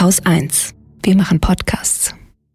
Haus 1. Wir machen Podcasts.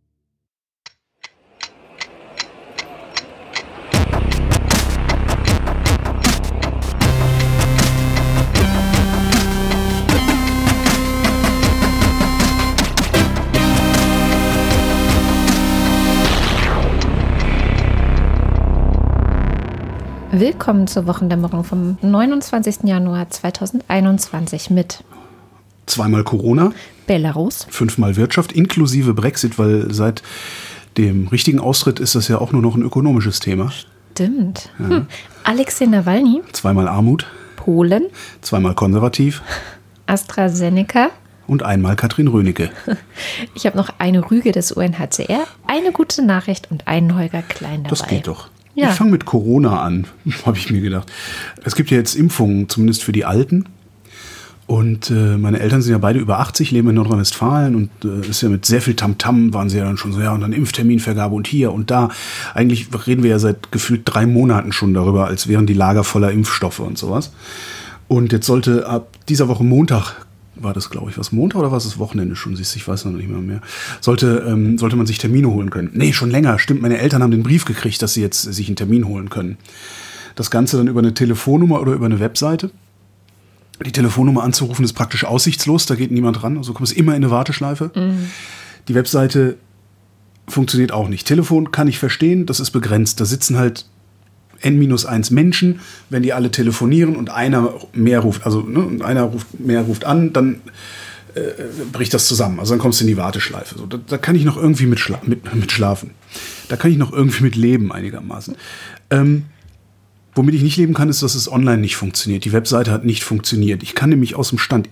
Willkommen zur Wochendämmerung vom 29. Januar 2021 mit zweimal Corona, Belarus, 5-mal Wirtschaft, inklusive Brexit, weil seit dem richtigen Austritt ist das ja auch nur noch ein ökonomisches Thema. Stimmt. Ja. Alexei Nawalny, 2-mal Armut, Polen, 2-mal konservativ, AstraZeneca und 1-mal Katrin Rönecke. Ich habe noch eine Rüge des UNHCR, eine gute Nachricht und einen Holger Klein dabei. Das geht doch. Ja. Ich fange mit Corona an, habe ich mir gedacht. Es gibt ja jetzt Impfungen, zumindest für die Alten. Und meine Eltern sind ja beide über 80, leben in Nordrhein-Westfalen und ist ja mit sehr viel Tamtam, waren sie ja dann schon so, ja, und dann Impfterminvergabe und hier und da. Eigentlich reden wir ja seit gefühlt 3 Monaten schon darüber, als wären die Lager voller Impfstoffe und sowas. Und jetzt sollte ab dieser Woche Montag, war das, glaube ich, was Montag oder was ist Wochenende schon? Siehst du, ich weiß noch nicht mehr. Sollte man sich Termine holen können. Nee, schon länger. Stimmt, meine Eltern haben den Brief gekriegt, dass sie jetzt sich einen Termin holen können. Das Ganze dann über eine Telefonnummer oder über eine Webseite. Die Telefonnummer anzurufen ist praktisch aussichtslos, da geht niemand ran. Also kommst immer in eine Warteschleife. Mhm. Die Webseite funktioniert auch nicht. Telefon kann ich verstehen, das ist begrenzt. Da sitzen halt N-1 Menschen, wenn die alle telefonieren und einer mehr ruft, also einer ruft an, dann bricht das zusammen. Also dann kommst du in die Warteschleife. So, da kann ich noch irgendwie mit schlafen. Da kann ich noch irgendwie mit leben einigermaßen. Womit ich nicht leben kann, ist, dass es online nicht funktioniert. Die Webseite hat nicht funktioniert. Ich kann nämlich aus dem Stand,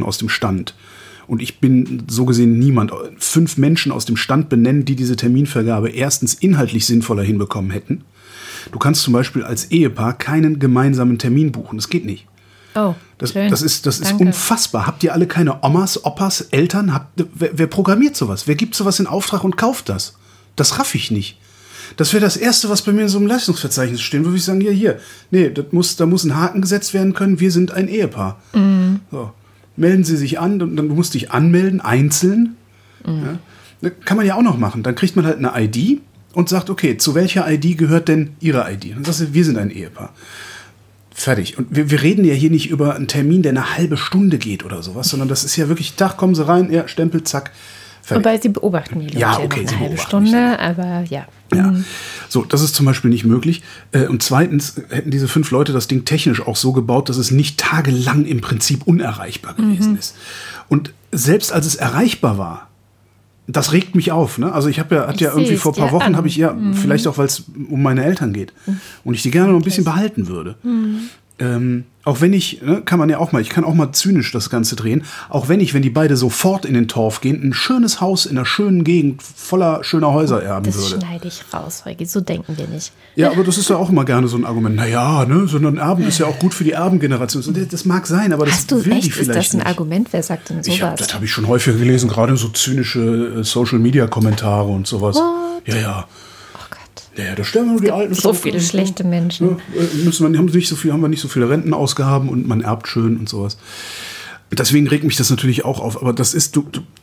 und ich bin so gesehen niemand, 5 Menschen aus dem Stand benennen, die diese Terminvergabe erstens inhaltlich sinnvoller hinbekommen hätten. Du kannst zum Beispiel als Ehepaar keinen gemeinsamen Termin buchen. Das geht nicht. Oh, das ist unfassbar. Habt ihr alle keine Omas, Opas, Eltern? Wer programmiert sowas? Wer gibt sowas in Auftrag und kauft das? Das raff ich nicht. Das wäre das Erste, was bei mir in so einem Leistungsverzeichnis stehen würde. Ich sagen, hier. Nee, da muss ein Haken gesetzt werden können. Wir sind ein Ehepaar. Mhm. So. Melden Sie sich an. Dann musst du dich anmelden, einzeln. Mhm. Ja. Das kann man ja auch noch machen. Dann kriegt man halt eine ID und sagt, okay, zu welcher ID gehört denn Ihre ID? Dann sagst du, wir sind ein Ehepaar. Fertig. Und wir reden ja hier nicht über einen Termin, der eine halbe Stunde geht oder sowas, sondern das ist ja wirklich, Tag, kommen Sie rein, ja, Stempel, zack. Fertig. Wobei Sie beobachten die Leute ja, okay, eine halbe Stunde, aber ja. Ja, so, das ist zum Beispiel nicht möglich. Und zweitens hätten diese 5 Leute das Ding technisch auch so gebaut, dass es nicht tagelang im Prinzip unerreichbar gewesen ist. Und selbst als es erreichbar war, das regt mich auf. Ne? Also ich hatte ja irgendwie vor ein paar Wochen, vielleicht auch, weil es um meine Eltern geht und ich die gerne noch ein bisschen behalten würde. Auch wenn ich, kann man ja auch mal, ich kann auch mal zynisch das Ganze drehen, auch wenn die beide sofort in den Torf gehen, ein schönes Haus in einer schönen Gegend voller schöner Häuser erben würde. Das schneide ich raus, Holgi, so denken wir nicht. Ja, aber das ist ja auch immer gerne so ein Argument. Naja, so ein Erben ist ja auch gut für die Erbengeneration. Das mag sein, aber das will die vielleicht nicht. Ist das ein Argument? Wer sagt denn sowas? Das habe ich schon häufiger gelesen, gerade so zynische Social-Media-Kommentare und sowas. What? Ja. Ja, da sterben nur die Alten. So viele schlechte Menschen. Haben wir nicht so viele Rentenausgaben und man erbt schön und sowas. Deswegen regt mich das natürlich auch auf. Aber das ist,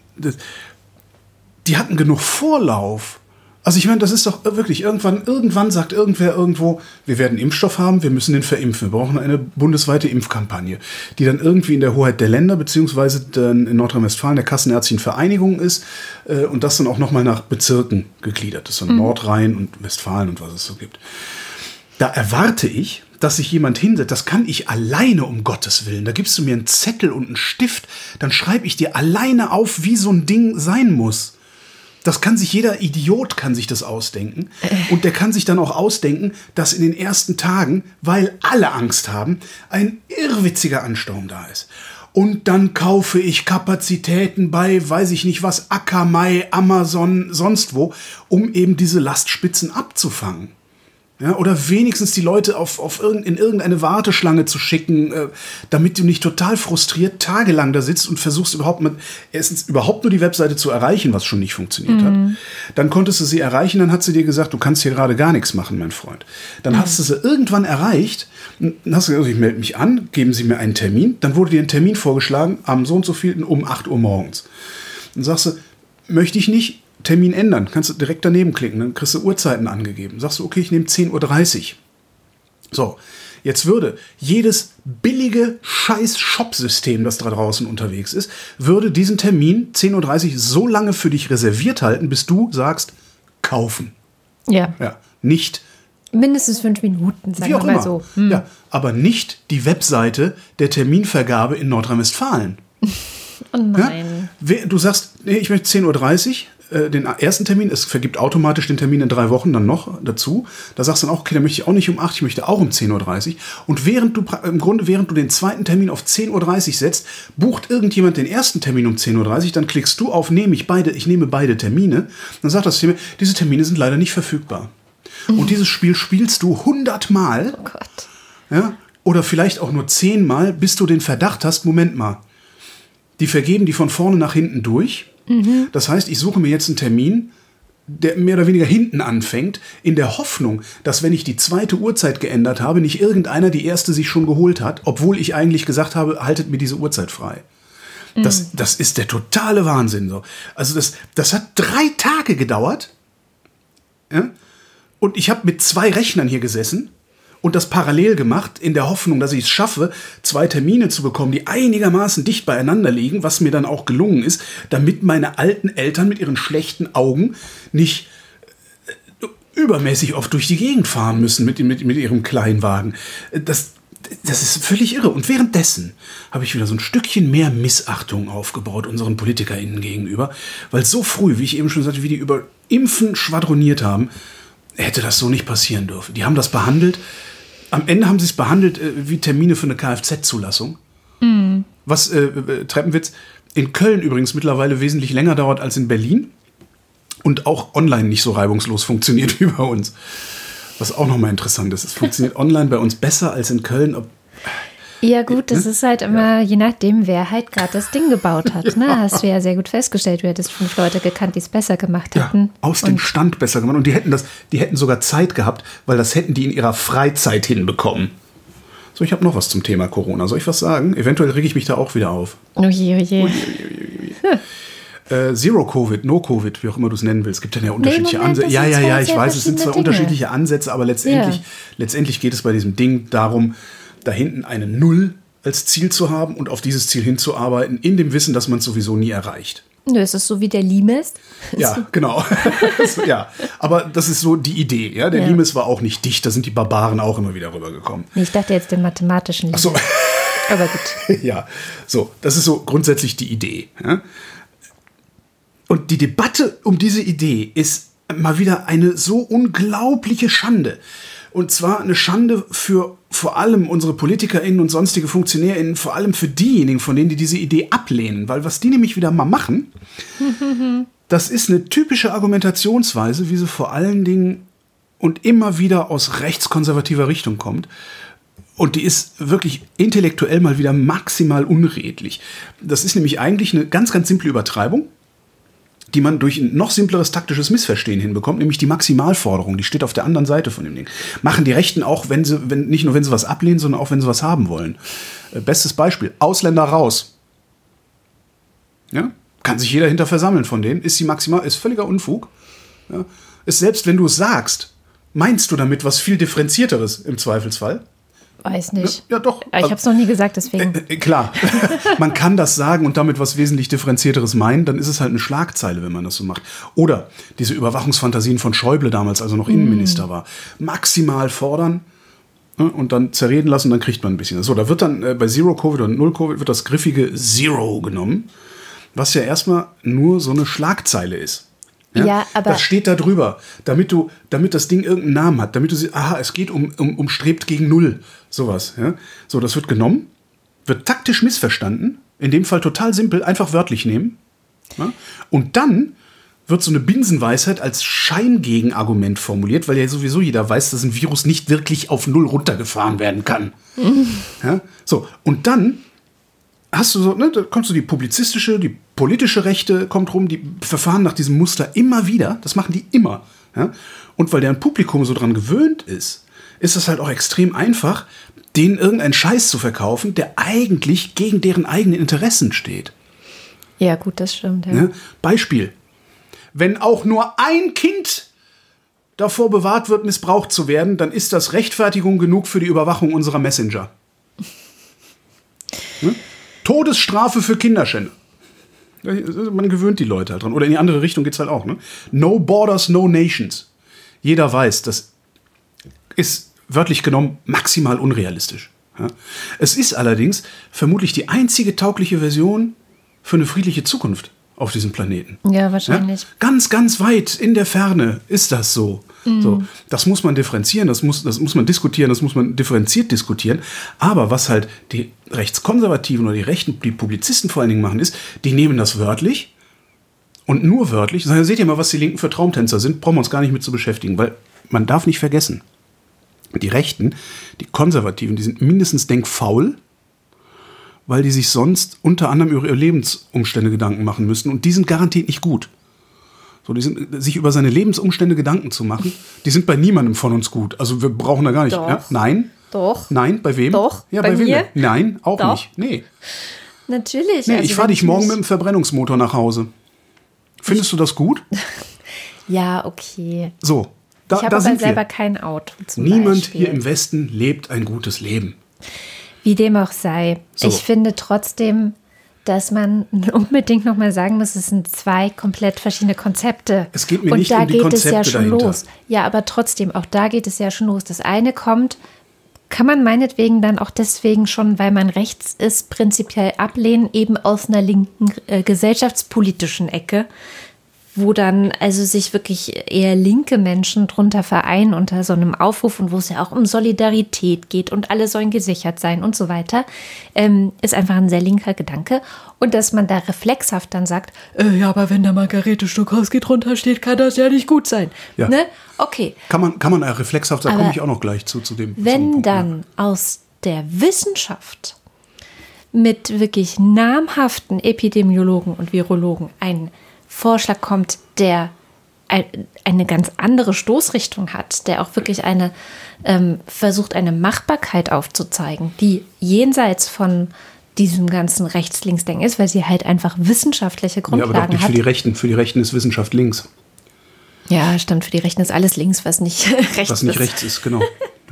die hatten genug Vorlauf. Also ich meine, das ist doch wirklich, irgendwann sagt irgendwer irgendwo, wir werden Impfstoff haben, wir müssen den verimpfen. Wir brauchen eine bundesweite Impfkampagne, die dann irgendwie in der Hoheit der Länder, beziehungsweise dann in Nordrhein-Westfalen der Kassenärztlichen Vereinigung ist und das dann auch nochmal nach Bezirken gegliedert ist, so Nordrhein und Westfalen und was es so gibt. Da erwarte ich, dass sich jemand hinsetzt, das kann ich alleine, um Gottes Willen. Da gibst du mir einen Zettel und einen Stift, dann schreibe ich dir alleine auf, wie so ein Ding sein muss. Das kann sich jeder Idiot kann sich das ausdenken. Und der kann sich dann auch ausdenken, dass in den ersten Tagen, weil alle Angst haben, ein irrwitziger Ansturm da ist. Und dann kaufe ich Kapazitäten bei, weiß ich nicht was, Akamai, Amazon, sonst wo, um eben diese Lastspitzen abzufangen. Ja, oder wenigstens die Leute in irgendeine Warteschlange zu schicken, damit du nicht total frustriert tagelang da sitzt und versuchst erstens überhaupt nur die Webseite zu erreichen, was schon nicht funktioniert hat. Dann konntest du sie erreichen, dann hat sie dir gesagt, du kannst hier gerade gar nichts machen, mein Freund. Dann hast du sie irgendwann erreicht, dann hast du gesagt, ich melde mich an, geben Sie mir einen Termin. Dann wurde dir ein Termin vorgeschlagen am so und so vielten um 8 Uhr morgens. Dann sagst du, möchte ich nicht, Termin ändern. Kannst du direkt daneben klicken, dann kriegst du Uhrzeiten angegeben. Sagst du, okay, ich nehme 10:30 Uhr. So, jetzt würde jedes billige Scheiß-Shop-System, das da draußen unterwegs ist, würde diesen Termin 10:30 Uhr so lange für dich reserviert halten, bis du sagst, kaufen. Ja. Ja, nicht Mindestens 5 Minuten, sagen wie wir auch mal immer. so. Ja, aber nicht die Webseite der Terminvergabe in Nordrhein-Westfalen. Oh nein. Ja? Du sagst, nee, ich möchte 10:30 Uhr, den ersten Termin, es vergibt automatisch den Termin in 3 Wochen dann noch dazu. Da sagst du dann auch, okay, dann möchte ich auch nicht um 8, ich möchte auch um 10:30 Uhr. Und während du den zweiten Termin auf 10:30 Uhr setzt, bucht irgendjemand den ersten Termin um 10:30 Uhr, dann klickst du auf, ich nehme beide Termine. Dann sagt das System, diese Termine sind leider nicht verfügbar. Und dieses Spiel spielst du 100 Mal. Oh Gott. Ja, oder vielleicht auch nur 10 Mal, bis du den Verdacht hast, Moment mal, die vergeben die von vorne nach hinten durch. Das heißt, ich suche mir jetzt einen Termin, der mehr oder weniger hinten anfängt, in der Hoffnung, dass wenn ich die zweite Uhrzeit geändert habe, nicht irgendeiner die erste sich schon geholt hat, obwohl ich eigentlich gesagt habe, haltet mir diese Uhrzeit frei. Das ist der totale Wahnsinn. So. Also das hat 3 Tage gedauert. Ja? Und ich habe mit 2 Rechnern hier gesessen und das parallel gemacht, in der Hoffnung, dass ich es schaffe, 2 Termine zu bekommen, die einigermaßen dicht beieinander liegen, was mir dann auch gelungen ist, damit meine alten Eltern mit ihren schlechten Augen nicht übermäßig oft durch die Gegend fahren müssen mit ihrem Kleinwagen. Das ist völlig irre. Und währenddessen habe ich wieder so ein Stückchen mehr Missachtung aufgebaut unseren PolitikerInnen gegenüber, weil so früh, wie ich eben schon sagte, wie die über Impfen schwadroniert haben, hätte das so nicht passieren dürfen. Die haben das behandelt. Am Ende haben sie es behandelt wie Termine für eine Kfz-Zulassung. Was, Treppenwitz, in Köln übrigens mittlerweile wesentlich länger dauert als in Berlin und auch online nicht so reibungslos funktioniert wie bei uns. Was auch nochmal interessant ist. Es funktioniert online bei uns besser als in Köln. Ja gut, das ist halt immer, je nachdem, wer halt gerade das Ding gebaut hat. Ne? Hast du ja sehr gut festgestellt. Du hättest 5 Leute gekannt, die es besser gemacht hätten. Ja, aus dem Stand besser gemacht. Und die hätten sogar Zeit gehabt, weil das hätten die in ihrer Freizeit hinbekommen. So, ich habe noch was zum Thema Corona. Soll ich was sagen? Eventuell rege ich mich da auch wieder auf. Oje, oje. Zero Covid, No Covid, wie auch immer du es nennen willst. Es gibt ja unterschiedliche Ansätze. Ja, ich weiß, es sind zwar unterschiedliche Ansätze, aber letztendlich geht es bei diesem Ding darum, da hinten eine Null als Ziel zu haben und auf dieses Ziel hinzuarbeiten, in dem Wissen, dass man es sowieso nie erreicht. Nö, ist das so wie der Limes? Ja, genau. Ja, aber das ist so die Idee. Ja? Der Limes war auch nicht dicht, da sind die Barbaren auch immer wieder rübergekommen. Nee, ich dachte jetzt den mathematischen Limes. Ach so. Aber gut. Ja, so, das ist so grundsätzlich die Idee. Ja? Und die Debatte um diese Idee ist mal wieder eine so unglaubliche Schande. Und zwar eine Schande für vor allem unsere PolitikerInnen und sonstige FunktionärInnen, vor allem für diejenigen, von denen die diese Idee ablehnen. Weil was die nämlich wieder mal machen, das ist eine typische Argumentationsweise, wie sie vor allen Dingen und immer wieder aus rechtskonservativer Richtung kommt. Und die ist wirklich intellektuell mal wieder maximal unredlich. Das ist nämlich eigentlich eine ganz, ganz simple Übertreibung, die man durch ein noch simpleres taktisches Missverstehen hinbekommt, nämlich die Maximalforderung, die steht auf der anderen Seite von dem Ding. Machen die Rechten auch, nicht nur wenn sie was ablehnen, sondern auch wenn sie was haben wollen. Bestes Beispiel, Ausländer raus. Ja? Kann sich jeder hinter versammeln von denen, ist völliger Unfug. Ja? Ist selbst wenn du es sagst, meinst du damit was viel Differenzierteres im Zweifelsfall? Weiß nicht. Ja, doch. Ich habe es noch nie gesagt, deswegen. Klar, man kann das sagen und damit was wesentlich Differenzierteres meinen, dann ist es halt eine Schlagzeile, wenn man das so macht. Oder diese Überwachungsfantasien von Schäuble damals, als er noch Innenminister war. Maximal fordern und dann zerreden lassen, dann kriegt man ein bisschen. So, da wird dann bei Zero Covid und Null Covid wird das griffige Zero genommen, was ja erstmal nur so eine Schlagzeile ist. Ja, aber das steht da drüber, damit das Ding irgendeinen Namen hat, damit du siehst, aha, es geht um strebt gegen Null, sowas. Ja? So, das wird genommen, wird taktisch missverstanden, in dem Fall total simpel, einfach wörtlich nehmen. Ja? Und dann wird so eine Binsenweisheit als Scheingegenargument formuliert, weil ja sowieso jeder weiß, dass ein Virus nicht wirklich auf Null runtergefahren werden kann. Ja? So, und dann hast du so, da kommst du die publizistische, die politische Rechte kommt rum, die verfahren nach diesem Muster immer wieder. Das machen die immer. Ja? Und weil deren Publikum so dran gewöhnt ist es halt auch extrem einfach, denen irgendeinen Scheiß zu verkaufen, der eigentlich gegen deren eigenen Interessen steht. Ja, gut, das stimmt. Ja. Ne? Beispiel. Wenn auch nur ein Kind davor bewahrt wird, missbraucht zu werden, dann ist das Rechtfertigung genug für die Überwachung unserer Messenger. Ne? Todesstrafe für Kinderschänder. Man gewöhnt die Leute halt dran. Oder in die andere Richtung geht es halt auch. Ne? No borders, no nations. Jeder weiß, das ist wörtlich genommen maximal unrealistisch. Ja? Es ist allerdings vermutlich die einzige taugliche Version für eine friedliche Zukunft auf diesem Planeten. Ja, wahrscheinlich. Ja? Ganz, ganz weit in der Ferne ist das so. So, das muss man differenzieren, das muss man diskutieren, das muss man differenziert diskutieren. Aber was halt die Rechtskonservativen oder die Publizisten vor allen Dingen machen, ist, die nehmen das wörtlich und nur wörtlich. Sagen, seht ihr mal, was die Linken für Traumtänzer sind, brauchen wir uns gar nicht mit zu beschäftigen, weil man darf nicht vergessen, die Rechten, die Konservativen, die sind mindestens denkfaul, weil die sich sonst unter anderem über ihre Lebensumstände Gedanken machen müssen und die sind garantiert nicht gut. So, sich über seine Lebensumstände Gedanken zu machen, die sind bei niemandem von uns gut. Also wir brauchen da gar nicht. Doch. Ja? Nein. Doch. Nein, bei wem? Doch. Ja, bei wem mir? denn? Nein, auch Doch. nicht. Nee. Natürlich. Nee, also ich fahre wenn dich morgen mich- mit dem Verbrennungsmotor nach Hause. Findest du das gut? Ja, okay. So, Ich da habe aber sind selber wir. kein Auto zum Niemand Beispiel. hier im Westen lebt ein gutes Leben. Wie dem auch sei. So. Ich finde trotzdem, dass man unbedingt nochmal sagen muss, es sind zwei komplett verschiedene Konzepte. Es geht mir und nicht da um die geht es ja Konzepte schon dahinter. los. Ja, aber trotzdem, auch da geht es ja schon los. Das eine kommt, kann man meinetwegen dann auch deswegen schon, weil man rechts ist, prinzipiell ablehnen, eben aus einer linken gesellschaftspolitischen Ecke, wo dann also sich wirklich eher linke Menschen drunter vereinen unter so einem Aufruf und wo es ja auch um Solidarität geht und alle sollen gesichert sein und so weiter, ist einfach ein sehr linker Gedanke. Und dass man da reflexhaft dann sagt, ja, aber wenn da Margarete Stokowski drunter steht, kann das ja nicht gut sein. Ja. Ne? Okay, Kann man reflexhaft, da Aber komme ich auch noch gleich zu dem. wenn zum Punkt, dann aus der Wissenschaft mit wirklich namhaften Epidemiologen und Virologen ein Vorschlag kommt, der eine ganz andere Stoßrichtung hat, der auch wirklich versucht, eine Machbarkeit aufzuzeigen, die jenseits von diesem ganzen Rechts-Links-Denken ist, weil sie halt einfach wissenschaftliche Ja, aber doch Grundlagen nicht hat. für die Rechten. Für die Rechten ist Wissenschaft links. Ja, stimmt, für die Rechten ist alles links, was nicht rechts Was nicht ist. rechts ist, genau.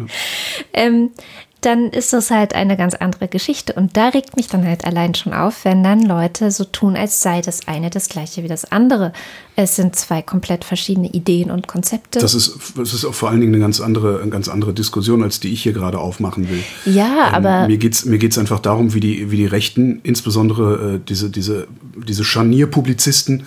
Ja. Dann ist das halt eine ganz andere Geschichte. Und da regt mich dann halt allein schon auf, wenn dann Leute so tun, als sei das eine das gleiche wie das andere. Es sind zwei komplett verschiedene Ideen und Konzepte. Das ist auch vor allen Dingen eine ganz andere Diskussion, als die ich hier gerade aufmachen will. Ja, aber Mir geht's einfach darum, wie die Rechten, insbesondere diese Scharnierpublizisten,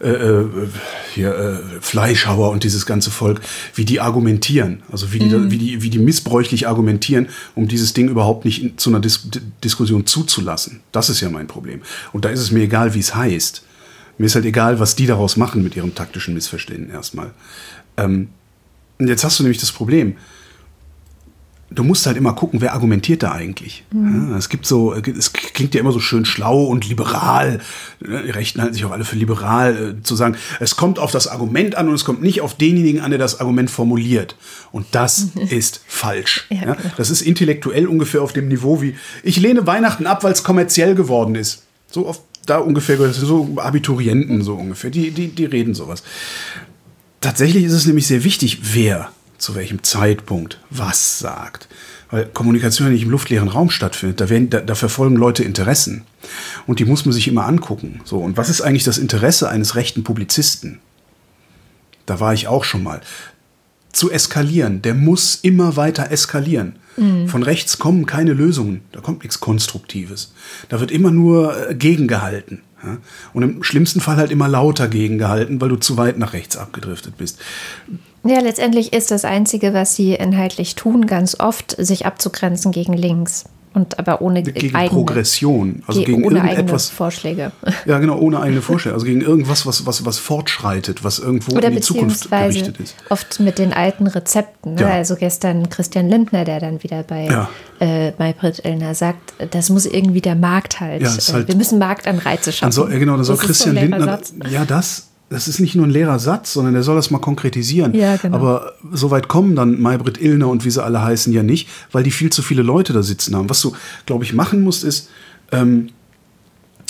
Fleischhauer und dieses ganze Volk, wie die argumentieren, also wie die missbräuchlich argumentieren, um dieses Ding überhaupt nicht zu einer Diskussion zuzulassen. Das ist ja mein Problem. Und da ist es mir egal, wie es heißt. Mir ist halt egal, was die daraus machen mit ihrem taktischen Missverständnis erstmal. Und jetzt hast du nämlich das Problem. Du musst halt immer gucken, wer argumentiert da eigentlich. Ja, es klingt ja immer so schön schlau und liberal. Die Rechten halten sich auch alle für liberal, zu sagen, es kommt auf das Argument an und es kommt nicht auf denjenigen an, der das Argument formuliert. Und das ist falsch. Ja, Ja, genau. das ist intellektuell ungefähr auf dem Niveau wie, ich lehne Weihnachten ab, weil es kommerziell geworden ist. Da ungefähr, so Abiturienten so ungefähr, die reden sowas. Tatsächlich ist es nämlich sehr wichtig, wer zu welchem Zeitpunkt was sagt. Weil Kommunikation ja nicht im luftleeren Raum stattfindet. Da verfolgen Leute Interessen. Und die muss man sich immer angucken. So, und was ist eigentlich das Interesse eines rechten Publizisten? Da war ich auch schon mal. Zu eskalieren. Der muss immer weiter eskalieren. Von rechts kommen keine Lösungen. Da kommt nichts Konstruktives. Da wird immer nur gegengehalten. Ja? Und im schlimmsten Fall halt immer lauter gegengehalten, weil du zu weit nach rechts abgedriftet bist. ja, letztendlich ist das Einzige, was sie inhaltlich tun, ganz oft, sich abzugrenzen gegen links. Und aber ohne Gegen eigene, Progression, also gegen ohne eigene irgendetwas. Vorschläge. Ja, genau, ohne eigene Vorstellung. Also gegen irgendwas, was fortschreitet, was irgendwo Oder in die Zukunft beziehungsweise gerichtet ist. oft mit den alten Rezepten. Ne? Ja. Also gestern Christian Lindner, der dann wieder bei Maybrit Illner sagt, das muss irgendwie der Markt halt. Ja, ist halt- wir müssen Marktanreize schaffen. Da soll Das ist Christian so ein Lindner. leerer Satz. Ja, das ist nicht nur ein leerer Satz, sondern der soll das mal konkretisieren. Ja, genau. Aber so weit kommen dann Maybrit Illner und wie sie alle heißen ja nicht, weil die viel zu viele Leute da sitzen haben. Was du, glaube ich, machen musst, ist,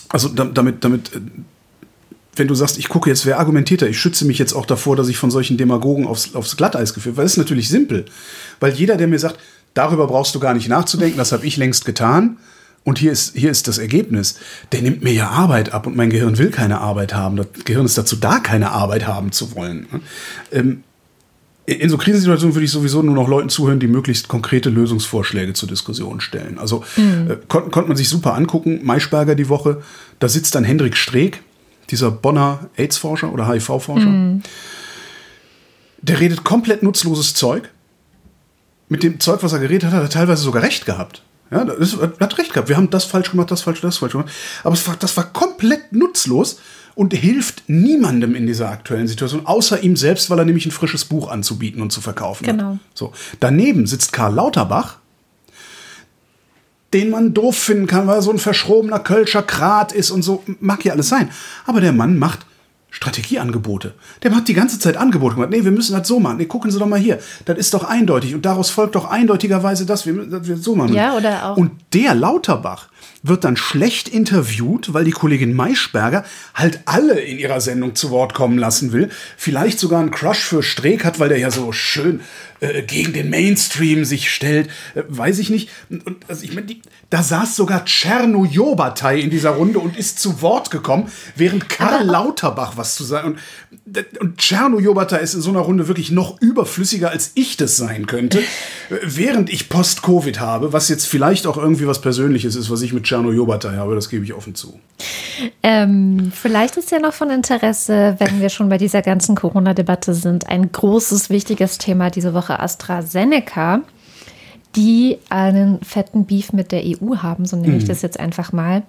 Also damit, wenn du sagst, ich gucke jetzt, wer argumentiert da, ich schütze mich jetzt auch davor, dass ich von solchen Demagogen aufs Glatteis geführt werde. Das ist natürlich simpel. Weil jeder, der mir sagt, darüber brauchst du gar nicht nachzudenken, das habe ich längst getan und hier ist das Ergebnis, der nimmt mir ja Arbeit ab und mein Gehirn will keine Arbeit haben. Das Gehirn ist dazu da, keine Arbeit haben zu wollen. In so Krisensituationen würde ich sowieso nur noch Leuten zuhören, die möglichst konkrete Lösungsvorschläge zur Diskussion stellen. Also konnte man sich super angucken. Maischberger die Woche, da sitzt dann Hendrik Streeck, dieser Bonner AIDS-Forscher oder HIV-Forscher. Der redet komplett nutzloses Zeug. Mit dem Zeug, was er geredet hat, hat er teilweise sogar recht gehabt. Ja, er hat recht gehabt. Wir haben das falsch gemacht, das falsch gemacht. Aber das war komplett nutzlos und hilft niemandem in dieser aktuellen Situation, außer ihm selbst, weil er nämlich ein frisches Buch anzubieten und zu verkaufen hat. So. Daneben sitzt Karl Lauterbach, den man doof finden kann, weil er so ein verschrobener Kölscher Krat ist und so. Mag ja alles sein. Aber der Mann macht Strategieangebote. Der hat die ganze Zeit Angebote gemacht. Nee, wir müssen das so machen. Nee, gucken Sie doch mal hier. Das ist doch eindeutig. Und daraus folgt doch eindeutigerweise, dass wir so machen. Ja, oder auch. Und der Lauterbach wird dann schlecht interviewt, weil die Kollegin Maischberger halt alle in ihrer Sendung zu Wort kommen lassen will. Vielleicht sogar einen Crush für Streeck hat, weil der ja so schön gegen den Mainstream sich stellt. Weiß ich nicht. Und also ich meine, da saß sogar Tscherno Jobatai in dieser Runde und ist zu Wort gekommen, während Karl Lauterbach was zu sagen. Und Tscherno Jobatai ist in so einer Runde wirklich noch überflüssiger, als ich das sein könnte. Während ich Post-Covid habe, was jetzt vielleicht auch irgendwie was Persönliches ist, was ich mit Tscherno Jobatai habe, das gebe ich offen zu. Vielleicht ist ja noch von Interesse, wenn wir schon bei dieser ganzen Corona-Debatte sind, ein großes, wichtiges Thema diese Woche AstraZeneca, die einen fetten Beef mit der EU haben, so nenne ich das jetzt einfach mal.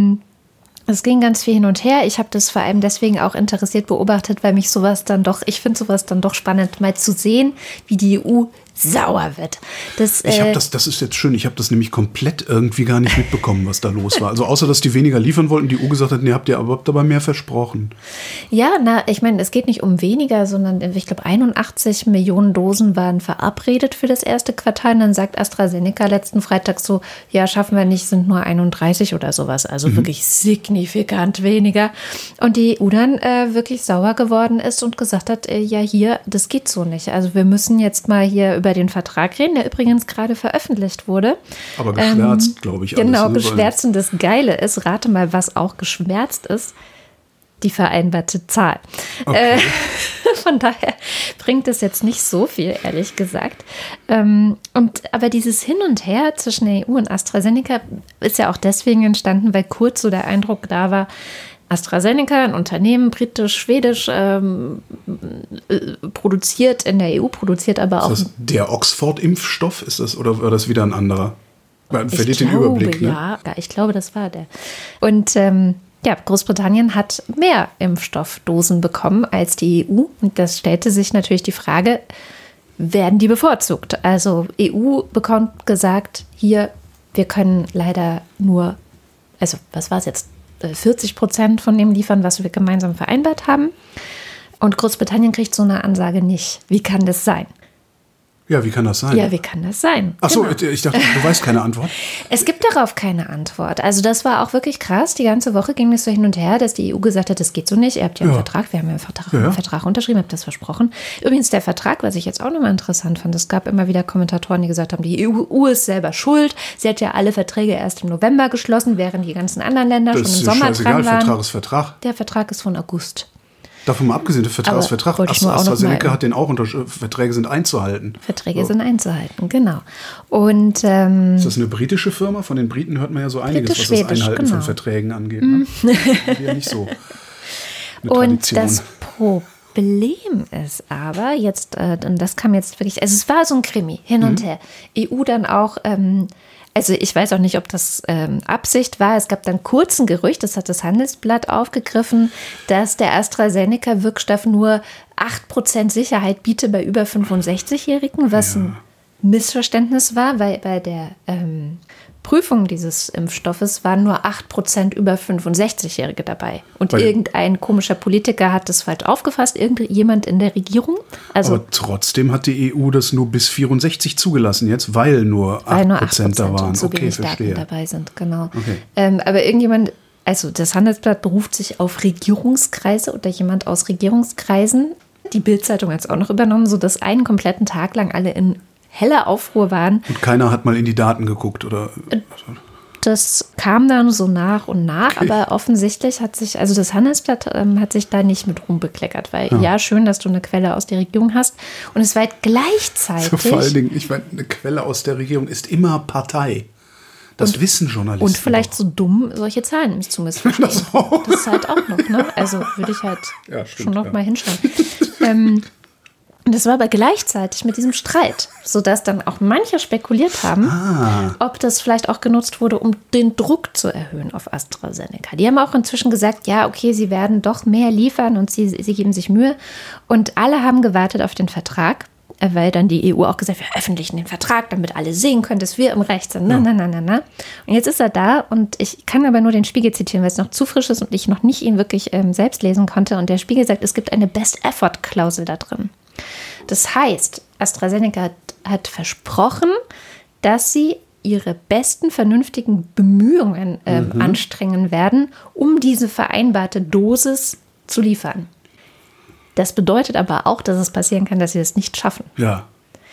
Es ging ganz viel hin und her. Ich habe das vor allem deswegen auch interessiert beobachtet, weil mich ich finde sowas dann doch spannend, mal zu sehen, wie die EU sauer wird. Das ist jetzt schön, ich habe das nämlich komplett irgendwie gar nicht mitbekommen, was da los war. Also außer, dass die weniger liefern wollten, die EU gesagt hat, nee, habt ihr aber mehr versprochen. Ja, ich meine, es geht nicht um weniger, sondern ich glaube 81 Millionen Dosen waren verabredet für das erste Quartal. Und dann sagt AstraZeneca letzten Freitag so, ja, schaffen wir nicht, sind nur 31 oder sowas. Also wirklich signifikant weniger. Und die EU dann wirklich sauer geworden ist und gesagt hat, ja hier, das geht so nicht. Also wir müssen jetzt mal hier über den Vertrag reden, der übrigens gerade veröffentlicht wurde. Aber geschwärzt, glaube ich. Genau, geschwärzt. Und das Geile ist, rate mal, was auch geschwärzt ist, die vereinbarte Zahl. Okay. Von daher bringt es jetzt nicht so viel, ehrlich gesagt. Aber dieses Hin und Her zwischen der EU und AstraZeneca ist ja auch deswegen entstanden, weil kurz so der Eindruck da war, AstraZeneca, ein Unternehmen, britisch-schwedisch, produziert in der EU, produziert aber auch. Ist das der Oxford-Impfstoff? Ist das oder war das wieder ein anderer? Man verliert den Überblick, ne? Ja, ich glaube, das war der. Und Großbritannien hat mehr Impfstoffdosen bekommen als die EU. Und das stellte sich natürlich die Frage, werden die bevorzugt? Also EU bekommt gesagt, hier, wir können leider nur, also was war es jetzt? 40% von dem liefern, was wir gemeinsam vereinbart haben. Und Großbritannien kriegt so eine Ansage nicht. Wie kann das sein? Ja, wie kann das sein? Ja, wie kann das sein? Ach so, genau. Ich dachte, du weißt keine Antwort. Es gibt darauf keine Antwort. Also das war auch wirklich krass. Die ganze Woche ging es so hin und her, dass die EU gesagt hat, das geht so nicht. Ihr habt ja einen Vertrag, wir haben ja einen Vertrag unterschrieben, habt das versprochen. Übrigens der Vertrag, was ich jetzt auch nochmal interessant fand, es gab immer wieder Kommentatoren, die gesagt haben, die EU ist selber schuld. Sie hat ja alle Verträge erst im November geschlossen, während die ganzen anderen Länder schon im Sommer dran waren. Vertrag ist Vertrag. Der Vertrag ist von August. Davon mal abgesehen, der Vertrag ist Vertrag. AstraZeneca hat den auch Verträge sind einzuhalten. Verträge sind einzuhalten, genau. Und, ist das eine britische Firma? Von den Briten hört man ja so einiges, was das Einhalten von Verträgen angeht. Ne? Ja, nicht so eine Tradition. Und das Problem ist aber jetzt, und das kam jetzt wirklich, also es war so ein Krimi, hin und her. EU dann auch, also ich weiß auch nicht, ob das Absicht war. Es gab dann kurz ein Gerücht, das hat das Handelsblatt aufgegriffen, dass der AstraZeneca-Wirkstoff nur 8% Sicherheit bietet bei über 65-Jährigen, was ein Missverständnis war, weil bei der Prüfung dieses Impfstoffes waren nur 8% über 65-Jährige dabei. Und irgendein komischer Politiker hat das falsch aufgefasst, irgendjemand in der Regierung. Also, aber trotzdem hat die EU das nur bis 64 zugelassen jetzt, weil nur 8% da waren. so okay, wenig verstehe. Daten dabei sind, genau. Okay. Aber irgendjemand Also das Handelsblatt beruft sich auf Regierungskreise oder jemand aus Regierungskreisen. Die Bild-Zeitung hat es auch noch übernommen, sodass einen kompletten Tag lang alle in heller Aufruhr waren. Und keiner hat mal in die Daten geguckt, oder? Das kam dann so nach und nach, okay. Aber offensichtlich hat sich, also das Handelsblatt hat sich da nicht mit rumbekleckert, weil ja, schön, dass du eine Quelle aus der Regierung hast. Und es war halt gleichzeitig... So, vor allen Dingen, ich meine, eine Quelle aus der Regierung ist immer Partei. Das wissen Journalisten. Und vielleicht doch so dumm, solche Zahlen zu missverstehen. Das ist halt auch noch, ne? Also würde ich halt schon noch mal hinschauen. Und das war aber gleichzeitig mit diesem Streit, sodass dann auch manche spekuliert haben, ob das vielleicht auch genutzt wurde, um den Druck zu erhöhen auf AstraZeneca. Die haben auch inzwischen gesagt, ja, okay, sie werden doch mehr liefern und sie geben sich Mühe. Und alle haben gewartet auf den Vertrag, weil dann die EU auch gesagt hat, wir veröffentlichen den Vertrag, damit alle sehen können, dass wir im Recht sind. Na. Und jetzt ist er da und ich kann aber nur den Spiegel zitieren, weil es noch zu frisch ist und ich noch nicht ihn wirklich selbst lesen konnte. Und der Spiegel sagt, es gibt eine Best-Effort-Klausel da drin. Das heißt, AstraZeneca hat versprochen, dass sie ihre besten vernünftigen Bemühungen anstrengen werden, um diese vereinbarte Dosis zu liefern. Das bedeutet aber auch, dass es passieren kann, dass sie das nicht schaffen. Ja.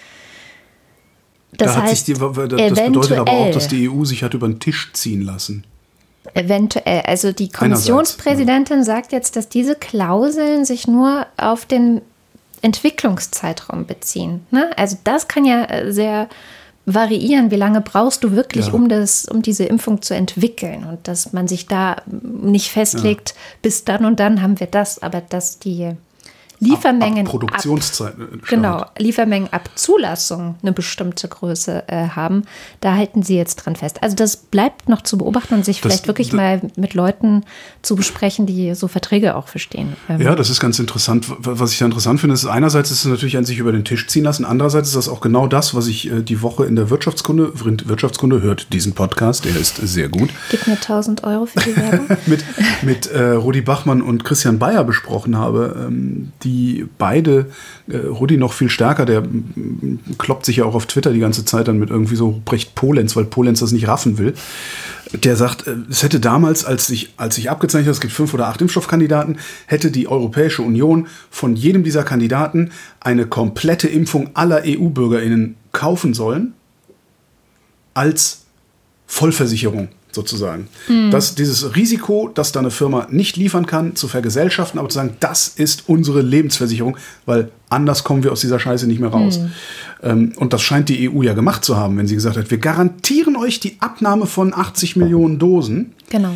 Das heißt, das bedeutet aber auch, dass die EU sich hat über den Tisch ziehen lassen. Eventuell. Also die Kommissionspräsidentin sagt jetzt, dass diese Klauseln sich nur auf den Entwicklungszeitraum beziehen. Ne? Also das kann ja sehr variieren, wie lange brauchst du wirklich, um diese Impfung zu entwickeln und dass man sich da nicht festlegt, bis dann und dann haben wir das, aber dass die Liefermengen Produktionszeit. Liefermengen ab Zulassung eine bestimmte Größe haben, da halten sie jetzt dran fest. Also das bleibt noch zu beobachten und sich vielleicht wirklich mal mit Leuten zu besprechen, die so Verträge auch verstehen. Ja, das ist ganz interessant. Was ich da interessant finde, ist einerseits ist es natürlich an sich über den Tisch ziehen lassen, andererseits ist das auch genau das, was ich die Woche in der Wirtschaftskunde hört diesen Podcast, der ist sehr gut. Gib mir 1.000 Euro für die Werbung. mit Rudi Bachmann und Christian Bayer besprochen habe, die beide, Rudi noch viel stärker, der kloppt sich ja auch auf Twitter die ganze Zeit dann mit irgendwie so Ruprecht Polenz, weil Polenz das nicht raffen will. Der sagt, es hätte damals, als sich abgezeichnet hat, es gibt 5 oder 8 Impfstoffkandidaten, hätte die Europäische Union von jedem dieser Kandidaten eine komplette Impfung aller EU-BürgerInnen kaufen sollen, als Vollversicherung sozusagen. Dass dieses Risiko, dass da eine Firma nicht liefern kann, zu vergesellschaften, aber zu sagen, das ist unsere Lebensversicherung, weil anders kommen wir aus dieser Scheiße nicht mehr raus. Und das scheint die EU ja gemacht zu haben, wenn sie gesagt hat, wir garantieren euch die Abnahme von 80 Millionen Dosen,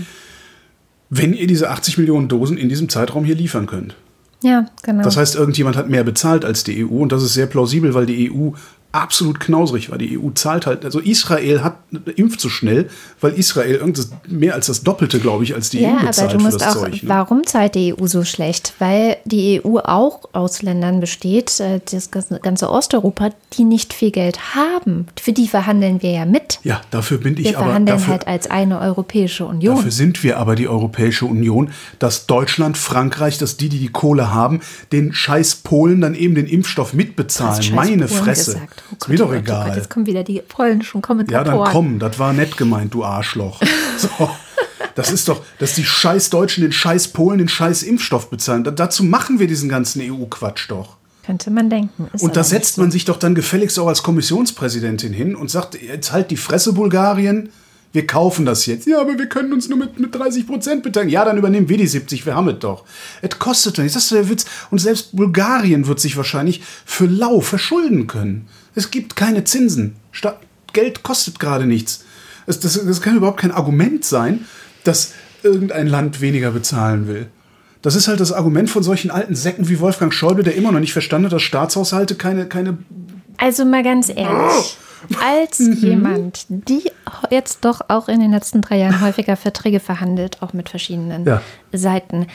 wenn ihr diese 80 Millionen Dosen in diesem Zeitraum hier liefern könnt. Ja, genau. Das heißt, irgendjemand hat mehr bezahlt als die EU und das ist sehr plausibel, weil die EU absolut knausrig war. Die EU zahlt halt, also Israel impft so schnell, weil Israel mehr als das Doppelte, glaube ich, als die EU bezahlt. Ja, aber du musst für das Zeug, ne? Warum zahlt die EU so schlecht? Weil die EU auch aus Ländern besteht, das ganze Osteuropa, die nicht viel Geld haben. Für die verhandeln wir ja mit. Ja, dafür bin ich aber... Wir verhandeln halt als eine Europäische Union. Dafür sind wir aber die Europäische Union, dass Deutschland, Frankreich, dass die Kohle haben, den scheiß Polen dann eben den Impfstoff mitbezahlen. Meine Fresse. Gesagt. Oh Gott, ist mir doch egal. Jetzt kommen wieder die polnischen Kommentatoren. Ja, dann komm, das war nett gemeint, du Arschloch. So, das ist doch, dass die scheiß Deutschen den scheiß Polen den scheiß Impfstoff bezahlen. Dazu machen wir diesen ganzen EU-Quatsch doch. Könnte man denken. Und da setzt man sich doch dann gefälligst auch als Kommissionspräsidentin hin und sagt, jetzt halt die Fresse, Bulgarien, wir kaufen das jetzt. Ja, aber wir können uns nur mit 30% beteiligen. Ja, dann übernehmen wir die 70, wir haben es doch. Es kostet doch nichts, das ist der Witz. Und selbst Bulgarien wird sich wahrscheinlich für lau verschulden können. Es gibt keine Zinsen. Geld kostet gerade nichts. Das kann überhaupt kein Argument sein, dass irgendein Land weniger bezahlen will. Das ist halt das Argument von solchen alten Säcken wie Wolfgang Schäuble, der immer noch nicht verstanden hat, dass Staatshaushalte keine... Also mal ganz ehrlich, als jemand, die jetzt doch auch in den letzten 3 Jahren häufiger Verträge verhandelt, auch mit verschiedenen Seiten,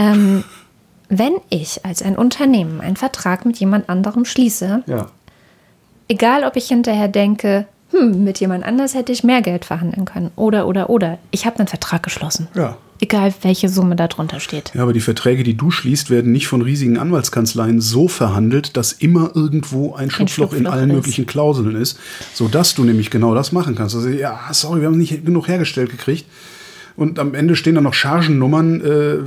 wenn ich als ein Unternehmen einen Vertrag mit jemand anderem schließe, egal ob ich hinterher denke, mit jemand anders hätte ich mehr Geld verhandeln können oder, ich habe einen Vertrag geschlossen. Ja. Egal, welche Summe da drunter steht. Ja, aber die Verträge, die du schließt, werden nicht von riesigen Anwaltskanzleien so verhandelt, dass immer irgendwo ein Schlupfloch in allen möglichen Klauseln ist, sodass du nämlich genau das machen kannst. Also, ja, sorry, wir haben nicht genug hergestellt gekriegt. und am Ende stehen da noch Chargennummern.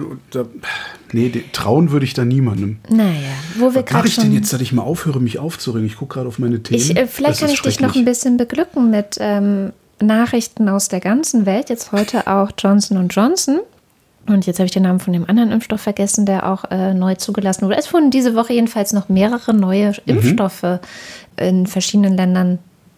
Trauen würde ich da niemandem. Naja, wo wir gerade schon... Was mache ich denn jetzt, dass ich mal aufhöre, mich aufzuregen? Ich gucke gerade auf meine Themen. Vielleicht kann ich dich noch ein bisschen beglücken mit Nachrichten aus der ganzen Welt. Jetzt heute auch Johnson & Johnson. Und jetzt habe ich den Namen von dem anderen Impfstoff vergessen, der auch neu zugelassen wurde. Es wurden diese Woche jedenfalls noch mehrere neue Impfstoffe in verschiedenen Ländern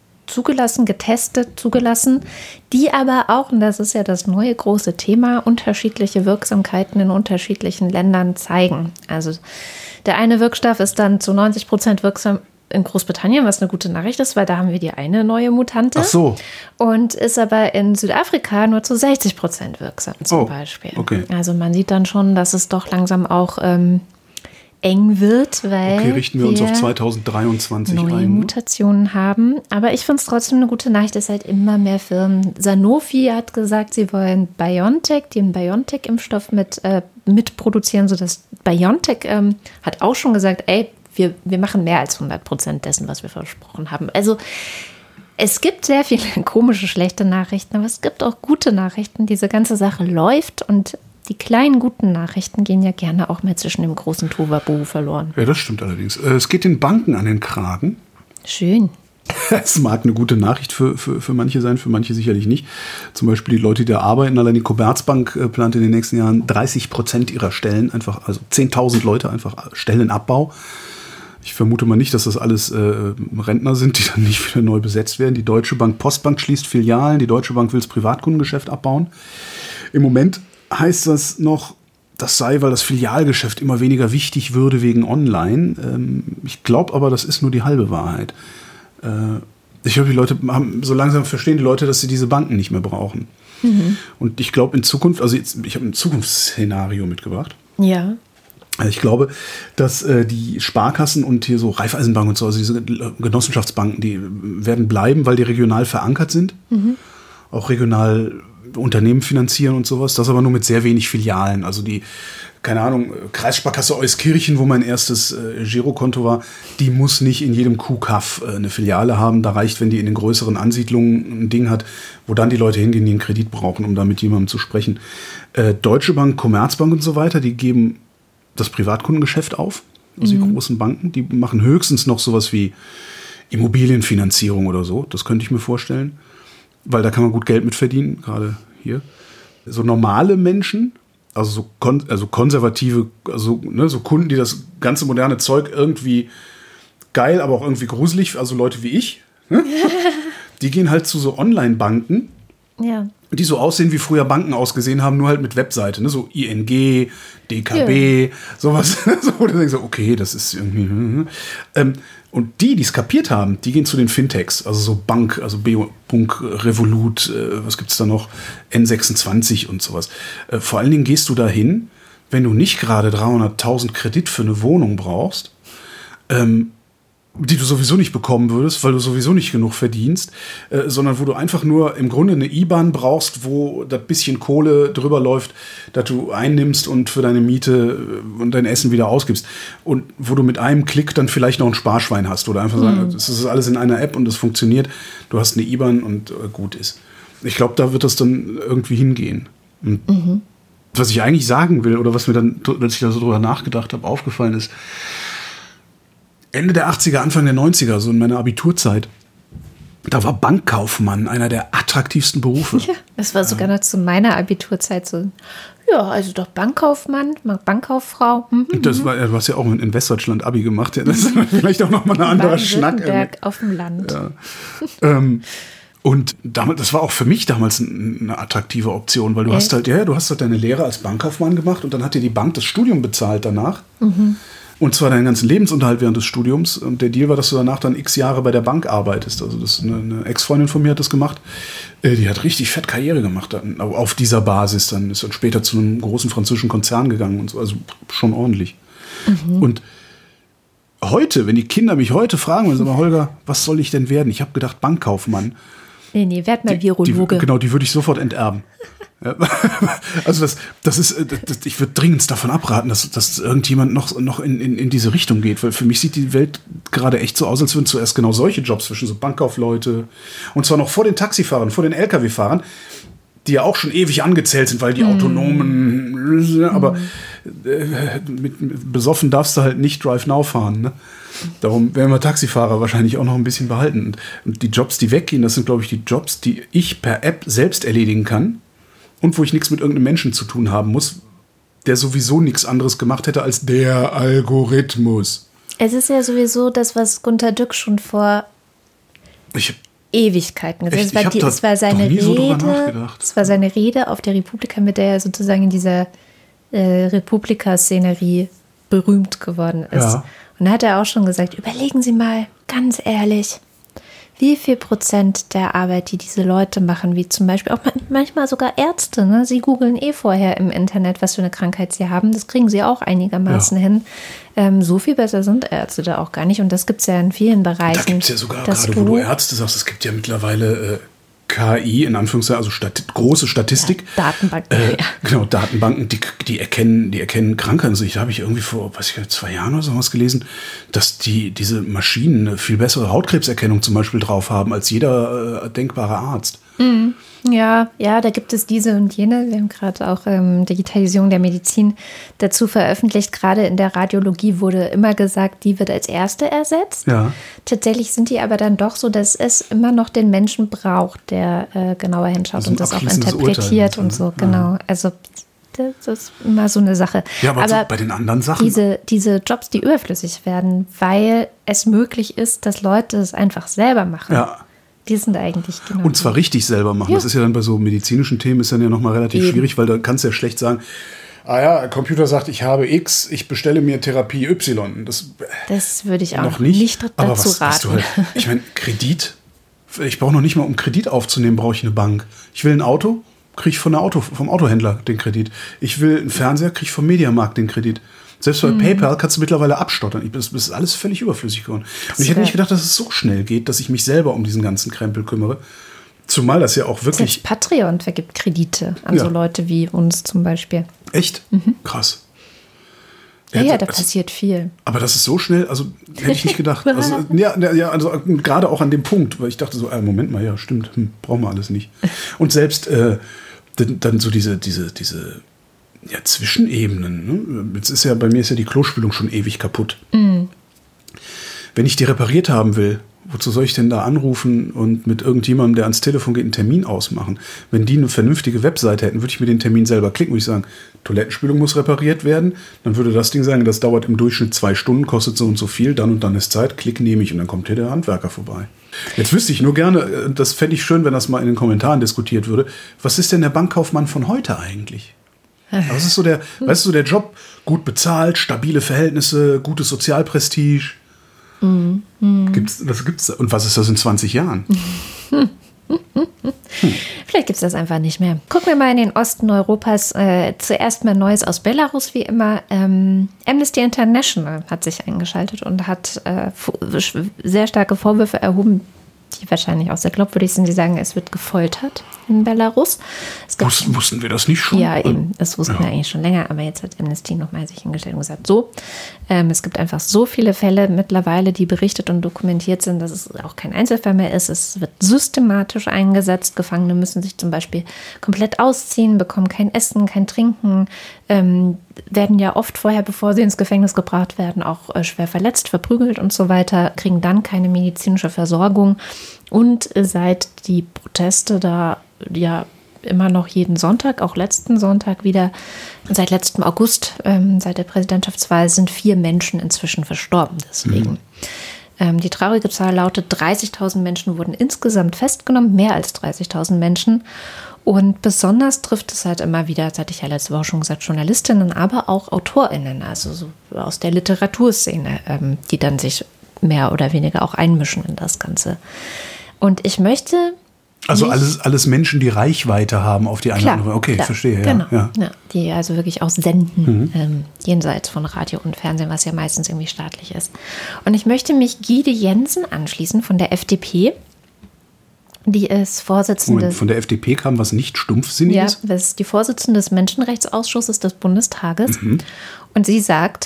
zugelassen, die aber auch, und das ist ja das neue große Thema, unterschiedliche Wirksamkeiten in unterschiedlichen Ländern zeigen. Also der eine Wirkstoff ist dann zu 90% wirksam in Großbritannien, was eine gute Nachricht ist, weil da haben wir die eine neue Mutante. Ach so. Und ist aber in Südafrika nur zu 60% wirksam zum Beispiel. Okay. Also man sieht dann schon, dass es doch langsam auch eng wird, weil okay, richten wir uns auf 2023 neue Mutationen haben. Aber ich finde es trotzdem eine gute Nachricht, dass halt immer mehr Firmen. Sanofi hat gesagt, sie wollen den BioNTech-Impfstoff mitproduzieren, sodass BioNTech hat auch schon gesagt, wir machen mehr als 100% dessen, was wir versprochen haben. Also es gibt sehr viele komische, schlechte Nachrichten, aber es gibt auch gute Nachrichten. Diese ganze Sache läuft und die kleinen guten Nachrichten gehen ja gerne auch mal zwischen dem großen Tohuwabohu verloren. Ja, das stimmt allerdings. Es geht den Banken an den Kragen. Schön. Es mag eine gute Nachricht für manche sein, für manche sicherlich nicht. Zum Beispiel die Leute, die da arbeiten. Allein die Commerzbank plant in den nächsten Jahren 30% ihrer Stellen, also 10.000 Leute, einfach Stellenabbau. Ich vermute mal nicht, dass das alles Rentner sind, die dann nicht wieder neu besetzt werden. Die Deutsche Bank, Postbank schließt Filialen. Die Deutsche Bank will das Privatkundengeschäft abbauen. Im Moment heißt das noch, das sei, weil das Filialgeschäft immer weniger wichtig würde wegen Online. Ich glaube aber, das ist nur die halbe Wahrheit. Ich glaube, die Leute so langsam verstehen die Leute, dass sie diese Banken nicht mehr brauchen. Und ich glaube in Zukunft, ich habe ein Zukunftsszenario mitgebracht. Ja. Ich glaube, dass die Sparkassen und hier so Raiffeisenbank und so, also diese Genossenschaftsbanken, die werden bleiben, weil die regional verankert sind. Auch regional Unternehmen finanzieren und sowas, das aber nur mit sehr wenig Filialen. Also die, keine Ahnung, Kreissparkasse Euskirchen, wo mein erstes Girokonto war, die muss nicht in jedem Kuhkaff eine Filiale haben. Da reicht, wenn die in den größeren Ansiedlungen ein Ding hat, wo dann die Leute hingehen, die einen Kredit brauchen, um da mit jemandem zu sprechen. Deutsche Bank, Commerzbank und so weiter, die geben das Privatkundengeschäft auf. Also die großen Banken, die machen höchstens noch sowas wie Immobilienfinanzierung oder so. Das könnte ich mir vorstellen. Weil da kann man gut Geld mit verdienen, gerade hier. So normale Menschen, also konservative, so Kunden, die das ganze moderne Zeug irgendwie geil, aber auch irgendwie gruselig, also Leute wie ich, ne? Die gehen halt zu so Online-Banken, die so aussehen, wie früher Banken ausgesehen haben, nur halt mit Webseite, ne? So ING, DKB, sowas. So, da denkst du, okay, das ist irgendwie... Und die es kapiert haben, die gehen zu den Fintechs, also so Bank, also Bunk, Revolut, was gibt's da noch, N26 und sowas. Vor allen Dingen gehst du da hin, wenn du nicht gerade 300.000 Kredit für eine Wohnung brauchst, die du sowieso nicht bekommen würdest, weil du sowieso nicht genug verdienst, sondern wo du einfach nur im Grunde eine IBAN brauchst, wo das bisschen Kohle drüber läuft, dass du einnimmst und für deine Miete und dein Essen wieder ausgibst. Und wo du mit einem Klick dann vielleicht noch ein Sparschwein hast oder einfach sagen, das ist alles in einer App und es funktioniert, du hast eine IBAN und gut ist. Ich glaube, da wird das dann irgendwie hingehen. Was ich eigentlich sagen will oder was mir dann, als ich da so drüber nachgedacht habe, aufgefallen ist, Ende der 80er, Anfang der 90er, so in meiner Abiturzeit, da war Bankkaufmann einer der attraktivsten Berufe. Ja, das war sogar noch zu meiner Abiturzeit so. Ja, also doch Bankkaufmann, Bankkauffrau. Das war, du hast ja auch in Westdeutschland Abi gemacht. Ja, das ist vielleicht auch nochmal ein anderer Schnack. Auf dem Land. Ja. Und das war auch für mich damals eine attraktive Option, weil du hast halt deine Lehre als Bankkaufmann gemacht und dann hat dir die Bank das Studium bezahlt danach. Und zwar deinen ganzen Lebensunterhalt während des Studiums. Und der Deal war, dass du danach dann x Jahre bei der Bank arbeitest. Also eine Ex-Freundin von mir hat das gemacht. Die hat richtig fett Karriere gemacht dann, auf dieser Basis. Dann ist dann später zu einem großen französischen Konzern gegangen und so. Also schon ordentlich. Und heute, wenn die Kinder mich heute fragen, sagen wir, Holger, was soll ich denn werden? Ich habe gedacht, Bankkaufmann. Nee, werd mal Virologe. Die würde ich sofort enterben. Ja. Also das ist, ich würde dringend davon abraten, dass irgendjemand noch in diese Richtung geht, weil für mich sieht die Welt gerade echt so aus, als würden zuerst genau solche Jobs zwischen so Bankkaufleute und zwar noch vor den Taxifahrern, vor den LKW-Fahrern. die ja auch schon ewig angezählt sind, weil die autonomen, aber besoffen darfst du halt nicht Drive Now fahren, ne? Darum werden wir Taxifahrer wahrscheinlich auch noch ein bisschen behalten. Und die Jobs, die weggehen, das sind, glaube ich, die Jobs, die ich per App selbst erledigen kann und wo ich nichts mit irgendeinem Menschen zu tun haben muss, der sowieso nichts anderes gemacht hätte als der Algorithmus. Es ist ja sowieso das, was Gunter Dück schon vor Ewigkeiten gesagt hat. Es war seine Rede auf der Republika, mit der er sozusagen in dieser Republika-Szenerie berühmt geworden ist. Ja. Und da hat er auch schon gesagt, überlegen Sie mal, ganz ehrlich, wie viel % der Arbeit, die diese Leute machen, wie zum Beispiel auch manchmal sogar Ärzte, ne? Sie googeln vorher im Internet, was für eine Krankheit sie haben. Das kriegen sie auch einigermaßen hin. So viel besser sind Ärzte da auch gar nicht. Und das gibt es ja in vielen Bereichen. Da gibt es ja sogar, gerade wo du Ärzte sagst, es gibt ja mittlerweile KI, in Anführungszeichen, also große Statistik. Ja, Datenbanken. Genau, Datenbanken, die erkennen Krankheiten. Da habe ich irgendwie vor 2 Jahren oder so was gelesen, dass diese Maschinen eine viel bessere Hautkrebserkennung zum Beispiel drauf haben als jeder denkbare Arzt. Mhm. Ja, da gibt es diese und jene. Wir haben gerade auch Digitalisierung der Medizin dazu veröffentlicht. Gerade in der Radiologie wurde immer gesagt, die wird als erste ersetzt. Ja. Tatsächlich sind die aber dann doch so, dass es immer noch den Menschen braucht, der genauer hinschaut also und das auch interpretiert und so. Genau. Ja. Also das ist immer so eine Sache. Ja, aber so bei den anderen Sachen. Diese Jobs, die überflüssig werden, weil es möglich ist, dass Leute es einfach selber machen. Ja. Die sind eigentlich genau. Und zwar richtig selber machen. Ja. Das ist ja dann bei so medizinischen Themen ist dann ja nochmal relativ schwierig, weil da kannst du ja schlecht sagen, der Computer sagt, ich habe X, ich bestelle mir Therapie Y. Das würde ich auch noch nicht dazu raten. Ich meine, Kredit, ich brauche noch nicht mal, um Kredit aufzunehmen, brauche ich eine Bank. Ich will ein Auto, kriege ich vom Autohändler den Kredit. Ich will einen Fernseher, kriege ich vom Mediamarkt den Kredit. Selbst bei PayPal kannst du mittlerweile abstottern. Das ist alles völlig überflüssig geworden. Und ich hätte nicht gedacht, dass es so schnell geht, dass ich mich selber um diesen ganzen Krempel kümmere. Zumal das ja auch wirklich... Selbst Patreon vergibt Kredite an so Leute wie uns zum Beispiel. Echt? Krass. Ja, da passiert viel. Aber das ist so schnell, also hätte ich nicht gedacht. Also gerade auch an dem Punkt, weil ich dachte so, Moment mal, ja, stimmt, brauchen wir alles nicht. Und selbst dann so diese Zwischenebenen. Ne? Jetzt bei mir ist ja die Klospülung schon ewig kaputt. Mhm. Wenn ich die repariert haben will, wozu soll ich denn da anrufen und mit irgendjemandem, der ans Telefon geht, einen Termin ausmachen? Wenn die eine vernünftige Webseite hätten, würde ich mir den Termin selber klicken, würde ich sagen, Toilettenspülung muss repariert werden. Dann würde das Ding sagen, das dauert im Durchschnitt 2 Stunden, kostet so und so viel, dann und dann ist Zeit, klick nehme ich und dann kommt hier der Handwerker vorbei. Jetzt wüsste ich nur gerne, das fände ich schön, wenn das mal in den Kommentaren diskutiert würde, was ist denn der Bankkaufmann von heute eigentlich? Was ist so der Job? Gut bezahlt, stabile Verhältnisse, gutes Sozialprestige. Was gibt's da? Und was ist das in 20 Jahren? Vielleicht gibt es das einfach nicht mehr. Gucken wir mal in den Osten Europas. Zuerst mal Neues aus Belarus, wie immer. Amnesty International hat sich eingeschaltet und hat sehr starke Vorwürfe erhoben, die wahrscheinlich auch sehr glaubwürdig sind. Die sagen, es wird gefoltert in Belarus. Wussten wir das nicht schon? Ja, eben. Das wussten wir eigentlich schon länger. Aber jetzt hat Amnesty nochmal sich hingestellt und gesagt, es gibt einfach so viele Fälle mittlerweile, die berichtet und dokumentiert sind, dass es auch kein Einzelfall mehr ist. Es wird systematisch eingesetzt. Gefangene müssen sich zum Beispiel komplett ausziehen, bekommen kein Essen, kein Trinken, werden ja oft vorher, bevor sie ins Gefängnis gebracht werden, auch schwer verletzt, verprügelt und so weiter, kriegen dann keine medizinische Versorgung. Und seit die Proteste da ja immer noch jeden Sonntag, auch letzten Sonntag wieder, seit letztem August, seit der Präsidentschaftswahl, sind 4 Menschen inzwischen verstorben. Deswegen. Die traurige Zahl lautet, 30.000 Menschen wurden insgesamt festgenommen, mehr als 30.000 Menschen. Und besonders trifft es halt immer wieder, das hatte ich ja letzte Woche schon gesagt, Journalistinnen, aber auch AutorInnen, also so aus der Literaturszene, die dann sich mehr oder weniger auch einmischen in das Ganze. Und ich möchte... Also alles Menschen, die Reichweite haben auf die eine oder andere. Okay, klar, verstehe. Genau. Ja. Ja, die also wirklich auch senden, jenseits von Radio und Fernsehen, was ja meistens irgendwie staatlich ist. Und ich möchte mich Guide Jensen anschließen von der FDP. Die ist Vorsitzende. Von der FDP kam was nicht Stumpfsinniges? Ja, das ist die Vorsitzende des Menschenrechtsausschusses des Bundestages. Und sie sagt,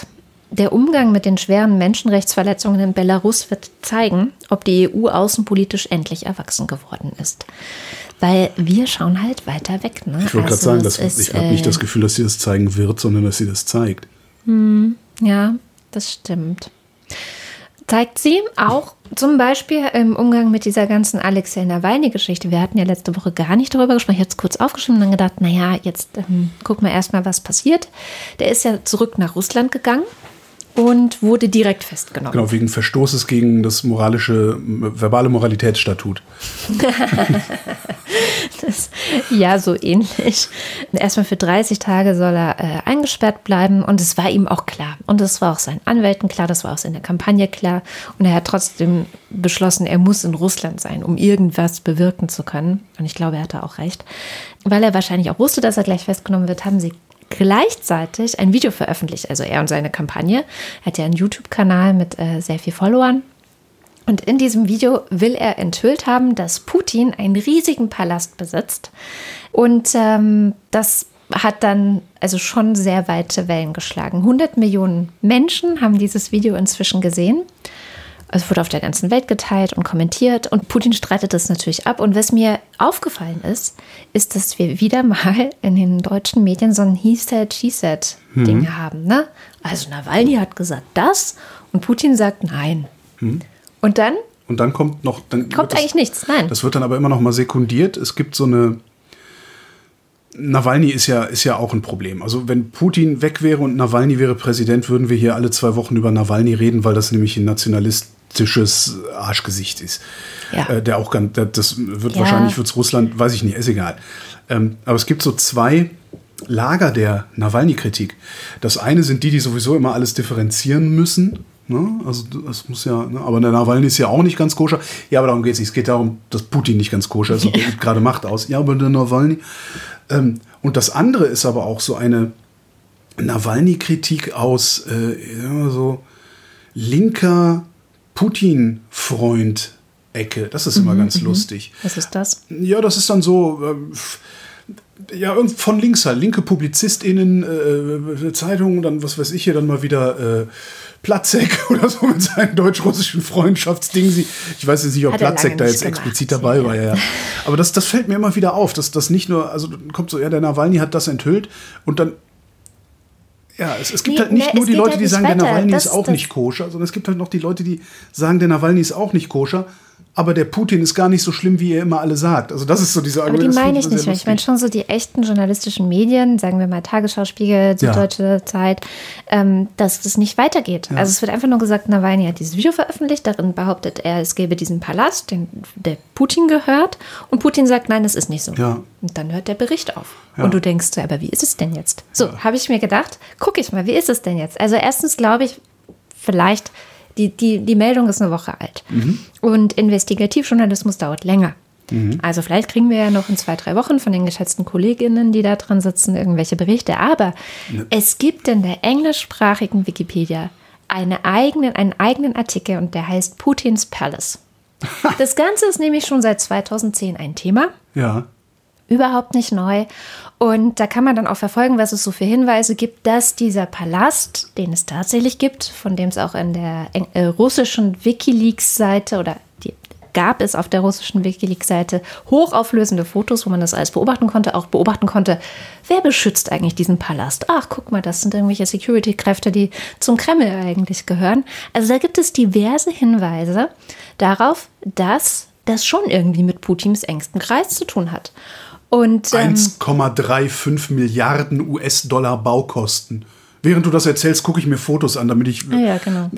Der Umgang mit den schweren Menschenrechtsverletzungen in Belarus wird zeigen, ob die EU außenpolitisch endlich erwachsen geworden ist. Weil wir schauen halt weiter weg. Ne? Ich wollte gerade sagen, ich habe nicht das Gefühl, dass sie das zeigen wird, sondern dass sie das zeigt. Ja, das stimmt. Zeigt sie auch zum Beispiel im Umgang mit dieser ganzen Alexei Nawalny-Geschichte. Wir hatten ja letzte Woche gar nicht darüber gesprochen. Ich habe es kurz aufgeschrieben und dann gedacht, naja, jetzt gucken wir erstmal, was passiert. Der ist ja zurück nach Russland gegangen und wurde direkt festgenommen. Genau, wegen Verstoßes gegen das verbale Moralitätsstatut. Ja, so ähnlich. Erstmal für 30 Tage soll er eingesperrt bleiben und es war ihm auch klar. Und es war auch seinen Anwälten klar, das war auch seiner Kampagne klar. Und er hat trotzdem beschlossen, er muss in Russland sein, um irgendwas bewirken zu können. Und ich glaube, er hatte auch recht. Weil er wahrscheinlich auch wusste, dass er gleich festgenommen wird, haben sie gleichzeitig ein Video veröffentlicht. Also er und seine Kampagne. Er hat ja einen YouTube-Kanal mit sehr viel Followern. Und in diesem Video will er enthüllt haben, dass Putin einen riesigen Palast besitzt. Und das hat dann also schon sehr weite Wellen geschlagen. 100 Millionen Menschen haben dieses Video inzwischen gesehen. Es wurde auf der ganzen Welt geteilt und kommentiert. Und Putin streitet das natürlich ab. Und was mir aufgefallen ist, dass wir wieder mal in den deutschen Medien so ein He said, she said Ding haben. Ne? Also Nawalny hat gesagt das und Putin sagt nein. Und dann kommt noch... Kommt eigentlich nichts, nein. Das wird dann aber immer noch mal sekundiert. Es gibt so eine... Nawalny ist ja auch ein Problem. Also wenn Putin weg wäre und Nawalny wäre Präsident, würden wir hier alle 2 Wochen über Nawalny reden, weil das nämlich ein nationalistisches Arschgesicht ist. Ja. Der auch ganz... Das wird wahrscheinlich wird's Russland, weiß ich nicht, ist egal. Aber es gibt so 2 Lager der Nawalny-Kritik. Das eine sind die sowieso immer alles differenzieren müssen. Ne? Also das muss ja, ne? Aber der Nawalny ist ja auch nicht ganz koscher. Ja, aber darum geht es nicht. Es geht darum, dass Putin nicht ganz koscher ist und der übt gerade Macht aus. Ja, aber der Nawalny. Und das andere ist aber auch so eine Nawalny-Kritik aus so linker Putin-Freund-Ecke. Das ist immer ganz lustig. Was ist das? Ja, das ist dann so... von links halt, linke PublizistInnen, Zeitungen, dann was weiß ich hier, dann mal wieder Platzek oder so mit seinen deutsch-russischen Freundschaftsdingen. Ich weiß jetzt nicht, ob Platzek da jetzt explizit dabei war. Ja. Aber das fällt mir immer wieder auf, dass das nicht nur, also kommt so, ja, der Nawalny hat das enthüllt und dann, ja, es gibt halt nicht nur die Leute, die sagen, der Nawalny ist auch nicht koscher, sondern es gibt halt noch die Leute, die sagen, der Nawalny ist auch nicht koscher. Aber der Putin ist gar nicht so schlimm, wie ihr immer alle sagt. Also das ist so diese Argumentation. Aber die meine ich nicht mehr. Ich meine schon so die echten journalistischen Medien, sagen wir mal Tagesschau, Spiegel, Süddeutsche Zeit, dass das nicht weitergeht. Ja. Also es wird einfach nur gesagt, Nawalny hat dieses Video veröffentlicht, darin behauptet er, es gäbe diesen Palast, der Putin gehört. Und Putin sagt, nein, das ist nicht so. Ja. Und dann hört der Bericht auf. Ja. Und du denkst so, aber wie ist es denn jetzt? So, habe ich mir gedacht, gucke ich mal, wie ist es denn jetzt? Also erstens glaube ich, vielleicht... Die Meldung ist eine Woche alt. Und Investigativjournalismus dauert länger. Also vielleicht kriegen wir ja noch in 2-3 Wochen von den geschätzten Kolleginnen, die da drin sitzen, irgendwelche Berichte. Aber es gibt in der englischsprachigen Wikipedia einen eigenen Artikel und der heißt Putins Palace. Das Ganze ist nämlich schon seit 2010 ein Thema. Ja. Überhaupt nicht neu. Und da kann man dann auch verfolgen, was es so für Hinweise gibt, dass dieser Palast, den es tatsächlich gibt, von dem es auch in der russischen WikiLeaks-Seite oder gab es auf der russischen WikiLeaks-Seite hochauflösende Fotos, wo man das alles beobachten konnte, wer beschützt eigentlich diesen Palast? Ach, guck mal, das sind irgendwelche Security-Kräfte, die zum Kreml eigentlich gehören. Also da gibt es diverse Hinweise darauf, dass das schon irgendwie mit Putins engsten Kreis zu tun hat. Und 1,35 Milliarden US-Dollar Baukosten. Während du das erzählst, gucke ich mir Fotos an, damit ich... Ja, genau.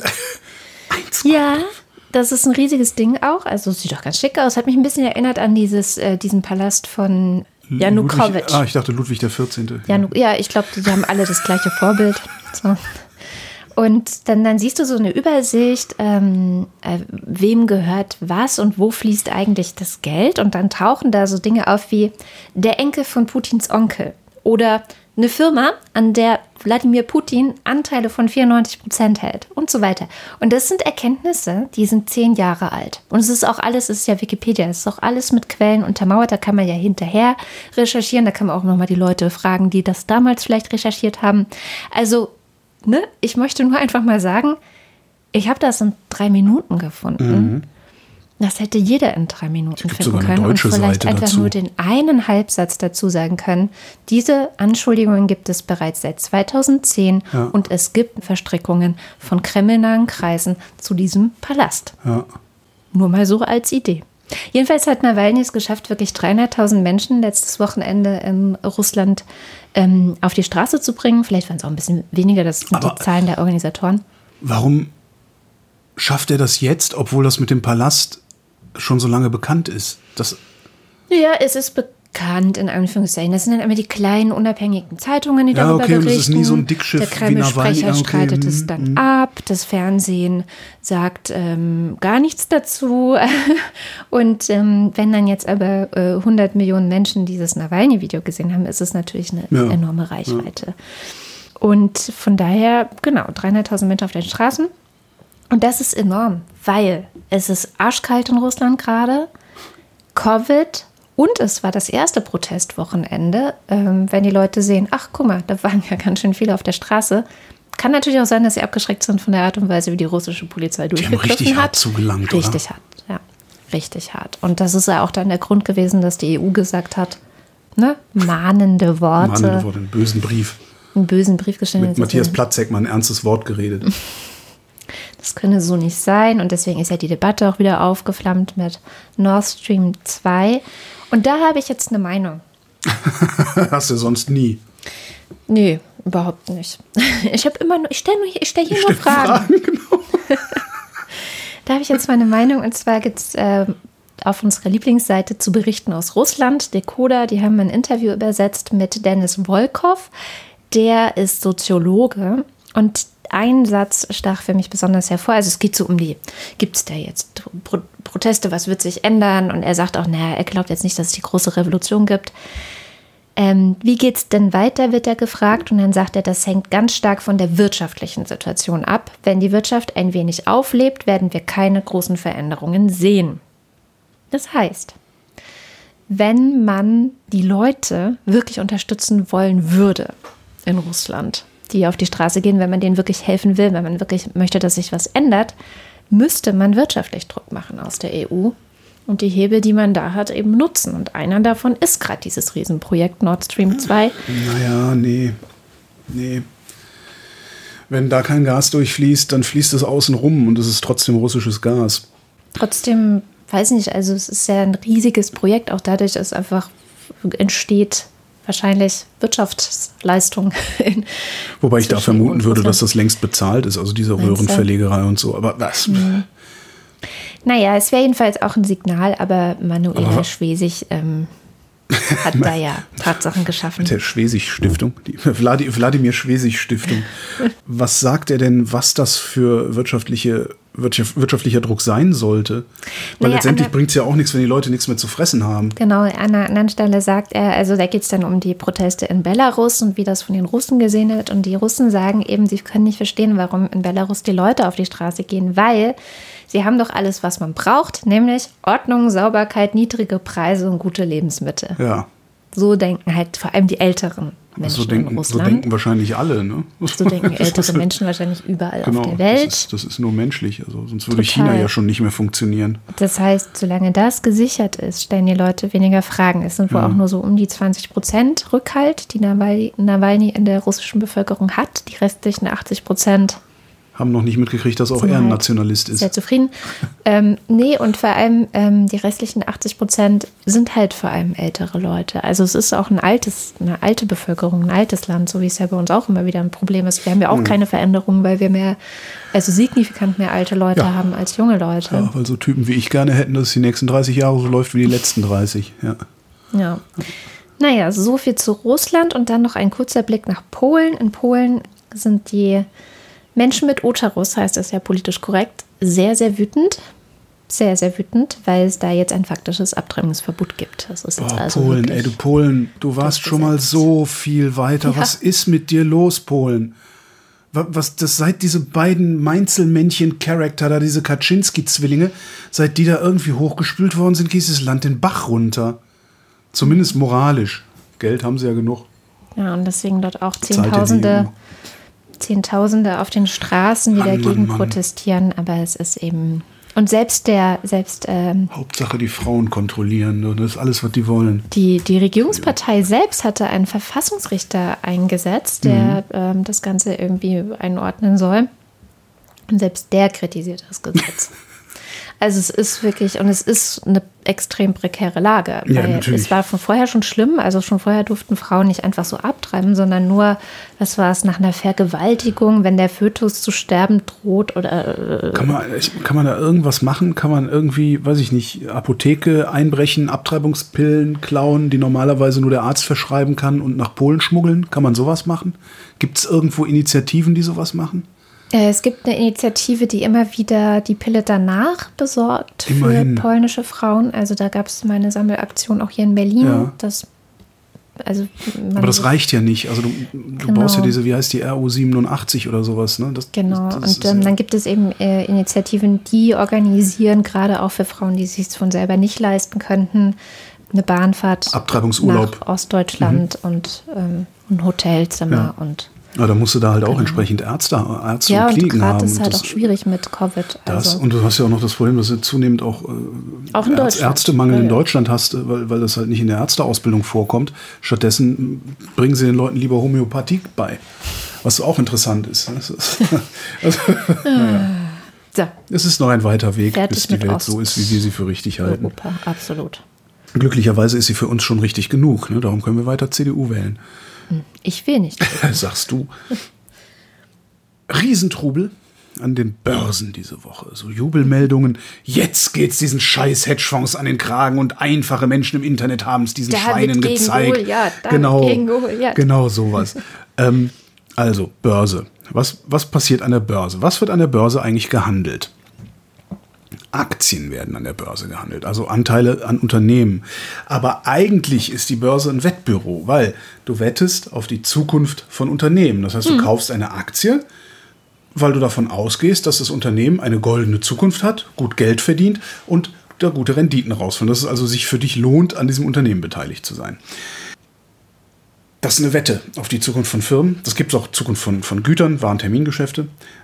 Ja, das ist ein riesiges Ding auch. Also sieht doch ganz schick aus. Hat mich ein bisschen erinnert an diesen Palast von Janukowitsch. Ich dachte Ludwig XIV. Ja, ich glaube, die haben alle das gleiche Vorbild. So. Und dann siehst du so eine Übersicht, wem gehört was und wo fließt eigentlich das Geld. Und dann tauchen da so Dinge auf wie der Enkel von Putins Onkel oder eine Firma, an der Wladimir Putin Anteile von 94% hält und so weiter. Und das sind Erkenntnisse, die sind 10 Jahre alt. Und es ist ja Wikipedia, es ist auch alles mit Quellen untermauert. Da kann man ja hinterher recherchieren, da kann man auch nochmal die Leute fragen, die das damals vielleicht recherchiert haben. Also ne, ich möchte nur einfach mal sagen, ich habe das in 3 Minuten gefunden. Das hätte jeder in 3 Minuten finden können und vielleicht einfach dazu. nur den einen Halbsatz dazu sagen können. Diese Anschuldigungen gibt es bereits seit 2010 und es gibt Verstrickungen von kremlnahen Kreisen zu diesem Palast. Ja. Nur mal so als Idee. Jedenfalls hat Nawalny es geschafft, wirklich 300.000 Menschen letztes Wochenende in Russland auf die Straße zu bringen. Vielleicht waren es auch ein bisschen weniger, das sind die Zahlen der Organisatoren. Warum schafft er das jetzt, obwohl das mit dem Palast schon so lange bekannt ist? Ja, es ist bekannt, in Anführungszeichen. Das sind dann immer die kleinen, unabhängigen Zeitungen, die darüber berichten. Und das ist nie so ein Dickschiff. Der Kreml-Sprecher streitet es dann ab. Das Fernsehen sagt gar nichts dazu. Und wenn dann jetzt aber 100 Millionen Menschen dieses Nawalny-Video gesehen haben, ist es natürlich eine enorme Reichweite. Ja. Und von daher, genau, 300.000 Menschen auf den Straßen. Und das ist enorm, weil es ist arschkalt in Russland gerade, Covid und es war das erste Protestwochenende. Wenn die Leute sehen, ach guck mal, da waren ja ganz schön viele auf der Straße. Kann natürlich auch sein, dass sie abgeschreckt sind von der Art und Weise, wie die russische Polizei durchgegriffen hat. Die haben richtig hart zugelangt, richtig oder? Hart, ja. Richtig hart. Und das ist ja auch dann der Grund gewesen, dass die EU gesagt hat, ne, mahnende Worte. Mahnende Worte, einen bösen Brief. Einen bösen Brief geschrieben. Mit Matthias Platzek mal ein ernstes Wort geredet. Das könne so nicht sein und deswegen ist ja die Debatte auch wieder aufgeflammt mit Nord Stream 2. Und da habe ich jetzt eine Meinung. Hast du sonst nie? Nee, überhaupt nicht. Ich stelle hier nur Fragen. Genau. Da habe ich jetzt mal eine Meinung und zwar gibt es auf unserer Lieblingsseite zu Berichten aus Russland, Decoder, die haben ein Interview übersetzt mit Dennis Volkov. Der ist Soziologe und ein Satz stach für mich besonders hervor. Also es geht so um gibt es da jetzt Proteste, was wird sich ändern? Und er sagt auch, naja, er glaubt jetzt nicht, dass es die große Revolution gibt. Wie geht es denn weiter, wird er gefragt. Und dann sagt er, das hängt ganz stark von der wirtschaftlichen Situation ab. Wenn die Wirtschaft ein wenig auflebt, werden wir keine großen Veränderungen sehen. Das heißt, wenn man die Leute wirklich unterstützen wollen würde in Russland, die auf die Straße gehen, wenn man denen wirklich helfen will, wenn man wirklich möchte, dass sich was ändert, müsste man wirtschaftlich Druck machen aus der EU und die Hebel, die man da hat, eben nutzen. Und einer davon ist gerade dieses Riesenprojekt Nord Stream 2. Naja, nee. Wenn da kein Gas durchfließt, dann fließt es außen rum und es ist trotzdem russisches Gas. Trotzdem, weiß nicht, also es ist ja ein riesiges Projekt, auch dadurch, dass einfach entsteht wahrscheinlich Wirtschaftsleistung. Wobei ich da vermuten würde, dass das längst bezahlt ist, also diese Röhrenverlegerei und so. Aber was? Naja, es wäre jedenfalls auch ein Signal, aber Manuela Schwesig hat da ja Tatsachen geschaffen. Mit der Schwesig-Stiftung, die Wladimir Schwesig-Stiftung. Was sagt er denn, was das für wirtschaftlicher Druck sein sollte? Weil letztendlich bringt es ja auch nichts, wenn die Leute nichts mehr zu fressen haben. Genau, an einer anderen Stelle sagt er, also da geht es dann um die Proteste in Belarus und wie das von den Russen gesehen wird. Und die Russen sagen eben, sie können nicht verstehen, warum in Belarus die Leute auf die Straße gehen, weil sie haben doch alles, was man braucht, nämlich Ordnung, Sauberkeit, niedrige Preise und gute Lebensmittel. Ja. So denken halt vor allem die älteren Menschen in Russland. So denken wahrscheinlich alle, ne? So denken ältere Menschen wahrscheinlich überall auf der Welt. Das ist nur menschlich. Also sonst würde China ja schon nicht mehr funktionieren. Das heißt, solange das gesichert ist, stellen die Leute weniger Fragen. Es sind wohl auch nur so um die 20% Rückhalt, die Nawalny in der russischen Bevölkerung hat. Die restlichen 80% haben noch nicht mitgekriegt, dass auch er ein Nationalist ist. Sehr zufrieden. Nee, und vor allem die restlichen 80% sind halt vor allem ältere Leute. Also es ist auch eine alte Bevölkerung, ein altes Land, so wie es ja bei uns auch immer wieder ein Problem ist. Wir haben ja auch keine Veränderung, weil wir signifikant mehr alte Leute haben als junge Leute. Ja, weil so Typen wie ich gerne hätten, dass es die nächsten 30 Jahre so läuft wie die letzten 30. Ja. Naja, so viel zu Russland und dann noch ein kurzer Blick nach Polen. In Polen sind die Menschen mit Uterus, heißt das ja politisch korrekt, sehr, sehr wütend. Sehr, sehr wütend, weil es da jetzt ein faktisches Abtreibungsverbot gibt. Das ist jetzt also Polen, du Polen, du warst schon mal so viel weiter. Ja. Was ist mit dir los, Polen? Seit diese beiden Mainzelmännchen-Charakter da, diese Kaczynski-Zwillinge, seit die da irgendwie hochgespült worden sind, geht das Land den Bach runter. Zumindest moralisch. Geld haben sie ja genug. Ja, und deswegen dort auch Zehntausende Zehntausende auf den Straßen, die dagegen protestieren, aber es ist eben... Und Hauptsache die Frauen kontrollieren, das ist alles, was die wollen. Die Regierungspartei selbst hatte einen Verfassungsrichter eingesetzt, der das Ganze irgendwie einordnen soll. Und selbst der kritisiert das Gesetz. Also es ist wirklich, und es ist eine extrem prekäre Lage. Ja, weil natürlich. es war von vorher schon schlimm, also schon vorher durften Frauen nicht einfach so abtreiben, sondern nur, was war es, nach einer Vergewaltigung, wenn der Fötus zu sterben droht oder... Kann man da irgendwas machen? Kann man irgendwie, weiß ich nicht, Apotheke einbrechen, Abtreibungspillen klauen, die normalerweise nur der Arzt verschreiben kann und nach Polen schmuggeln? Kann man sowas machen? Gibt es irgendwo Initiativen, die sowas machen? Es gibt eine Initiative, die immer wieder die Pille danach besorgt Immerhin. für polnische Frauen. Also da gab es mal eine Sammelaktion auch hier in Berlin. Ja. Aber das reicht ja nicht. Also du brauchst ja diese, wie heißt die, RU 87 oder sowas. Ne? Dann gibt es eben Initiativen, die organisieren, gerade auch für Frauen, die es sich von selber nicht leisten könnten, eine Bahnfahrt Abtreibungsurlaub nach Ostdeutschland und ein Hotelzimmer und... Ja, da musst du da halt auch entsprechend Ärzte und Kliniken haben. Ja, und gerade ist halt auch schwierig mit Covid. Und du hast ja auch noch das Problem, dass du zunehmend auch Ärztemangel in Deutschland hast, weil das halt nicht in der Ärzteausbildung vorkommt. Stattdessen bringen sie den Leuten lieber Homöopathie bei, was auch interessant ist. Es ist noch ein weiter Weg, bis die Welt so ist, wie wir sie für richtig halten. Europa, absolut. Glücklicherweise ist sie für uns schon richtig genug. Ne? Darum können wir weiter CDU wählen. Ich will nicht. Sagst du. Riesentrubel an den Börsen diese Woche. So Jubelmeldungen. Jetzt geht's diesen scheiß Hedgefonds an den Kragen und einfache Menschen im Internet haben es diesen Schweinen gezeigt. Genau sowas. Also Börse. Was passiert an der Börse? Was wird an der Börse eigentlich gehandelt? Aktien werden an der Börse gehandelt, also Anteile an Unternehmen. Aber eigentlich ist die Börse ein Wettbüro, weil du wettest auf die Zukunft von Unternehmen. Das heißt, du kaufst eine Aktie, weil du davon ausgehst, dass das Unternehmen eine goldene Zukunft hat, gut Geld verdient und da gute Renditen rausfallen. Dass es also sich für dich lohnt, an diesem Unternehmen beteiligt zu sein. Das ist eine Wette auf die Zukunft von Firmen. Das gibt es auch Zukunft von Gütern, Warentermingeschäfte.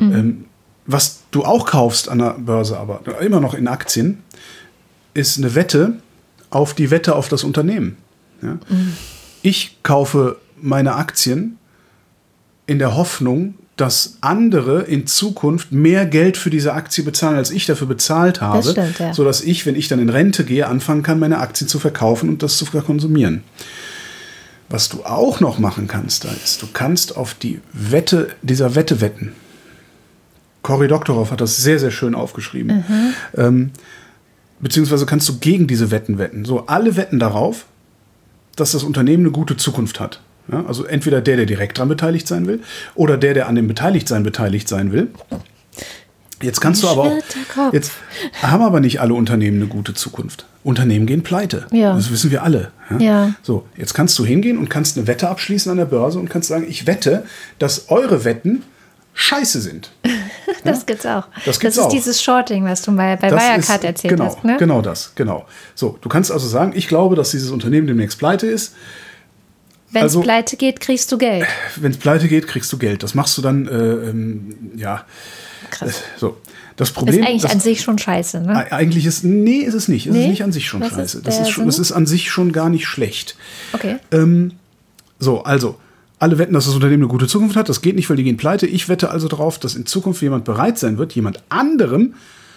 Was du auch kaufst an der Börse, aber immer noch in Aktien, ist eine Wette auf die Wette auf das Unternehmen. Ja? Ich kaufe meine Aktien in der Hoffnung, dass andere in Zukunft mehr Geld für diese Aktie bezahlen, als ich dafür bezahlt habe, das stimmt, ja. Sodass ich, wenn ich dann in Rente gehe, anfangen kann, meine Aktien zu verkaufen und das zu konsumieren. Was du auch noch machen kannst, da ist, du kannst auf die Wette dieser Wette wetten. Cory Doctorow hat das sehr, sehr schön aufgeschrieben. Beziehungsweise kannst du gegen diese Wetten wetten. So, alle wetten darauf, dass das Unternehmen eine gute Zukunft hat. Ja, also entweder der direkt daran beteiligt sein will, oder der an dem Beteiligtsein will. Jetzt kannst du aber auch. Jetzt haben aber nicht alle Unternehmen eine gute Zukunft. Unternehmen gehen pleite. Ja. Das wissen wir alle. Ja. So, jetzt kannst du hingehen und kannst eine Wette abschließen an der Börse und kannst sagen, ich wette, dass eure Wetten scheiße sind. Das gibt's auch. Das ist dieses Shorting, was du bei Wirecard erzählt hast. Ne? Genau das. So, du kannst also sagen, ich glaube, dass dieses Unternehmen demnächst pleite ist. Wenn es pleite geht, kriegst du Geld. Wenn es pleite geht, kriegst du Geld. Das machst du dann, Krass. So. Das Problem ist eigentlich an sich schon scheiße, ne? Eigentlich ist, ist es nicht. Es ist nicht an sich schon scheiße. Das ist an sich schon gar nicht schlecht. Okay. Also, alle wetten, dass das Unternehmen eine gute Zukunft hat. Das geht nicht, weil die gehen pleite. Ich wette also darauf, dass in Zukunft jemand bereit sein wird, jemand anderem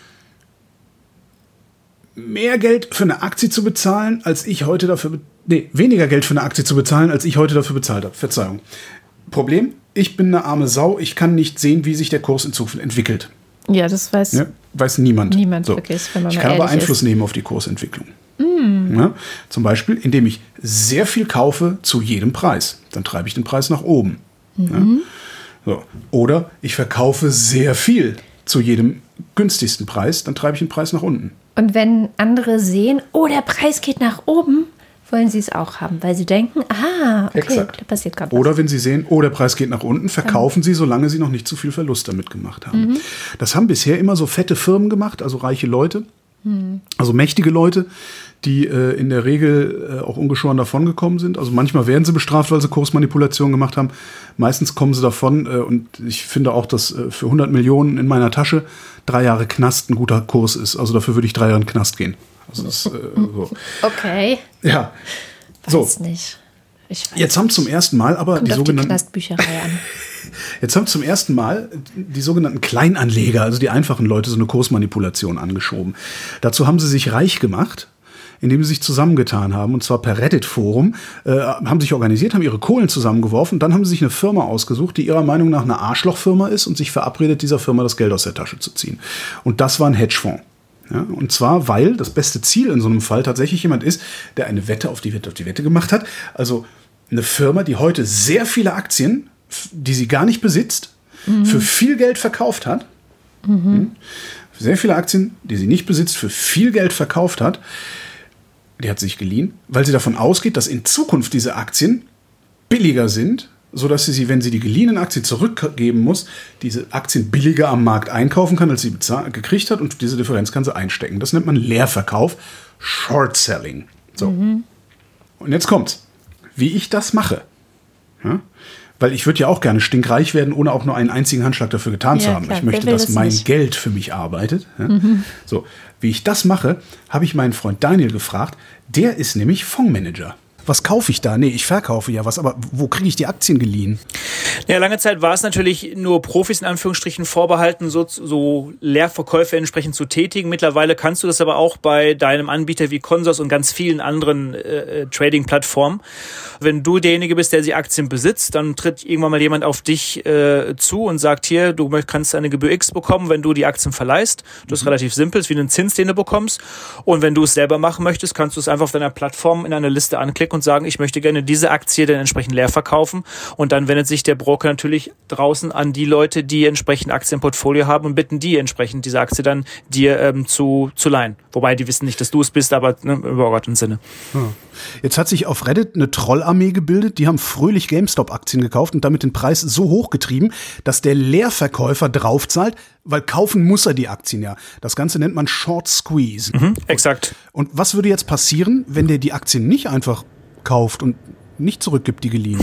mehr Geld für eine Aktie zu bezahlen, als ich heute dafür... weniger Geld für eine Aktie zu bezahlen, als ich heute dafür bezahlt habe. Verzeihung. Problem, ich bin eine arme Sau. Ich kann nicht sehen, wie sich der Kurs in Zukunft entwickelt. Ja, das weiß niemand. Niemand wirklich, wenn man ich mal kann aber ehrlich Einfluss nehmen auf die Kursentwicklung. Ja, zum Beispiel, indem ich sehr viel kaufe zu jedem Preis. Dann treibe ich den Preis nach oben. Ja. So. Oder ich verkaufe sehr viel zu jedem günstigsten Preis. Dann treibe ich den Preis nach unten. Und wenn andere sehen, oh, der Preis geht nach oben, wollen sie es auch haben, weil sie denken, okay, exakt. Da passiert gerade was. Oder wenn sie sehen, oh, der Preis geht nach unten, verkaufen sie, solange sie noch nicht zu viel Verlust damit gemacht haben. Das haben bisher immer so fette Firmen gemacht, also reiche Leute, also mächtige Leute, die in der Regel auch ungeschoren davongekommen sind. Also manchmal werden sie bestraft, weil sie Kursmanipulationen gemacht haben. Meistens kommen sie davon. Und ich finde auch, dass für 100 Millionen in meiner Tasche 3 Jahre Knast ein guter Kurs ist. Also dafür würde ich 3 Jahre in den Knast gehen. Also das, so. Okay. Ja. Weiß nicht. Jetzt haben zum ersten Mal aber Kommt die auf sogenannten Knastbücherei an. Jetzt haben zum ersten Mal die sogenannten Kleinanleger, also die einfachen Leute, so eine Kursmanipulation angeschoben. Dazu haben sie sich reich gemacht, indem sie sich zusammengetan haben, und zwar per Reddit-Forum, haben sich organisiert, haben ihre Kohlen zusammengeworfen, dann haben sie sich eine Firma ausgesucht, die ihrer Meinung nach eine Arschlochfirma ist und sich verabredet, dieser Firma das Geld aus der Tasche zu ziehen. Und das war ein Hedgefonds. Ja, und zwar, weil das beste Ziel in so einem Fall tatsächlich jemand ist, der eine Wette auf die Wette gemacht hat. Also eine Firma, die heute sehr viele Aktien, die sie gar nicht besitzt, für viel Geld verkauft hat. Sehr viele Aktien, die sie nicht besitzt, für viel Geld verkauft hat. Die hat sich geliehen, weil sie davon ausgeht, dass in Zukunft diese Aktien billiger sind, sodass sie, wenn sie die geliehenen Aktien zurückgeben muss, diese Aktien billiger am Markt einkaufen kann, als sie gekriegt hat, und diese Differenz kann sie einstecken. Das nennt man Leerverkauf, Short Selling. So. Und jetzt kommt's. Wie ich das mache. Ja? Weil ich würde ja auch gerne stinkreich werden, ohne auch nur einen einzigen Handschlag dafür getan zu haben. Klar. Ich möchte, dass mein Geld für mich arbeitet. Ja? So, wie ich das mache, habe ich meinen Freund Daniel gefragt. Der ist nämlich Fondsmanager. Was kaufe ich da? Nee, ich verkaufe ja was, aber wo kriege ich die Aktien geliehen? Ja, lange Zeit war es natürlich nur Profis in Anführungsstrichen vorbehalten, so Leerverkäufe entsprechend zu tätigen. Mittlerweile kannst du das aber auch bei deinem Anbieter wie Consors und ganz vielen anderen Trading-Plattformen. Wenn du derjenige bist, der die Aktien besitzt, dann tritt irgendwann mal jemand auf dich zu und sagt, hier, du kannst eine Gebühr X bekommen, wenn du die Aktien verleihst. Das ist relativ simpel, ist wie ein Zins, den du bekommst. Und wenn du es selber machen möchtest, kannst du es einfach auf deiner Plattform in einer Liste anklicken und sagen, ich möchte gerne diese Aktie dann entsprechend leer verkaufen. Und dann wendet sich der Broker natürlich draußen an die Leute, die entsprechend Aktien im Portfolio haben, und bitten die entsprechend diese Aktie dann dir zu leihen. Wobei die wissen nicht, dass du es bist, aber im übergeordneten Sinne. Jetzt hat sich auf Reddit eine Trollarmee gebildet, die haben fröhlich GameStop-Aktien gekauft und damit den Preis so hoch getrieben, dass der Leerverkäufer draufzahlt, weil kaufen muss er die Aktien ja. Das Ganze nennt man Short Squeeze. Exakt. Und was würde jetzt passieren, wenn der die Aktien nicht einfach kauft und nicht zurückgibt, die geliehen?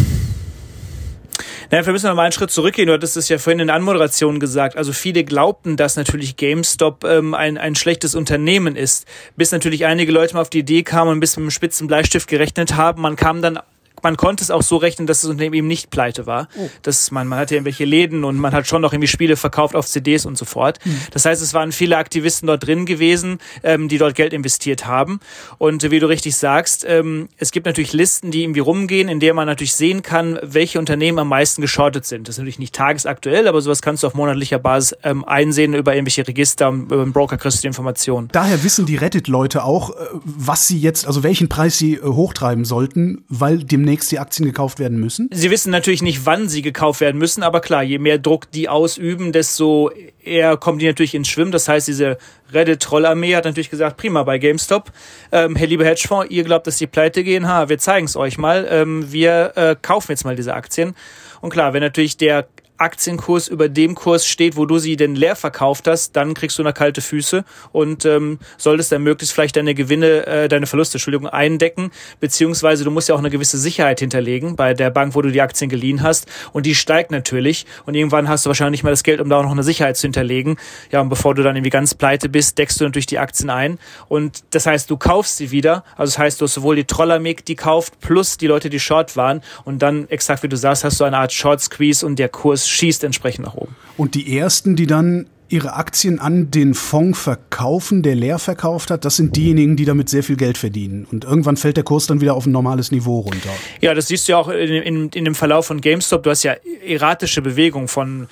Naja, wir müssen noch mal einen Schritt zurückgehen. Du hattest es ja vorhin in der Anmoderation gesagt. Also viele glaubten, dass natürlich GameStop ein schlechtes Unternehmen ist. Bis natürlich einige Leute mal auf die Idee kamen und bis mit einem spitzen Bleistift gerechnet haben. Man konnte es auch so rechnen, dass das Unternehmen eben nicht pleite war. Man hatte ja irgendwelche Läden und man hat schon noch irgendwie Spiele verkauft auf CDs und so fort. Das heißt, es waren viele Aktivisten dort drin gewesen, die dort Geld investiert haben. Und wie du richtig sagst, es gibt natürlich Listen, die irgendwie rumgehen, in der man natürlich sehen kann, welche Unternehmen am meisten geschortet sind. Das ist natürlich nicht tagesaktuell, aber sowas kannst du auf monatlicher Basis einsehen über irgendwelche Register, und über den Broker kriegst du die Informationen. Daher wissen die Reddit-Leute auch, was sie jetzt, also welchen Preis sie hochtreiben sollten, weil demnächst die Aktien gekauft werden müssen? Sie wissen natürlich nicht, wann sie gekauft werden müssen, aber klar, je mehr Druck die ausüben, desto eher kommen die natürlich ins Schwimmen. Das heißt, diese Reddit-Trollarmee hat natürlich gesagt, prima, bei GameStop, hey, liebe Hedgefonds, ihr glaubt, dass die pleite gehen? Wir zeigen es euch mal. Wir kaufen jetzt mal diese Aktien. Und klar, wenn natürlich der Aktienkurs über dem Kurs steht, wo du sie denn leer verkauft hast, dann kriegst du eine kalte Füße und solltest dann möglichst vielleicht deine Verluste, eindecken, beziehungsweise du musst ja auch eine gewisse Sicherheit hinterlegen bei der Bank, wo du die Aktien geliehen hast, und die steigt natürlich und irgendwann hast du wahrscheinlich nicht mehr das Geld, um da auch noch eine Sicherheit zu hinterlegen. Ja, und bevor du dann irgendwie ganz pleite bist, deckst du natürlich die Aktien ein, und das heißt, du kaufst sie wieder, also das heißt, du hast sowohl die Trollarmee, die kauft, plus die Leute, die Short waren, und dann, exakt wie du sagst, hast du eine Art Short Squeeze und der Kurs schießt entsprechend nach oben. Und die ersten, die dann ihre Aktien an den Fonds verkaufen, der leer verkauft hat, das sind diejenigen, die damit sehr viel Geld verdienen. Und irgendwann fällt der Kurs dann wieder auf ein normales Niveau runter. Ja, das siehst du ja auch in dem Verlauf von GameStop. Du hast ja erratische Bewegungen von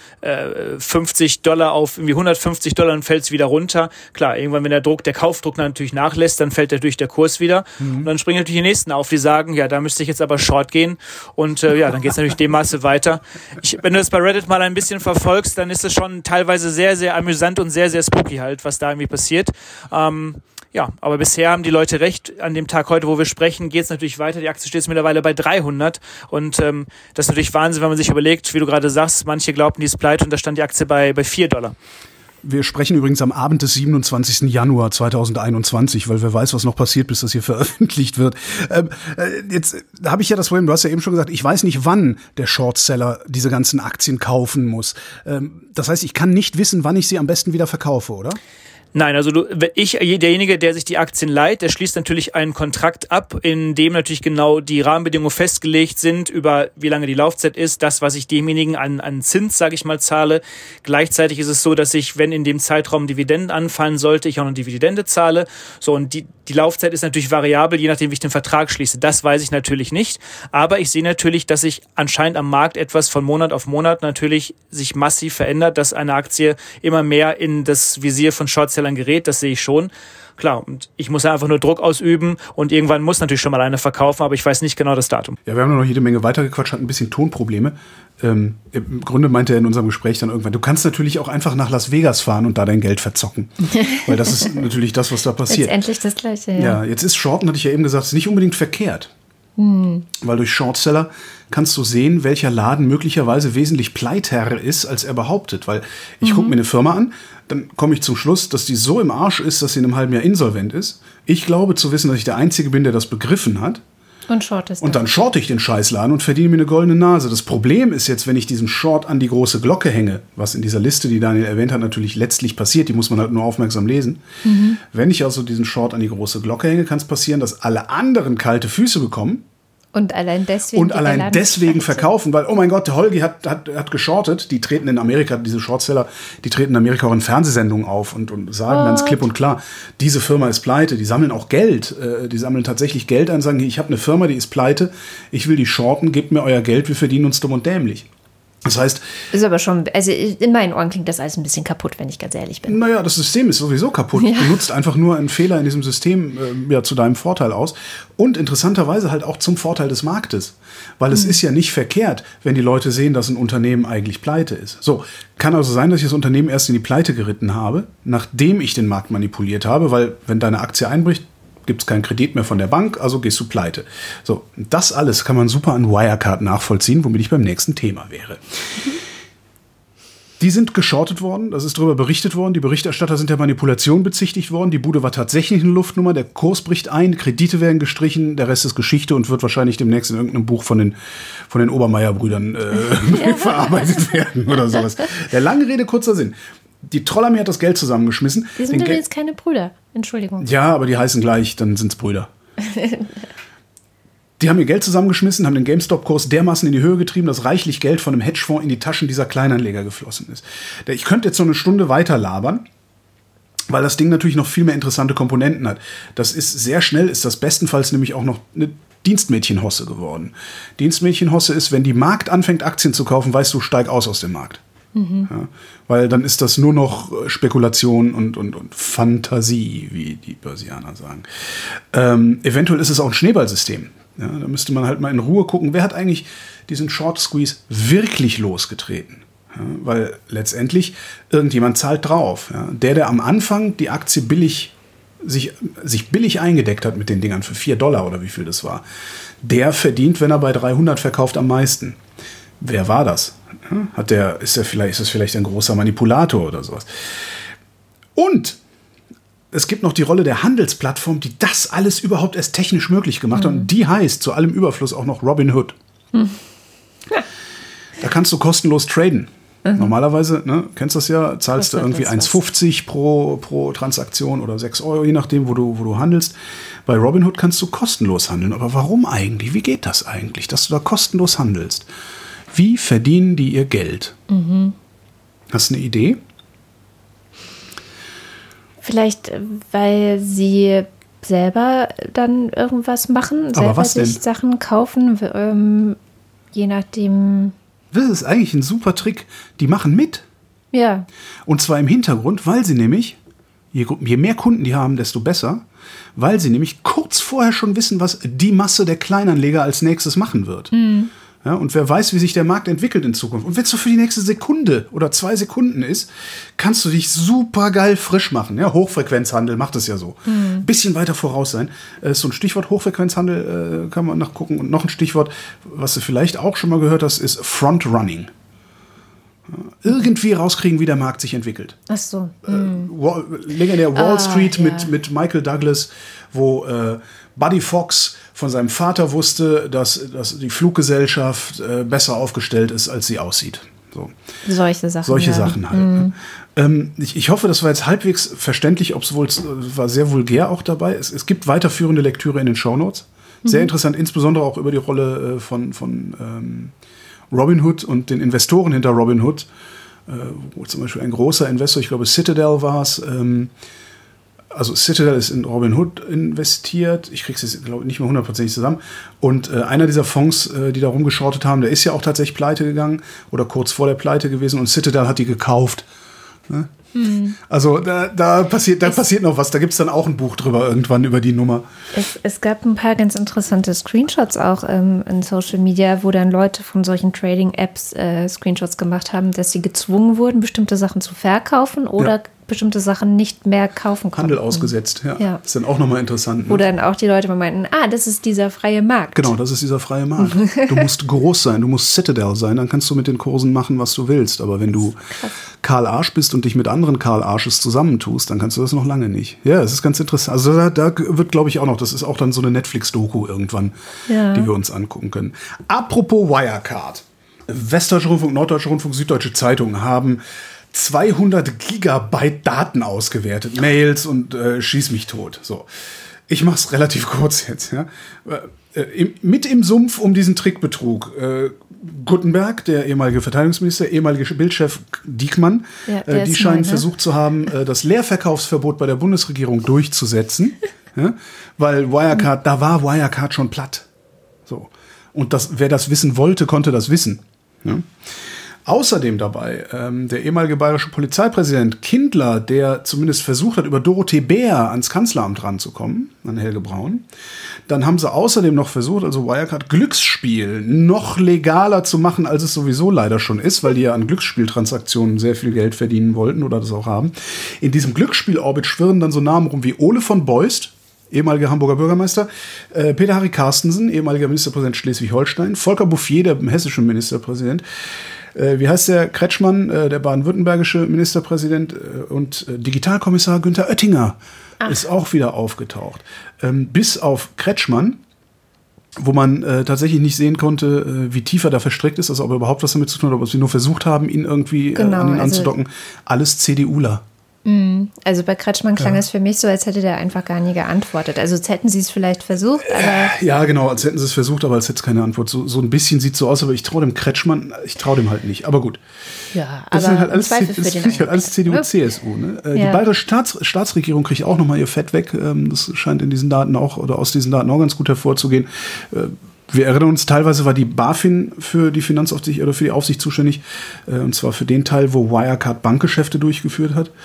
$50 auf irgendwie $150 und fällt es wieder runter. Klar, irgendwann, wenn der Kaufdruck natürlich nachlässt, dann fällt natürlich der Kurs wieder. Und dann springen natürlich die Nächsten auf, die sagen, ja, da müsste ich jetzt aber Short gehen. Und dann geht es natürlich dem Maße weiter. Wenn du das bei Reddit mal ein bisschen verfolgst, dann ist es schon teilweise sehr, sehr amüsant und sehr, sehr spooky halt, was da irgendwie passiert. Aber bisher haben die Leute recht. An dem Tag heute, wo wir sprechen, geht es natürlich weiter. Die Aktie steht jetzt mittlerweile bei 300. Und das ist natürlich Wahnsinn, wenn man sich überlegt, wie du gerade sagst, manche glaubten, die ist pleite, und da stand die Aktie bei $4. Wir sprechen übrigens am Abend des 27. Januar 2021, weil wer weiß, was noch passiert, bis das hier veröffentlicht wird. Jetzt habe ich ja das Problem, du hast ja eben schon gesagt, ich weiß nicht, wann der Shortseller diese ganzen Aktien kaufen muss. Das heißt, ich kann nicht wissen, wann ich sie am besten wieder verkaufe, oder? Nein, also derjenige, der sich die Aktien leiht, der schließt natürlich einen Kontrakt ab, in dem natürlich genau die Rahmenbedingungen festgelegt sind, über wie lange die Laufzeit ist, das, was ich demjenigen an Zins, sage ich mal, zahle. Gleichzeitig ist es so, dass ich, wenn in dem Zeitraum Dividenden anfallen sollte, ich auch eine Dividende zahle. So, und die Laufzeit ist natürlich variabel, je nachdem, wie ich den Vertrag schließe. Das weiß ich natürlich nicht. Aber ich sehe natürlich, dass sich anscheinend am Markt etwas von Monat auf Monat natürlich sich massiv verändert, dass eine Aktie immer mehr in das Visier von Shortsellern gerät, das sehe ich schon. Klar, und ich muss einfach nur Druck ausüben und irgendwann muss natürlich schon mal einer verkaufen, aber ich weiß nicht genau das Datum. Ja, wir haben noch jede Menge weitergequatscht, hatten ein bisschen Tonprobleme. Im Grunde meinte er in unserem Gespräch dann irgendwann, du kannst natürlich auch einfach nach Las Vegas fahren und da dein Geld verzocken. Weil das ist natürlich das, was da passiert. Letztendlich das Gleiche, ja. Ja, jetzt ist Shorten, hatte ich ja eben gesagt, ist nicht unbedingt verkehrt. Weil durch Shortseller kannst du sehen, welcher Laden möglicherweise wesentlich pleiterer ist, als er behauptet. Weil ich gucke mir eine Firma an, dann komme ich zum Schluss, dass die so im Arsch ist, dass sie in einem halben Jahr insolvent ist. Ich glaube zu wissen, dass ich der Einzige bin, der das begriffen hat. Und dann shorte ich den Scheißladen und verdiene mir eine goldene Nase. Das Problem ist jetzt, wenn ich diesen Short an die große Glocke hänge, was in dieser Liste, die Daniel erwähnt hat, natürlich letztlich passiert, die muss man halt nur aufmerksam lesen. Wenn ich also diesen Short an die große Glocke hänge, kann es passieren, dass alle anderen kalte Füße bekommen. Und allein deswegen verkaufen, weil, oh mein Gott, der Holgi hat geschortet. Die treten in Amerika, diese Shortseller, die treten in Amerika auch in Fernsehsendungen auf und sagen ganz klipp und klar, diese Firma ist pleite. Die sammeln auch Geld. Die sammeln tatsächlich Geld ein, sagen, ich habe eine Firma, die ist pleite. Ich will die shorten, gebt mir euer Geld, wir verdienen uns dumm und dämlich. Das heißt... Ist aber schon, also in meinen Ohren klingt das alles ein bisschen kaputt, wenn ich ganz ehrlich bin. Naja, das System ist sowieso kaputt. Ja. Du nutzt einfach nur einen Fehler in diesem System zu deinem Vorteil aus. Und interessanterweise halt auch zum Vorteil des Marktes. Weil es ist ja nicht verkehrt, wenn die Leute sehen, dass ein Unternehmen eigentlich pleite ist. So, kann also sein, dass ich das Unternehmen erst in die Pleite geritten habe, nachdem ich den Markt manipuliert habe, weil wenn deine Aktie einbricht, gibt es keinen Kredit mehr von der Bank, also gehst du pleite. So, das alles kann man super an Wirecard nachvollziehen, womit ich beim nächsten Thema wäre. Die sind geschortet worden, das ist darüber berichtet worden, die Berichterstatter sind der Manipulation bezichtigt worden, die Bude war tatsächlich eine Luftnummer, der Kurs bricht ein, Kredite werden gestrichen, der Rest ist Geschichte und wird wahrscheinlich demnächst in irgendeinem Buch von den Obermeier-Brüdern verarbeitet werden oder sowas. Der lange Rede, kurzer Sinn. Die Trollarmee hat das Geld zusammengeschmissen. Die sind übrigens keine Brüder. Entschuldigung. Ja, aber die heißen gleich, dann sind's Brüder. Die haben ihr Geld zusammengeschmissen, haben den GameStop-Kurs dermaßen in die Höhe getrieben, dass reichlich Geld von einem Hedgefonds in die Taschen dieser Kleinanleger geflossen ist. Ich könnte jetzt noch eine Stunde weiter labern, weil das Ding natürlich noch viel mehr interessante Komponenten hat. Das ist sehr schnell, ist das bestenfalls nämlich auch noch eine Dienstmädchenhosse geworden. Dienstmädchenhosse ist, wenn die Markt anfängt, Aktien zu kaufen, weißt du, steig aus dem Markt. Ja, weil dann ist das nur noch Spekulation und Fantasie, wie die Börsianer sagen. Eventuell ist es auch ein Schneeballsystem. Ja, da müsste man halt mal in Ruhe gucken, wer hat eigentlich diesen Short Squeeze wirklich losgetreten? Ja, weil letztendlich irgendjemand zahlt drauf. Ja. Der am Anfang die Aktie sich billig eingedeckt hat mit den Dingern für $4 oder wie viel das war, der verdient, wenn er bei 300 verkauft, am meisten. Wer war das? Ist das vielleicht ein großer Manipulator oder sowas? Und es gibt noch die Rolle der Handelsplattform, die das alles überhaupt erst technisch möglich gemacht hat. Und die heißt zu allem Überfluss auch noch Robinhood. Ja. Da kannst du kostenlos traden. Normalerweise, kennst du das ja, zahlst du irgendwie 1,50 pro Transaktion oder 6 Euro, je nachdem, wo du handelst. Bei Robinhood kannst du kostenlos handeln. Aber warum eigentlich? Wie geht das eigentlich, dass du da kostenlos handelst? Wie verdienen die ihr Geld? Hast du eine Idee? Vielleicht, weil sie selber dann irgendwas machen, selber sich Sachen kaufen, je nachdem. Das ist eigentlich ein super Trick. Die machen mit. Ja. Und zwar im Hintergrund, weil sie nämlich, je mehr Kunden die haben, desto besser, weil sie nämlich kurz vorher schon wissen, was die Masse der Kleinanleger als nächstes machen wird. Ja, und wer weiß, wie sich der Markt entwickelt in Zukunft. Und wenn es so für die nächste Sekunde oder 2 Sekunden ist, kannst du dich super geil frisch machen. Ja, Hochfrequenzhandel macht es ja so. Bisschen weiter voraus sein. So ein Stichwort Hochfrequenzhandel kann man nachgucken. Und noch ein Stichwort, was du vielleicht auch schon mal gehört hast, ist Frontrunning. irgendwie rauskriegen, wie der Markt sich entwickelt. Ach so. Legendär Wall Street mit Michael Douglas, wo Buddy Fox von seinem Vater wusste, dass die Fluggesellschaft besser aufgestellt ist, als sie aussieht. So. Solche Sachen. Solche Sachen halt. Ne? Ich hoffe, das war jetzt halbwegs verständlich, war sehr vulgär auch dabei. Es gibt weiterführende Lektüre in den Shownotes. Sehr interessant, insbesondere auch über die Rolle von Robin Hood und den Investoren hinter Robin Hood. Wo zum Beispiel ein großer Investor, ich glaube Citadel war es, also Citadel ist in Robin Hood investiert. Ich kriege es jetzt, glaube ich, nicht mehr 100% zusammen. Und einer dieser Fonds, die da rumgeschortet haben, der ist ja auch tatsächlich pleite gegangen oder kurz vor der Pleite gewesen. Und Citadel hat die gekauft. Ne? Also da passiert noch was. Da gibt es dann auch ein Buch drüber irgendwann über die Nummer. Es gab ein paar ganz interessante Screenshots auch in Social Media, wo dann Leute von solchen Trading-Apps Screenshots gemacht haben, dass sie gezwungen wurden, bestimmte Sachen zu verkaufen oder bestimmte Sachen nicht mehr kaufen konnten. Handel ausgesetzt, ja. Ist dann auch nochmal interessant. Ne? Wo dann auch die Leute meinten, das ist dieser freie Markt. Genau, das ist dieser freie Markt. Du musst groß sein, du musst Citadel sein, dann kannst du mit den Kursen machen, was du willst. Aber wenn du Karl Arsch bist und dich mit anderen Karl Arsches zusammentust, dann kannst du das noch lange nicht. Ja, es ist ganz interessant. Also da wird, glaube ich, auch noch, das ist auch dann so eine Netflix-Doku irgendwann, die wir uns angucken können. Apropos Wirecard. Westdeutscher Rundfunk, Norddeutscher Rundfunk, Süddeutsche Zeitung haben 200 Gigabyte Daten ausgewertet. Mails und schieß mich tot. So. Ich mach's relativ kurz jetzt. Ja. Mit im Sumpf um diesen Trickbetrug. Guttenberg, der ehemalige Verteidigungsminister, ehemalige Bildchef Diekmann, die scheinen versucht zu haben, das Leerverkaufsverbot bei der Bundesregierung durchzusetzen. Ja, weil Wirecard, da war Wirecard schon platt. So. Und wer das wissen wollte, konnte das wissen. Ja. Außerdem dabei der ehemalige bayerische Polizeipräsident Kindler, der zumindest versucht hat, über Dorothee Bär ans Kanzleramt ranzukommen, an Helge Braun. Dann haben sie außerdem noch versucht, also Wirecard Glücksspiel noch legaler zu machen, als es sowieso leider schon ist, weil die ja an Glücksspieltransaktionen sehr viel Geld verdienen wollten oder das auch haben. In diesem Glücksspiel-Orbit schwirren dann so Namen rum wie Ole von Beust, ehemaliger Hamburger Bürgermeister, Peter Harry Carstensen, ehemaliger Ministerpräsident Schleswig-Holstein, Volker Bouffier, der hessische Ministerpräsident, wie heißt der Kretschmann, der baden-württembergische Ministerpräsident und Digitalkommissar Günther Oettinger ist auch wieder aufgetaucht. Bis auf Kretschmann, wo man tatsächlich nicht sehen konnte, wie tief er da verstrickt ist, also ob er überhaupt was damit zu tun hat, ob sie nur versucht haben, ihn irgendwie an ihn anzudocken. Alles CDUler. Also bei Kretschmann klang es für mich so, als hätte der einfach gar nie geantwortet. Also als hätten sie es vielleicht versucht, aber... Ja, genau, als hätten sie es versucht, aber als hätte es keine Antwort. So ein bisschen sieht es so aus, aber ich traue dem Kretschmann, ich traue dem halt nicht. Aber gut. Ja, das aber halt alles, alles CDU, CSU. Ne? Die bayerische Staatsregierung kriegt auch nochmal ihr Fett weg. Das scheint in diesen Daten auch, oder aus diesen Daten auch ganz gut hervorzugehen. Wir erinnern uns, teilweise war die BaFin für die Finanzaufsicht oder für die Aufsicht zuständig. Und zwar für den Teil, wo Wirecard Bankgeschäfte durchgeführt hat.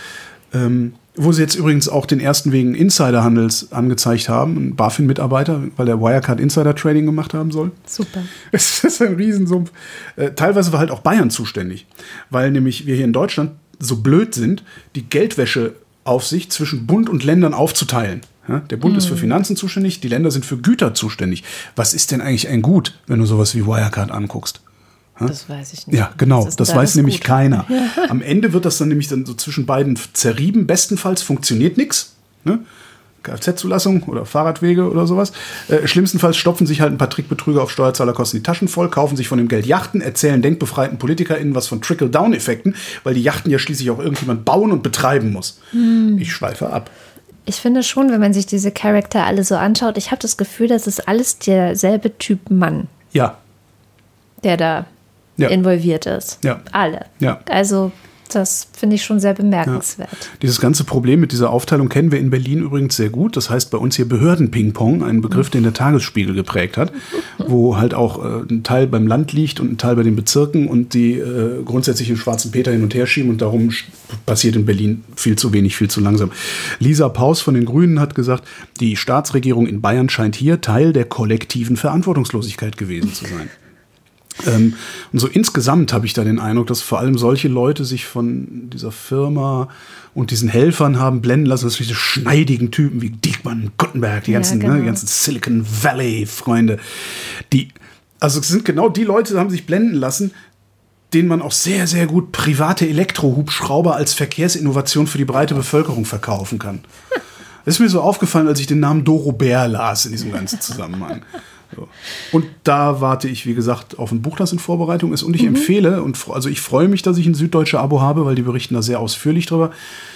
Wo sie jetzt übrigens auch den ersten wegen Insiderhandels angezeigt haben, ein BaFin-Mitarbeiter, weil der Wirecard Insider-Trading gemacht haben soll. Super. Es ist ein Riesensumpf. Teilweise war halt auch Bayern zuständig, weil nämlich wir hier in Deutschland so blöd sind, die Geldwäscheaufsicht zwischen Bund und Ländern aufzuteilen. Ja, der Bund ist für Finanzen zuständig, die Länder sind für Güter zuständig. Was ist denn eigentlich ein Gut, wenn du sowas wie Wirecard anguckst? Das weiß ich nicht. Ja, genau. Das weiß nämlich keiner. Am Ende wird das dann nämlich dann so zwischen beiden zerrieben. Bestenfalls funktioniert nichts. Ne? Kfz-Zulassung oder Fahrradwege oder sowas. Schlimmstenfalls stopfen sich halt ein paar Trickbetrüger auf Steuerzahlerkosten die Taschen voll, kaufen sich von dem Geld Yachten, erzählen denkbefreiten PolitikerInnen was von Trickle-Down-Effekten, weil die Yachten ja schließlich auch irgendjemand bauen und betreiben muss. Ich schweife ab. Ich finde schon, wenn man sich diese Charakter alle so anschaut, ich habe das Gefühl, das ist alles derselbe Typ Mann. Ja. Der da involviert ist. Ja. Alle. Ja. Also das finde ich schon sehr bemerkenswert. Ja. Dieses ganze Problem mit dieser Aufteilung kennen wir in Berlin übrigens sehr gut. Das heißt bei uns hier Behörden-Ping-Pong, ein Begriff, den der Tagesspiegel geprägt hat, wo halt auch ein Teil beim Land liegt und ein Teil bei den Bezirken und die grundsätzlich den schwarzen Peter hin und her schieben und darum passiert in Berlin viel zu wenig, viel zu langsam. Lisa Paus von den Grünen hat gesagt, die Staatsregierung in Bayern scheint hier Teil der kollektiven Verantwortungslosigkeit gewesen zu sein. Und so insgesamt habe ich da den Eindruck, dass vor allem solche Leute sich von dieser Firma und diesen Helfern haben blenden lassen, dass diese schneidigen Typen wie Diekmann, Guttenberg, die ganzen Silicon Valley Freunde, also es sind genau die Leute, die haben sich blenden lassen, denen man auch sehr, sehr gut private Elektrohubschrauber als Verkehrsinnovation für die breite Bevölkerung verkaufen kann. Das ist mir so aufgefallen, als ich den Namen Doro Bär las in diesem ganzen Zusammenhang. So. Und da warte ich, wie gesagt, auf ein Buch, das in Vorbereitung ist. Und ich empfehle, also ich freue mich, dass ich ein Süddeutsche Abo habe, weil die berichten da sehr ausführlich drüber.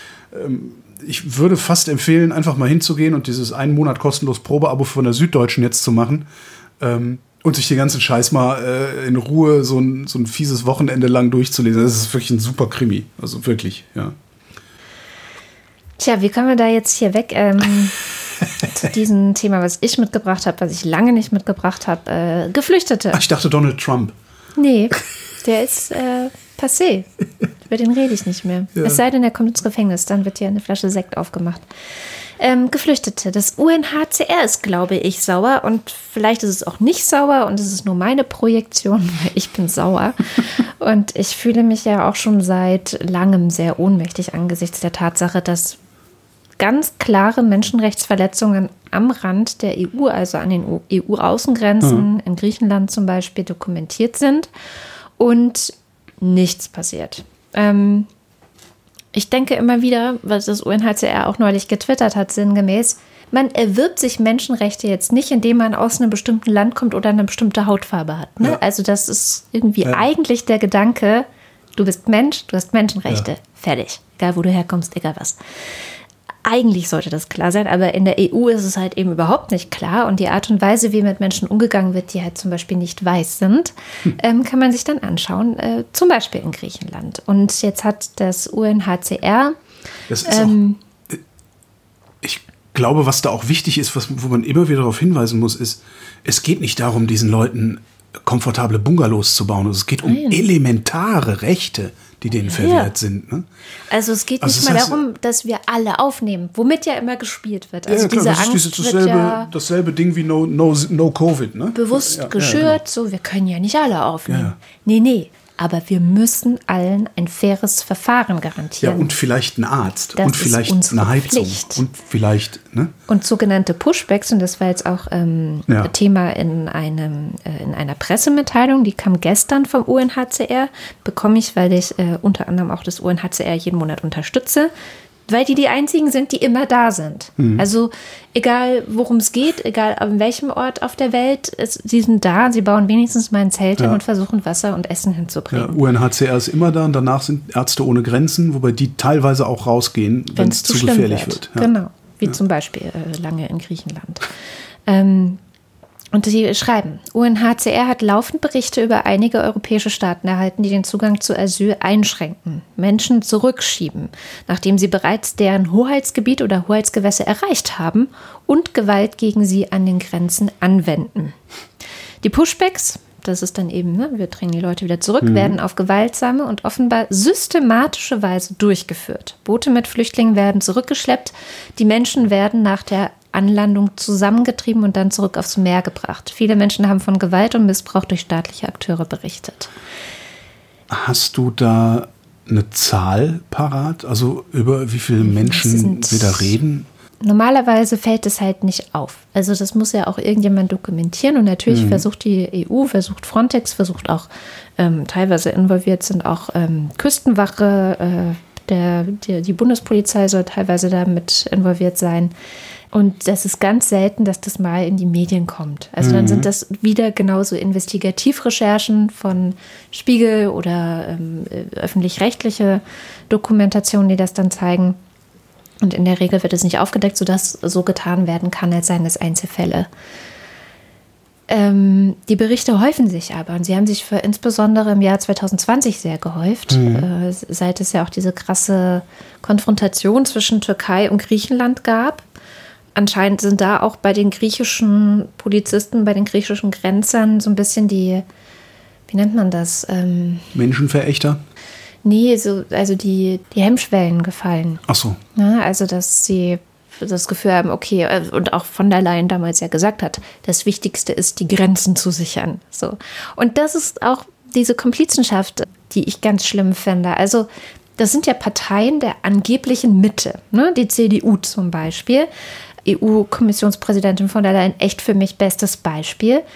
Ich würde fast empfehlen, einfach mal hinzugehen und dieses 1 Monat kostenlos Probeabo von der Süddeutschen jetzt zu machen. Und sich den ganzen Scheiß mal in Ruhe so ein fieses Wochenende lang durchzulesen. Das ist wirklich ein super Krimi. Also wirklich, ja. Tja, wie kommen wir da jetzt hier weg zu diesem Thema, was ich mitgebracht habe, was ich lange nicht mitgebracht habe? Geflüchtete. Ach, ich dachte Donald Trump. Nee, der ist passé. Über den rede ich nicht mehr. Ja. Es sei denn, er kommt ins Gefängnis, dann wird hier eine Flasche Sekt aufgemacht. Geflüchtete. Das UNHCR ist, glaube ich, sauer und vielleicht ist es auch nicht sauer und es ist nur meine Projektion, weil ich bin sauer. Und ich fühle mich ja auch schon seit langem sehr ohnmächtig angesichts der Tatsache, dass ganz klare Menschenrechtsverletzungen am Rand der EU, also an den EU-Außengrenzen, in Griechenland zum Beispiel, dokumentiert sind und nichts passiert. Ich denke immer wieder, was das UNHCR auch neulich getwittert hat, sinngemäß, man erwirbt sich Menschenrechte jetzt nicht, indem man aus einem bestimmten Land kommt oder eine bestimmte Hautfarbe hat. Ne? Ja. Also das ist irgendwie eigentlich der Gedanke, du bist Mensch, du hast Menschenrechte, fertig. Egal, wo du herkommst, egal was. Eigentlich sollte das klar sein, aber in der EU ist es halt eben überhaupt nicht klar. Und die Art und Weise, wie mit Menschen umgegangen wird, die halt zum Beispiel nicht weiß sind, kann man sich dann anschauen, zum Beispiel in Griechenland. Und jetzt hat das UNHCR... Das ist ich glaube, was da auch wichtig ist, wo man immer wieder darauf hinweisen muss, ist, es geht nicht darum, diesen Leuten komfortable Bungalows zu bauen. Es geht um elementare Rechte, die denen verwehrt sind. Ne? Also es geht nicht mal darum, dass wir alle aufnehmen, womit ja immer gespielt wird. Also klar, diese Angst wird dasselbe Ding wie No Covid. Ne? Bewusst geschürt, so wir können ja nicht alle aufnehmen. Ja. Nee, aber wir müssen allen ein faires Verfahren garantieren. Ja, und vielleicht ein Arzt das und vielleicht eine Heizung Pflicht. Und vielleicht, ne? Und sogenannte Pushbacks, und das war jetzt auch Thema in einer Pressemitteilung, die kam gestern vom UNHCR, bekomme ich, weil ich unter anderem auch das UNHCR jeden Monat unterstütze, weil die einzigen sind, die immer da sind. Also egal, worum es geht, egal an welchem Ort auf der Welt, sie sind da, sie bauen wenigstens mal ein Zelt hin und versuchen Wasser und Essen hinzubringen. Ja, UNHCR ist immer da und danach sind Ärzte ohne Grenzen, wobei die teilweise auch rausgehen, wenn es zu gefährlich wird. Ja. Genau, wie zum Beispiel lange in Griechenland. Und sie schreiben, UNHCR hat laufend Berichte über einige europäische Staaten erhalten, die den Zugang zu Asyl einschränken, Menschen zurückschieben, nachdem sie bereits deren Hoheitsgebiet oder Hoheitsgewässer erreicht haben und Gewalt gegen sie an den Grenzen anwenden. Die Pushbacks, das ist dann eben, wir drängen die Leute wieder zurück, werden auf gewaltsame und offenbar systematische Weise durchgeführt. Boote mit Flüchtlingen werden zurückgeschleppt, die Menschen werden nach der Anlandung zusammengetrieben und dann zurück aufs Meer gebracht. Viele Menschen haben von Gewalt und Missbrauch durch staatliche Akteure berichtet. Hast du da eine Zahl parat? Also über wie viele Menschen wir da reden? Normalerweise fällt es halt nicht auf. Also das muss ja auch irgendjemand dokumentieren und natürlich versucht die EU, versucht Frontex, versucht auch teilweise involviert sind auch Küstenwache, die Bundespolizei soll teilweise da mit involviert sein. Und das ist ganz selten, dass das mal in die Medien kommt. Also dann sind das wieder genauso Investigativrecherchen von Spiegel oder öffentlich-rechtliche Dokumentationen, die das dann zeigen. Und in der Regel wird es nicht aufgedeckt, sodass so getan werden kann, als seien es Einzelfälle. Die Berichte häufen sich aber. Und sie haben sich insbesondere im Jahr 2020 sehr gehäuft. Seit es ja auch diese krasse Konfrontation zwischen Türkei und Griechenland gab. Anscheinend sind da auch bei den griechischen Polizisten, bei den griechischen Grenzern so ein bisschen wie nennt man das? Menschenverächter? Nee, also die Hemmschwellen gefallen. Ach so. Ja, also, dass sie das Gefühl haben, okay, und auch von der Leyen damals ja gesagt hat, das Wichtigste ist, die Grenzen zu sichern. So. Und das ist auch diese Komplizenschaft, die ich ganz schlimm finde. Also, das sind ja Parteien der angeblichen Mitte, ne? Die CDU zum Beispiel. EU-Kommissionspräsidentin von der Leyen, echt für mich bestes Beispiel.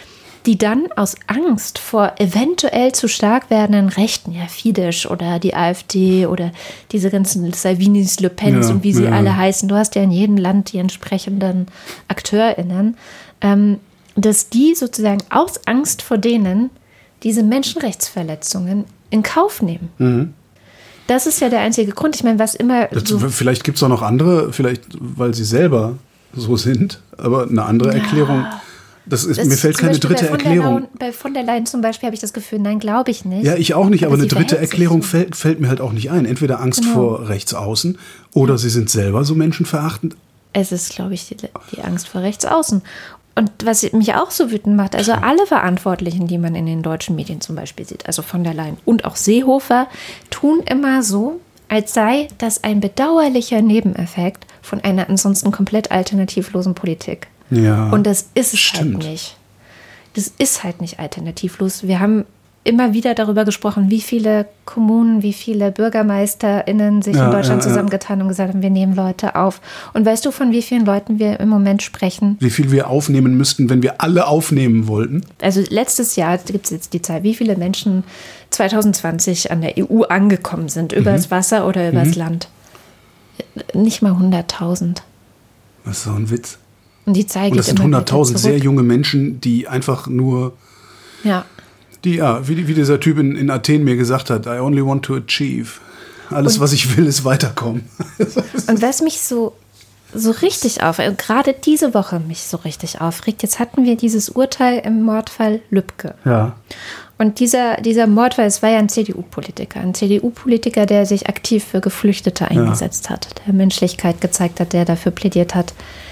die dann aus Angst vor eventuell zu stark werdenden Rechten, ja, Fidesz oder die AfD oder diese ganzen Salvinis, Le Pens und wie sie alle heißen, du hast ja in jedem Land die entsprechenden AkteurInnen, dass die sozusagen aus Angst vor denen diese Menschenrechtsverletzungen in Kauf nehmen. Mhm. Das ist ja der einzige Grund. Ich meine, was immer. Vielleicht gibt es auch noch andere, vielleicht weil sie selber so sind, aber eine andere Erklärung. Mir fällt keine dritte Erklärung. Bei von der Leyen zum Beispiel habe ich das Gefühl, nein, glaube ich nicht. Ja, ich auch nicht, aber eine dritte Erklärung fällt mir halt auch nicht ein. Entweder Angst vor Rechtsaußen oder sie sind selber so menschenverachtend. Es ist, glaube ich, die Angst vor Rechtsaußen. Und was mich auch so wütend macht, also alle Verantwortlichen, die man in den deutschen Medien zum Beispiel sieht, also von der Leyen und auch Seehofer, tun immer so, als sei das ein bedauerlicher Nebeneffekt von einer ansonsten komplett alternativlosen Politik. Ja, und das ist es halt nicht. Das ist halt nicht alternativlos. Wir haben immer wieder darüber gesprochen, wie viele Kommunen, wie viele BürgermeisterInnen sich in Deutschland zusammengetan und gesagt haben, wir nehmen Leute auf. Und weißt du, von wie vielen Leuten wir im Moment sprechen? Wie viel wir aufnehmen müssten, wenn wir alle aufnehmen wollten? Also letztes Jahr gibt es jetzt die Zahl, wie viele Menschen 2020 an der EU angekommen sind, übers Wasser oder übers Land. Nicht mal 100.000. Das ist so ein Witz. Und die Zahl geht das sind 100.000 sehr junge Menschen, die einfach nur... Ja. Wie dieser Typ in Athen mir gesagt hat, I only want to achieve. Alles, was ich will, ist weiterkommen. Und was mich so richtig aufregt, gerade diese Woche mich so richtig aufregt, jetzt hatten wir dieses Urteil im Mordfall Lübcke. Ja. Und dieser Mordfall, es war ja ein CDU-Politiker, der sich aktiv für Geflüchtete eingesetzt hat, der Menschlichkeit gezeigt hat, der dafür plädiert hat,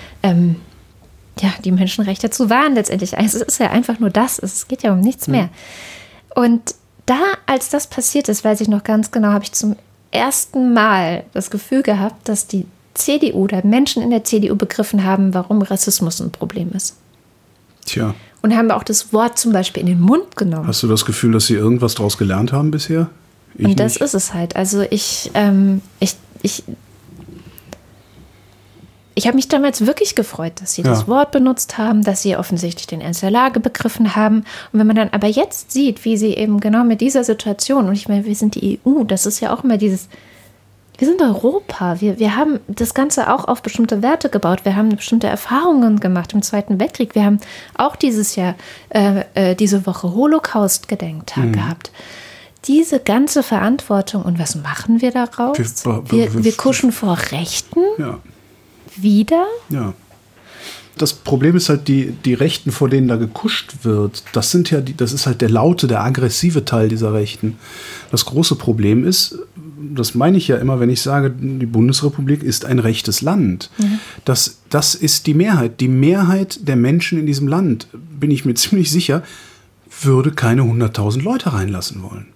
die Menschenrechte zu wahren letztendlich. Also es ist ja einfach nur das, es geht ja um nichts mehr. Und da, als das passiert ist, weiß ich noch ganz genau, habe ich zum ersten Mal das Gefühl gehabt, dass die CDU oder Menschen in der CDU begriffen haben, warum Rassismus ein Problem ist. Tja. Und haben auch das Wort zum Beispiel in den Mund genommen. Hast du das Gefühl, dass sie irgendwas daraus gelernt haben bisher? Und das ist es halt. Also ich habe mich damals wirklich gefreut, dass sie das Wort benutzt haben, dass sie offensichtlich den Ernst der Lage begriffen haben. Und wenn man dann aber jetzt sieht, wie sie eben genau mit dieser Situation, und ich meine, wir sind die EU, das ist ja auch immer wir sind Europa, wir haben das Ganze auch auf bestimmte Werte gebaut, wir haben bestimmte Erfahrungen gemacht im Zweiten Weltkrieg, wir haben auch dieses Jahr, diese Woche Holocaust-Gedenktag gehabt. Diese ganze Verantwortung, und was machen wir daraus? Wir kuschen vor Rechten. Ja. Wieder? Ja. Das Problem ist halt, die Rechten, vor denen da gekuscht wird, das ist halt der laute, der aggressive Teil dieser Rechten. Das große Problem ist, das meine ich ja immer, wenn ich sage, die Bundesrepublik ist ein rechtes Land. Mhm. Das ist die Mehrheit. Die Mehrheit der Menschen in diesem Land, bin ich mir ziemlich sicher, würde keine 100.000 Leute reinlassen wollen.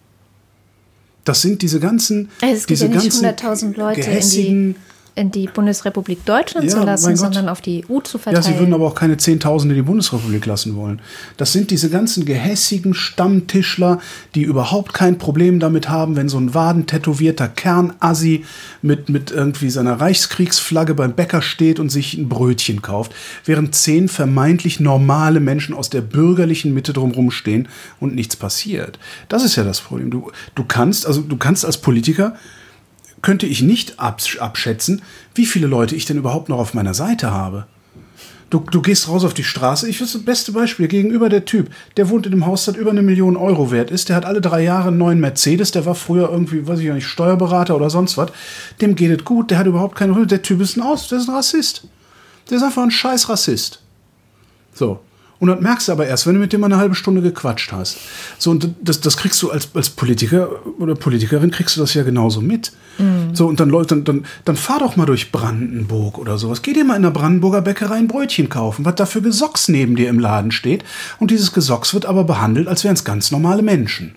Das sind diese ganzen, es gibt ja nicht 100.000 Leute gehässigen, in die Bundesrepublik Deutschland zu lassen, sondern auf die EU zu verteilen. Ja, sie würden aber auch keine 10.000 in die Bundesrepublik lassen wollen. Das sind diese ganzen gehässigen Stammtischler, die überhaupt kein Problem damit haben, wenn so ein wadentätowierter Kernassi mit irgendwie seiner Reichskriegsflagge beim Bäcker steht und sich ein Brötchen kauft, während 10 vermeintlich normale Menschen aus der bürgerlichen Mitte drumherum stehen und nichts passiert. Das ist ja das Problem. Du kannst als Politiker, könnte ich nicht abschätzen, wie viele Leute ich denn überhaupt noch auf meiner Seite habe. Du gehst raus auf die Straße, ich weiß das beste Beispiel, gegenüber der Typ, der wohnt in einem Haus, das über 1 Million Euro wert ist, der hat alle 3 Jahre einen neuen Mercedes, der war früher irgendwie, weiß ich nicht, Steuerberater oder sonst was, dem geht es gut, der hat überhaupt keine Rolle, der Typ ist der ist ein Rassist. Der ist einfach ein scheiß Rassist. So. Und das merkst du aber erst, wenn du mit dem mal eine halbe Stunde gequatscht hast. So, und das kriegst du als Politiker oder Politikerin, kriegst du das ja genauso mit. Mhm. So, und dann fahr doch mal durch Brandenburg oder sowas. Geh dir mal in der Brandenburger Bäckerei ein Brötchen kaufen, was da für Gesocks neben dir im Laden steht. Und dieses Gesocks wird aber behandelt, als wären es ganz normale Menschen.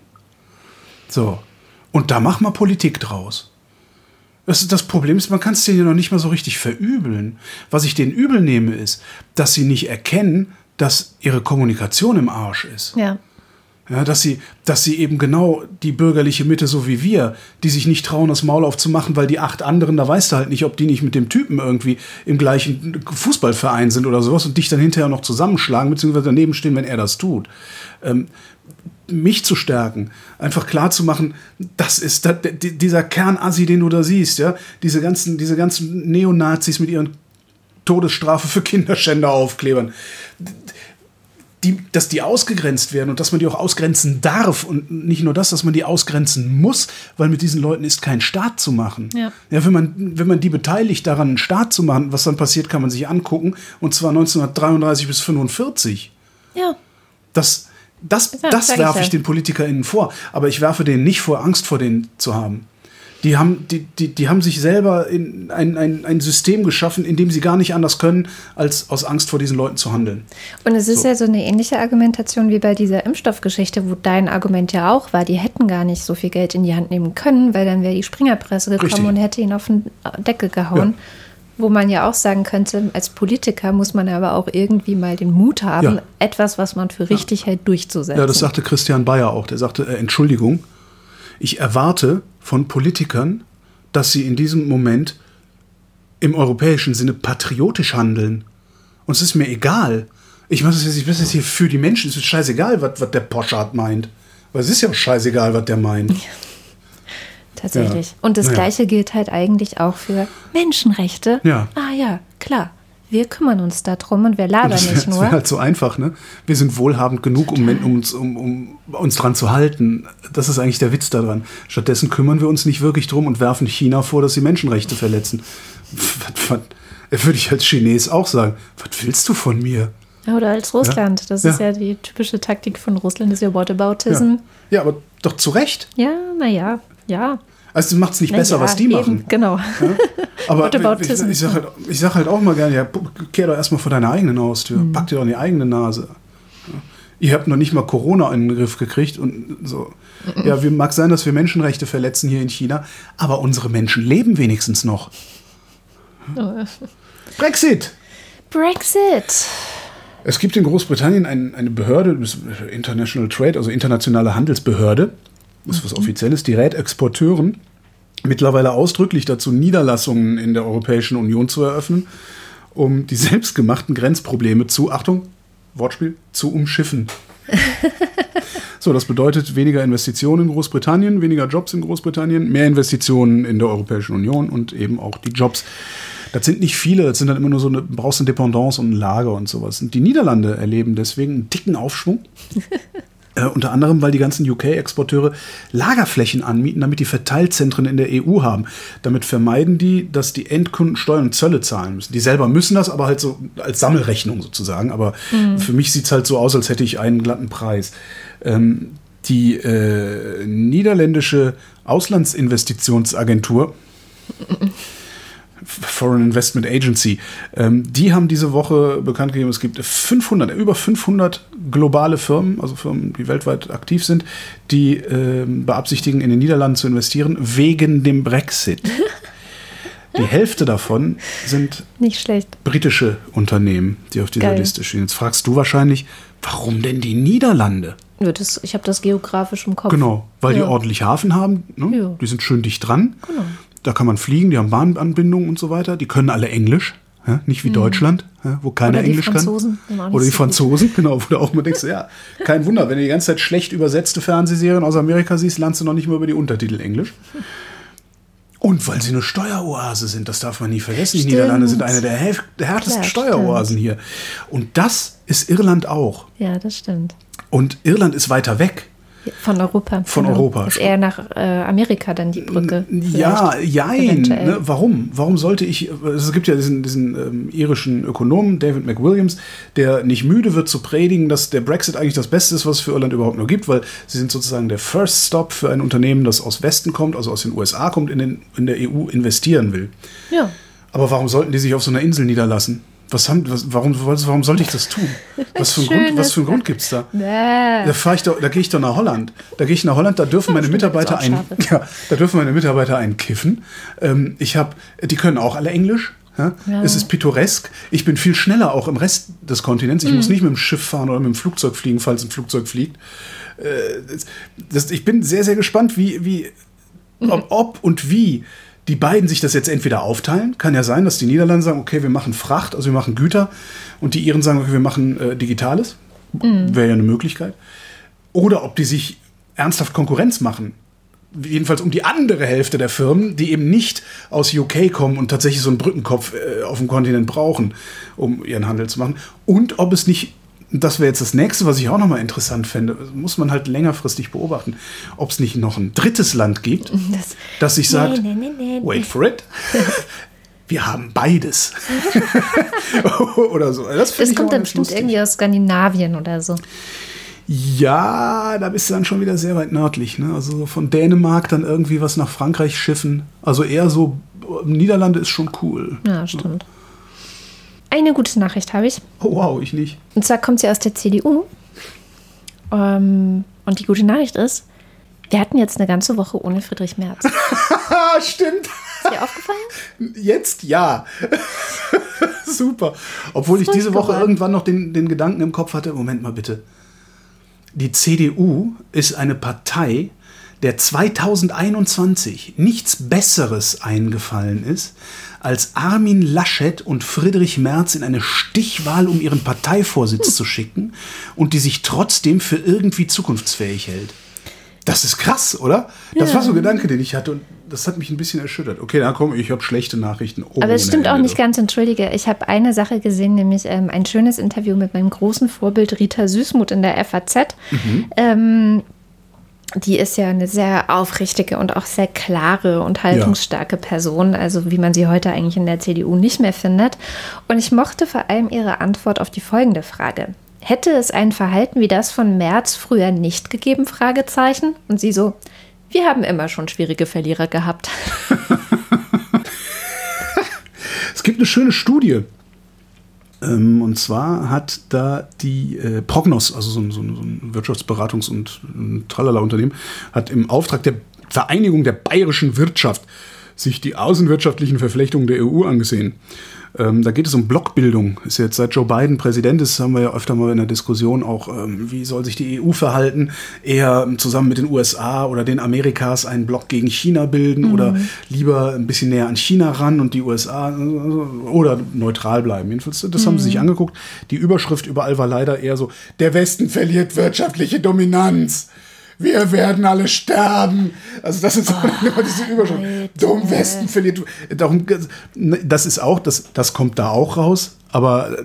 So. Und da mach mal Politik draus. Das Problem ist, man kann es denen ja noch nicht mal so richtig verübeln. Was ich denen übel nehme, ist, dass sie nicht erkennen, dass ihre Kommunikation im Arsch ist. Ja. Ja, dass sie eben genau die bürgerliche Mitte, so wie wir, die sich nicht trauen, das Maul aufzumachen, weil die 8 anderen, da weißt du halt nicht, ob die nicht mit dem Typen irgendwie im gleichen Fußballverein sind oder sowas und dich dann hinterher noch zusammenschlagen, beziehungsweise daneben stehen, wenn er das tut. Mich zu stärken, einfach klar zu machen, das ist dieser Kernassi, den du da siehst, ja, diese ganzen Neonazis mit ihren Todesstrafe für Kinderschänder Aufklebern, dass die ausgegrenzt werden und dass man die auch ausgrenzen darf und nicht nur das, dass man die ausgrenzen muss, weil mit diesen Leuten ist kein Staat zu machen. Ja, wenn man die beteiligt daran, einen Staat zu machen, was dann passiert, kann man sich angucken, und zwar 1933 bis 1945. Ja. Das werfe ich den PolitikerInnen vor, aber ich werfe denen nicht vor, Angst vor denen zu haben. Die haben sich selber in ein System geschaffen, in dem sie gar nicht anders können, als aus Angst vor diesen Leuten zu handeln. Und es ist ja so eine ähnliche Argumentation wie bei dieser Impfstoffgeschichte, wo dein Argument ja auch war, die hätten gar nicht so viel Geld in die Hand nehmen können, weil dann wäre die Springerpresse gekommen. Richtig. Und hätte ihn auf den Deckel gehauen. Ja. Wo man ja auch sagen könnte, als Politiker muss man aber auch irgendwie mal den Mut haben, etwas, was man für richtig hält, durchzusetzen. Ja, das sagte Christian Bayer auch. Der sagte, Entschuldigung, ich erwarte von Politikern, dass sie in diesem Moment im europäischen Sinne patriotisch handeln. Und es ist mir egal. Ich bin jetzt hier für die Menschen. Es ist scheißegal, was der Poschardt meint. Weil es ist ja auch scheißegal, was der meint. Ja. Tatsächlich. Ja. Und das Gleiche gilt halt eigentlich auch für Menschenrechte. Ja. Ah ja, klar. Wir kümmern uns darum und wir labern nicht nur. Das wäre halt so einfach, ne? Wir sind wohlhabend genug, um uns dran zu halten. Das ist eigentlich der Witz daran. Stattdessen kümmern wir uns nicht wirklich drum und werfen China vor, dass sie Menschenrechte verletzen. Würde ich als Chines auch sagen. Was willst du von mir? Oder als Russland. Ja? Das ist ja die typische Taktik von Russland, ist ja Whataboutism. Ja, aber doch zu Recht. Ja, naja, ja. Also das macht es nicht besser, was die machen. Genau. Ja? Aber ich sag halt auch mal gerne, ja, kehr doch erstmal vor deiner eigenen Haustür. Pack dir doch in die eigene Nase. Ja? Ihr habt noch nicht mal Corona in den Griff gekriegt und so. Ja, mag sein, dass wir Menschenrechte verletzen hier in China, aber unsere Menschen leben wenigstens noch. Brexit. Es gibt in Großbritannien eine Behörde, das International Trade, also internationale Handelsbehörde, das ist was Offizielles, die rät Exporteuren mittlerweile ausdrücklich dazu, Niederlassungen in der Europäischen Union zu eröffnen, um die selbstgemachten Grenzprobleme Achtung, Wortspiel, zu umschiffen. So, das bedeutet weniger Investitionen in Großbritannien, weniger Jobs in Großbritannien, mehr Investitionen in der Europäischen Union und eben auch die Jobs. Das sind nicht viele, das sind dann immer nur brauchst eine Dependance und ein Lager und sowas. Und die Niederlande erleben deswegen einen dicken Aufschwung. Unter anderem, weil die ganzen UK-Exporteure Lagerflächen anmieten, damit die Verteilzentren in der EU haben. Damit vermeiden die, dass die Endkunden Steuern und Zölle zahlen müssen. Die selber müssen das, aber halt so als Sammelrechnung sozusagen. Aber für mich sieht es halt so aus, als hätte ich einen glatten Preis. Die niederländische Auslandsinvestitionsagentur Foreign Investment Agency, die haben diese Woche bekannt gegeben, es gibt über 500 globale Firmen, also Firmen, die weltweit aktiv sind, die beabsichtigen, in den Niederlanden zu investieren, wegen dem Brexit. Die Hälfte davon sind nicht schlecht britische Unternehmen, die auf dieser Liste stehen. Jetzt fragst du wahrscheinlich, warum denn die Niederlande? Ja, ich habe das geografisch im Kopf. Genau, weil die ordentlich Hafen haben, ne? Ja. Die sind schön dicht dran. Genau. Da kann man fliegen, die haben Bahnanbindungen und so weiter. Die können alle Englisch, ja? Nicht wie Deutschland, ja? Wo keiner Englisch kann. Oder die Franzosen, genau, wo du auch mal denkst, ja, kein Wunder, wenn du die ganze Zeit schlecht übersetzte Fernsehserien aus Amerika siehst, lernst du noch nicht mal über die Untertitel Englisch. Und weil sie eine Steueroase sind, das darf man nie vergessen. Die Niederlande sind eine der härtesten Steueroasen hier. Und das ist Irland auch. Ja, das stimmt. Und Irland ist weiter weg. Von Europa. Von Europa. Ist eher nach Amerika dann die Brücke. Ja, ne? Warum? Warum sollte ich, es gibt ja diesen irischen Ökonomen, David McWilliams, der nicht müde wird zu predigen, dass der Brexit eigentlich das Beste ist, was es für Irland überhaupt nur gibt, weil sie sind sozusagen der First Stop für ein Unternehmen, das aus Westen kommt, also aus den USA kommt, in der EU investieren will. Ja. Aber warum sollten die sich auf so einer Insel niederlassen? Warum sollte ich das tun? Was für einen Grund gibt es da? Da gehe ich doch nach Holland. Da dürfen meine Mitarbeiter einen kiffen. Die können auch alle Englisch. Ja? Es ist pittoresk. Ich bin viel schneller auch im Rest des Kontinents. Ich muss nicht mit dem Schiff fahren oder mit dem Flugzeug fliegen, falls ein Flugzeug fliegt. Ich bin sehr, sehr gespannt, ob und wie die beiden sich das jetzt entweder aufteilen. Kann ja sein, dass die Niederlande sagen, okay, wir machen Fracht, also wir machen Güter. Und die Iren sagen, okay, wir machen Digitales. Wäre ja eine Möglichkeit. Oder ob die sich ernsthaft Konkurrenz machen. Jedenfalls um die andere Hälfte der Firmen, die eben nicht aus UK kommen und tatsächlich so einen Brückenkopf auf dem Kontinent brauchen, um ihren Handel zu machen. Und ob es nicht, das wäre jetzt das Nächste, was ich auch nochmal interessant fände, muss man halt längerfristig beobachten, ob es nicht noch ein drittes Land gibt, das sich sagt, wait for it, wir haben beides. Oder so. Das kommt dann bestimmt irgendwie aus Skandinavien oder so. Ja, da bist du dann schon wieder sehr weit nördlich. Ne? Also von Dänemark dann irgendwie was nach Frankreich schiffen. Also eher so, Niederlande ist schon cool. Ja, stimmt. Eine gute Nachricht habe ich. Oh wow, ich nicht. Und zwar kommt sie aus der CDU. Und die gute Nachricht ist, wir hatten jetzt eine ganze Woche ohne Friedrich Merz. Stimmt. Ist dir aufgefallen? Jetzt ja. Super. Obwohl ich diese Woche irgendwann noch den Gedanken im Kopf hatte, Moment mal bitte. Die CDU ist eine Partei, der 2021 nichts Besseres eingefallen ist, als Armin Laschet und Friedrich Merz in eine Stichwahl um ihren Parteivorsitz zu schicken und die sich trotzdem für irgendwie zukunftsfähig hält. Das ist krass, oder? Das war so ein Gedanke, den ich hatte und das hat mich ein bisschen erschüttert. Okay, na komm, ich habe schlechte Nachrichten. Aber es stimmt auch nicht ganz, entschuldige. Ich habe eine Sache gesehen, nämlich ein schönes Interview mit meinem großen Vorbild Rita Süßmuth in der FAZ. Die ist ja eine sehr aufrichtige und auch sehr klare und haltungsstarke Person, also wie man sie heute eigentlich in der CDU nicht mehr findet. Und ich mochte vor allem ihre Antwort auf die folgende Frage. Hätte es ein Verhalten wie das von Merz früher nicht gegeben? Fragezeichen. Und sie so, wir haben immer schon schwierige Verlierer gehabt. Es gibt eine schöne Studie. Und zwar hat da die Prognos, also so ein Wirtschaftsberatungs- und Tralala-Unternehmen, hat im Auftrag der Vereinigung der bayerischen Wirtschaft sich die außenwirtschaftlichen Verflechtungen der EU angesehen. Da geht es um Blockbildung. Ist jetzt seit Joe Biden Präsident ist, haben wir ja öfter mal in der Diskussion auch, wie soll sich die EU verhalten? Eher zusammen mit den USA oder den Amerikas einen Block gegen China bilden oder lieber ein bisschen näher an China ran und die USA oder neutral bleiben. Jedenfalls, das haben sie sich angeguckt. Die Überschrift überall war leider eher so, der Westen verliert wirtschaftliche Dominanz. Wir werden alle sterben. Also das ist immer diese Überschrift. Dumm Westen verliert. Darum, das ist auch, das kommt da auch raus. Aber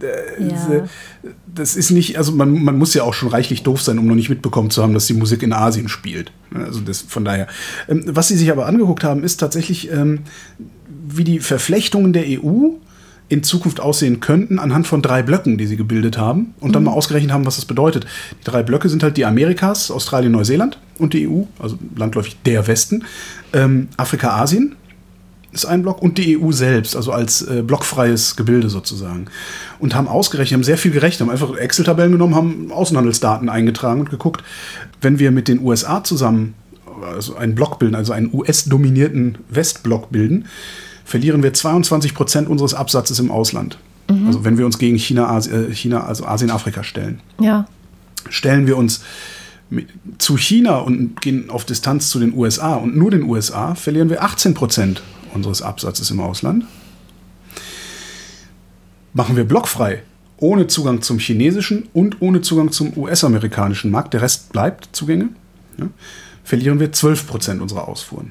das ist nicht, also man muss ja auch schon reichlich doof sein, um noch nicht mitbekommen zu haben, dass die Musik in Asien spielt. Also das, von daher. Was sie sich aber angeguckt haben, ist tatsächlich, wie die Verflechtungen der EU in Zukunft aussehen könnten, anhand von 3 Blöcken, die sie gebildet haben und dann mal ausgerechnet haben, was das bedeutet. Die 3 Blöcke sind halt die Amerikas, Australien, Neuseeland und die EU, also landläufig der Westen. Afrika, Asien ist ein Block und die EU selbst, also als blockfreies Gebilde sozusagen. Und haben ausgerechnet, haben sehr viel gerechnet, haben einfach Excel-Tabellen genommen, haben Außenhandelsdaten eingetragen und geguckt, wenn wir mit den USA zusammen also einen Block bilden, also einen US-dominierten Westblock bilden, verlieren wir 22% unseres Absatzes im Ausland. Also wenn wir uns gegen China, also Asien, Afrika stellen. Ja. Stellen wir uns zu China und gehen auf Distanz zu den USA und nur den USA, verlieren wir 18% unseres Absatzes im Ausland. Machen wir blockfrei, ohne Zugang zum chinesischen und ohne Zugang zum US-amerikanischen Markt, der Rest bleibt Zugänge, ja, verlieren wir 12% unserer Ausfuhren.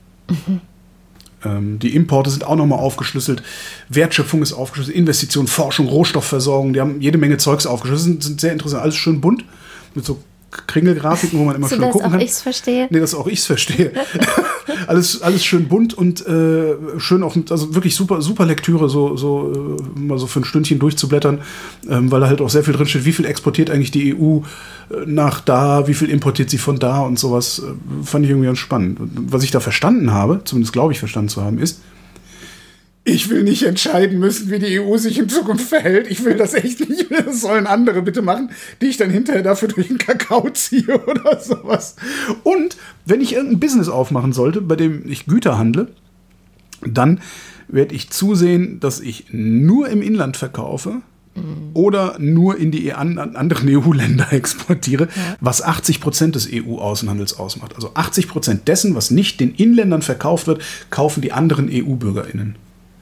Die Importe sind auch nochmal aufgeschlüsselt. Wertschöpfung ist aufgeschlüsselt. Investition, Forschung, Rohstoffversorgung. Die haben jede Menge Zeugs aufgeschlüsselt. Sind sehr interessant. Alles schön bunt. Mit so Kringelgrafiken, wo man immer schön gucken kann. Dass auch ich es verstehe. Nee, dass auch ich es verstehe. alles schön bunt und schön auf, also wirklich super Lektüre, mal so für ein Stündchen durchzublättern, weil da halt auch sehr viel drin steht, wie viel exportiert eigentlich die EU nach da, wie viel importiert sie von da und sowas, fand ich irgendwie ganz spannend. Was ich da verstanden habe, zumindest glaube ich verstanden zu haben, ist, ich will nicht entscheiden müssen, wie die EU sich in Zukunft verhält. Ich will das echt nicht. Das sollen andere bitte machen, die ich dann hinterher dafür durch den Kakao ziehe oder sowas. Und wenn ich irgendein Business aufmachen sollte, bei dem ich Güter handle, dann werde ich zusehen, dass ich nur im Inland verkaufe oder nur in die anderen EU-Länder exportiere, was 80% des EU-Außenhandels ausmacht. Also 80% dessen, was nicht den Inländern verkauft wird, kaufen die anderen EU-BürgerInnen.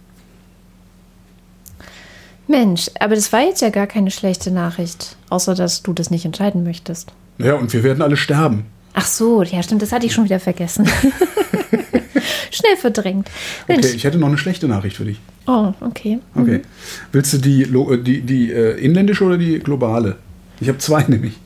Mensch, aber das war jetzt ja gar keine schlechte Nachricht, außer dass du das nicht entscheiden möchtest. Ja, und wir werden alle sterben. Ach so, ja stimmt, das hatte ich schon wieder vergessen. Schnell verdrängt. Mensch. Okay, ich hätte noch eine schlechte Nachricht für dich. Oh, okay. Okay. Willst du die inländische oder die globale? Ich habe zwei nämlich.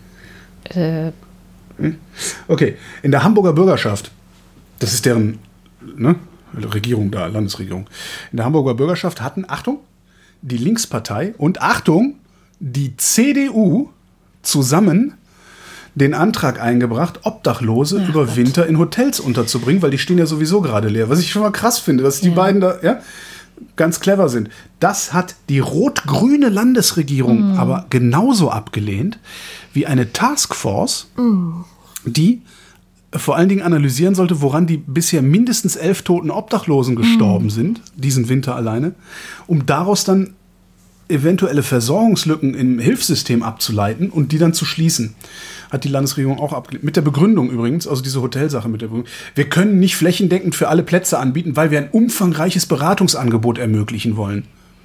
Okay, in der Hamburger Bürgerschaft, das ist deren Regierung da, Landesregierung. In der Hamburger Bürgerschaft hatten, Achtung, die Linkspartei und Achtung, die CDU zusammen den Antrag eingebracht, Obdachlose über Winter in Hotels unterzubringen, weil die stehen ja sowieso gerade leer. Was ich schon mal krass finde, dass die beiden da ganz clever sind. Das hat die rot-grüne Landesregierung aber genauso abgelehnt wie eine Taskforce, die vor allen Dingen analysieren sollte, woran die bisher mindestens 11 toten Obdachlosen gestorben sind, diesen Winter alleine, um daraus dann eventuelle Versorgungslücken im Hilfssystem abzuleiten und die dann zu schließen. Hat die Landesregierung auch abgelehnt. Mit der Begründung übrigens, also diese Hotelsache mit der Begründung, wir können nicht flächendeckend für alle Plätze anbieten, weil wir ein umfangreiches Beratungsangebot ermöglichen wollen.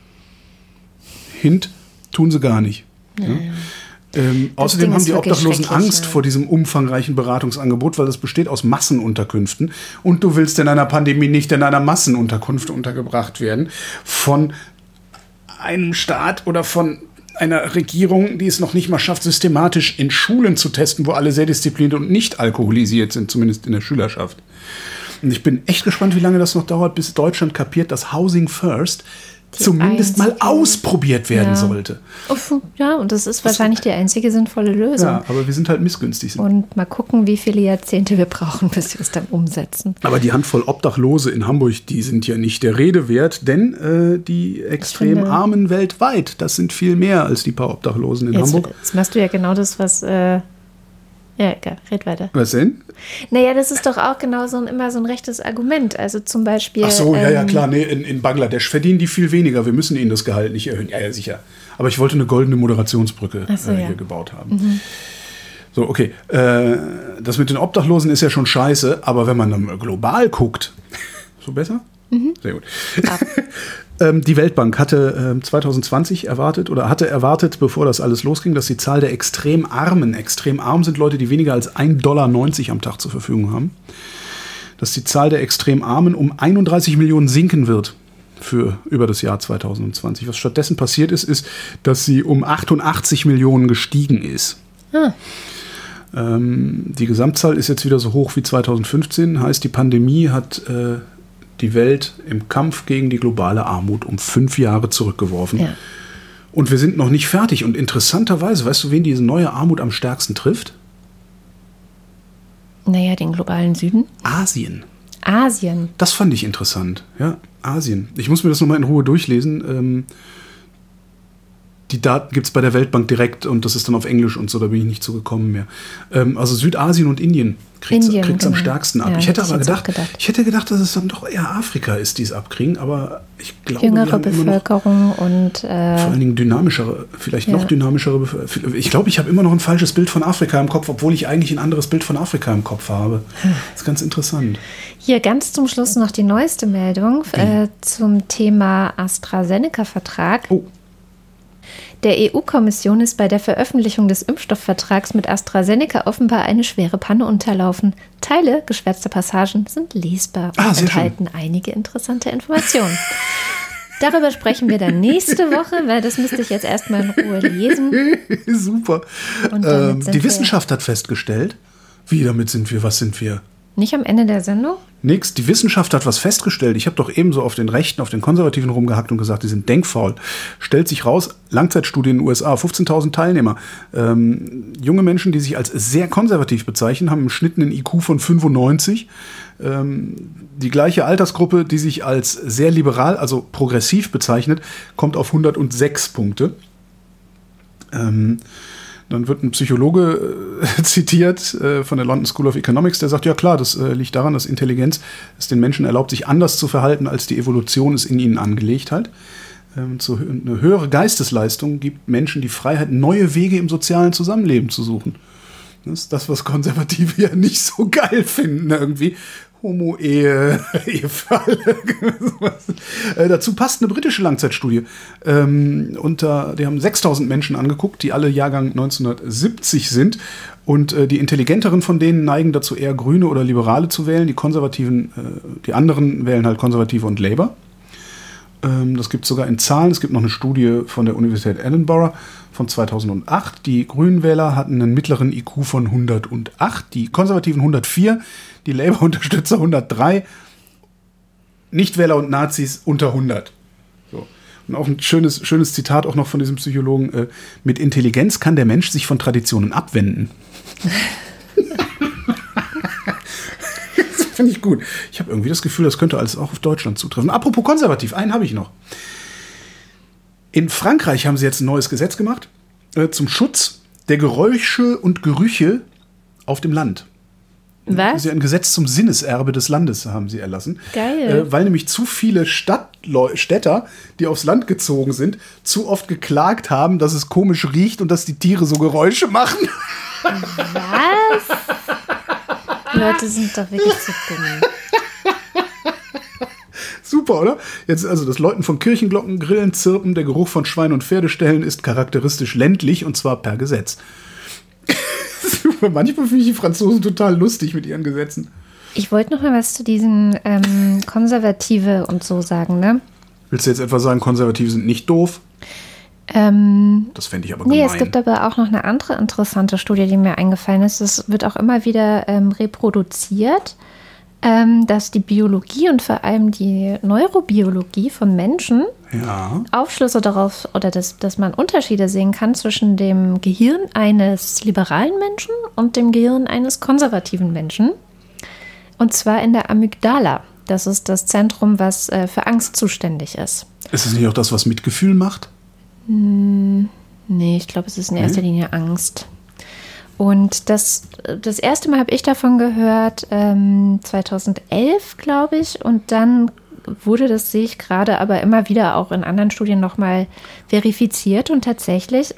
Hint, tun sie gar nicht. Ja. Außerdem haben die Obdachlosen Angst vor diesem umfangreichen Beratungsangebot, weil das besteht aus Massenunterkünften und du willst in einer Pandemie nicht in einer Massenunterkunft untergebracht werden von einem Staat oder von einer Regierung, die es noch nicht mal schafft, systematisch in Schulen zu testen, wo alle sehr diszipliniert und nicht alkoholisiert sind, zumindest in der Schülerschaft. Und ich bin echt gespannt, wie lange das noch dauert, bis Deutschland kapiert, dass Housing First zumindest mal ausprobiert werden sollte. Ja, und das ist wahrscheinlich die einzige sinnvolle Lösung. Ja, aber wir sind halt missgünstig. Und mal gucken, wie viele Jahrzehnte wir brauchen, bis wir es dann umsetzen. Aber die Handvoll Obdachlose in Hamburg, die sind ja nicht der Rede wert, denn die extrem Armen weltweit, das sind viel mehr als die paar Obdachlosen in Hamburg. Jetzt machst du ja genau das, was... Ja, egal, red weiter. Was denn? Naja, das ist doch auch genau immer so ein rechtes Argument. Also zum Beispiel... Ach so, ja, klar. Nee, in Bangladesch verdienen die viel weniger. Wir müssen ihnen das Gehalt nicht erhöhen. Ja, sicher. Aber ich wollte eine goldene Moderationsbrücke hier gebaut haben. So, okay. Das mit den Obdachlosen ist ja schon scheiße, aber wenn man dann global guckt... So besser? Sehr gut. Die Weltbank hatte 2020 hatte erwartet, bevor das alles losging, dass die Zahl der extrem arm sind Leute, die weniger als $1,90 am Tag zur Verfügung haben, dass die Zahl der extrem Armen um 31 Millionen sinken wird für über das Jahr 2020. Was stattdessen passiert ist, dass sie um 88 Millionen gestiegen ist. Die Gesamtzahl ist jetzt wieder so hoch wie 2015, heißt, die Pandemie hat die Welt im Kampf gegen die globale Armut um 5 Jahre zurückgeworfen. Ja. Und wir sind noch nicht fertig. Und interessanterweise, weißt du, wen diese neue Armut am stärksten trifft? Naja, den globalen Süden. Asien. Asien. Das fand ich interessant. Ja, Asien. Ich muss mir das nochmal in Ruhe durchlesen. Die Daten gibt es bei der Weltbank direkt und das ist dann auf Englisch und so, da bin ich nicht zugekommen mehr. Also Südasien und Indien kriegt es am stärksten ab. Ja, ich hätte aber gedacht, dass es dann doch eher Afrika ist, die es abkriegen, aber ich glaube, jüngere Bevölkerung und vor allen Dingen dynamischere, vielleicht noch dynamischere Bevölkerung. Ich glaube, ich habe immer noch ein falsches Bild von Afrika im Kopf, obwohl ich eigentlich ein anderes Bild von Afrika im Kopf habe. Das ist ganz interessant. Hier ganz zum Schluss noch die neueste Meldung zum Thema AstraZeneca-Vertrag. Oh. Der EU-Kommission ist bei der Veröffentlichung des Impfstoffvertrags mit AstraZeneca offenbar eine schwere Panne unterlaufen. Teile geschwärzter Passagen sind lesbar und enthalten einige interessante Informationen. Darüber sprechen wir dann nächste Woche, weil das müsste ich jetzt erstmal in Ruhe lesen. Super. Und die Wissenschaft hat festgestellt, was sind wir? Nicht am Ende der Sendung? Nix, die Wissenschaft hat was festgestellt. Ich habe doch eben so auf den Rechten, auf den Konservativen rumgehackt und gesagt, die sind denkfaul. Stellt sich raus, Langzeitstudie in den USA, 15.000 Teilnehmer. Junge Menschen, die sich als sehr konservativ bezeichnen, haben im Schnitt einen IQ von 95. Die gleiche Altersgruppe, die sich als sehr liberal, also progressiv bezeichnet, kommt auf 106 Punkte. Dann wird ein Psychologe zitiert von der London School of Economics, der sagt, ja klar, das liegt daran, dass Intelligenz es den Menschen erlaubt, sich anders zu verhalten, als die Evolution es in ihnen angelegt hat. Eine höhere Geistesleistung gibt Menschen die Freiheit, neue Wege im sozialen Zusammenleben zu suchen. Das ist das, was Konservative ja nicht so geil finden irgendwie. Homo-Ehe, Ehefall. Dazu passt eine britische Langzeitstudie. Die haben 6000 Menschen angeguckt, die alle Jahrgang 1970 sind. Und die intelligenteren von denen neigen dazu, eher Grüne oder Liberale zu wählen. Die Konservativen, die anderen wählen halt Konservative und Labour. Das gibt es sogar in Zahlen. Es gibt noch eine Studie von der Universität Edinburgh von 2008. Die Grünenwähler hatten einen mittleren IQ von 108, die Konservativen 104, die Labour-Unterstützer 103, Nichtwähler und Nazis unter 100. So. Und auch ein schönes Zitat auch noch von diesem Psychologen. Mit Intelligenz kann der Mensch sich von Traditionen abwenden. Das finde ich gut. Ich habe irgendwie das Gefühl, das könnte alles auch auf Deutschland zutreffen. Apropos konservativ, einen habe ich noch. In Frankreich haben sie jetzt ein neues Gesetz gemacht zum Schutz der Geräusche und Gerüche auf dem Land. Was? Sie ein Gesetz zum Sinneserbe des Landes haben sie erlassen. Geil. Weil nämlich zu viele Städter, die aufs Land gezogen sind, zu oft geklagt haben, dass es komisch riecht und dass die Tiere so Geräusche machen. Was? Die Leute sind doch wirklich zu dumm. Super, oder? Jetzt also das Läuten von Kirchenglocken, Grillen, Zirpen, der Geruch von Schwein- und Pferdeställen ist charakteristisch ländlich und zwar per Gesetz. Super, manchmal finde ich die Franzosen total lustig mit ihren Gesetzen. Ich wollte noch mal was zu diesen Konservative und so sagen, ne? Willst du jetzt etwa sagen, Konservative sind nicht doof? Das fände ich aber gemein. Nee, es gibt aber auch noch eine andere interessante Studie, die mir eingefallen ist. Es wird auch immer wieder reproduziert, dass die Biologie und vor allem die Neurobiologie von Menschen Aufschlüsse darauf oder dass man Unterschiede sehen kann zwischen dem Gehirn eines liberalen Menschen und dem Gehirn eines konservativen Menschen. Und zwar in der Amygdala. Das ist das Zentrum, was für Angst zuständig ist. Ist es nicht auch das, was Mitgefühl macht? Nee, ich glaube, es ist in erster Linie Angst. Und das erste Mal habe ich davon gehört, 2011, glaube ich. Und dann wurde das, sehe ich gerade, aber immer wieder auch in anderen Studien nochmal verifiziert. Und tatsächlich,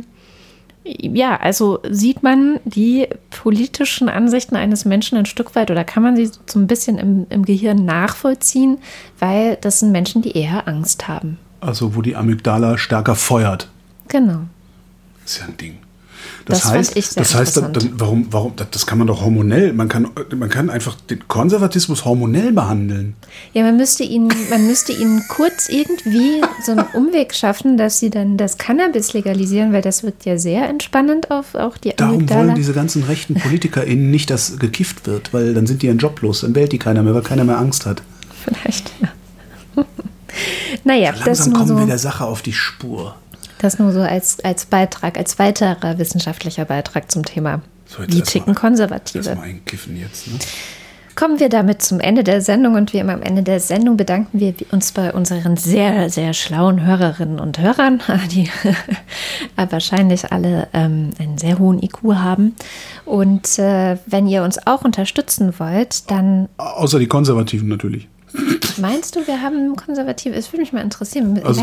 also sieht man die politischen Ansichten eines Menschen ein Stück weit oder kann man sie so ein bisschen im Gehirn nachvollziehen, weil das sind Menschen, die eher Angst haben. Also wo die Amygdala stärker feuert. Genau. Das ist ja ein Ding. Das fand ich sehr interessant. Warum, das kann man doch hormonell, man kann einfach den Konservatismus hormonell behandeln. Ja, man müsste ihnen kurz irgendwie so einen Umweg schaffen, dass sie dann das Cannabis legalisieren, weil das wirkt ja sehr entspannend auf auch die Amygdala. Darum wollen diese ganzen rechten PolitikerInnen nicht, dass gekifft wird, weil dann sind die ihren Job los, dann wählt die keiner mehr, weil keiner mehr Angst hat. Vielleicht, ja. Naja, so langsam kommen wir der Sache auf die Spur. Das nur so als Beitrag, als weiterer wissenschaftlicher Beitrag zum Thema. So, wie ticken Konservative? Erstmal einkiffen jetzt, ne? Kommen wir damit zum Ende der Sendung und wie immer am Ende der Sendung bedanken wir uns bei unseren sehr, sehr schlauen Hörerinnen und Hörern, die wahrscheinlich alle einen sehr hohen IQ haben. Und wenn ihr uns auch unterstützen wollt, dann... Außer die Konservativen natürlich. Meinst du, wir haben Konservative? Es würde mich mal interessieren. Also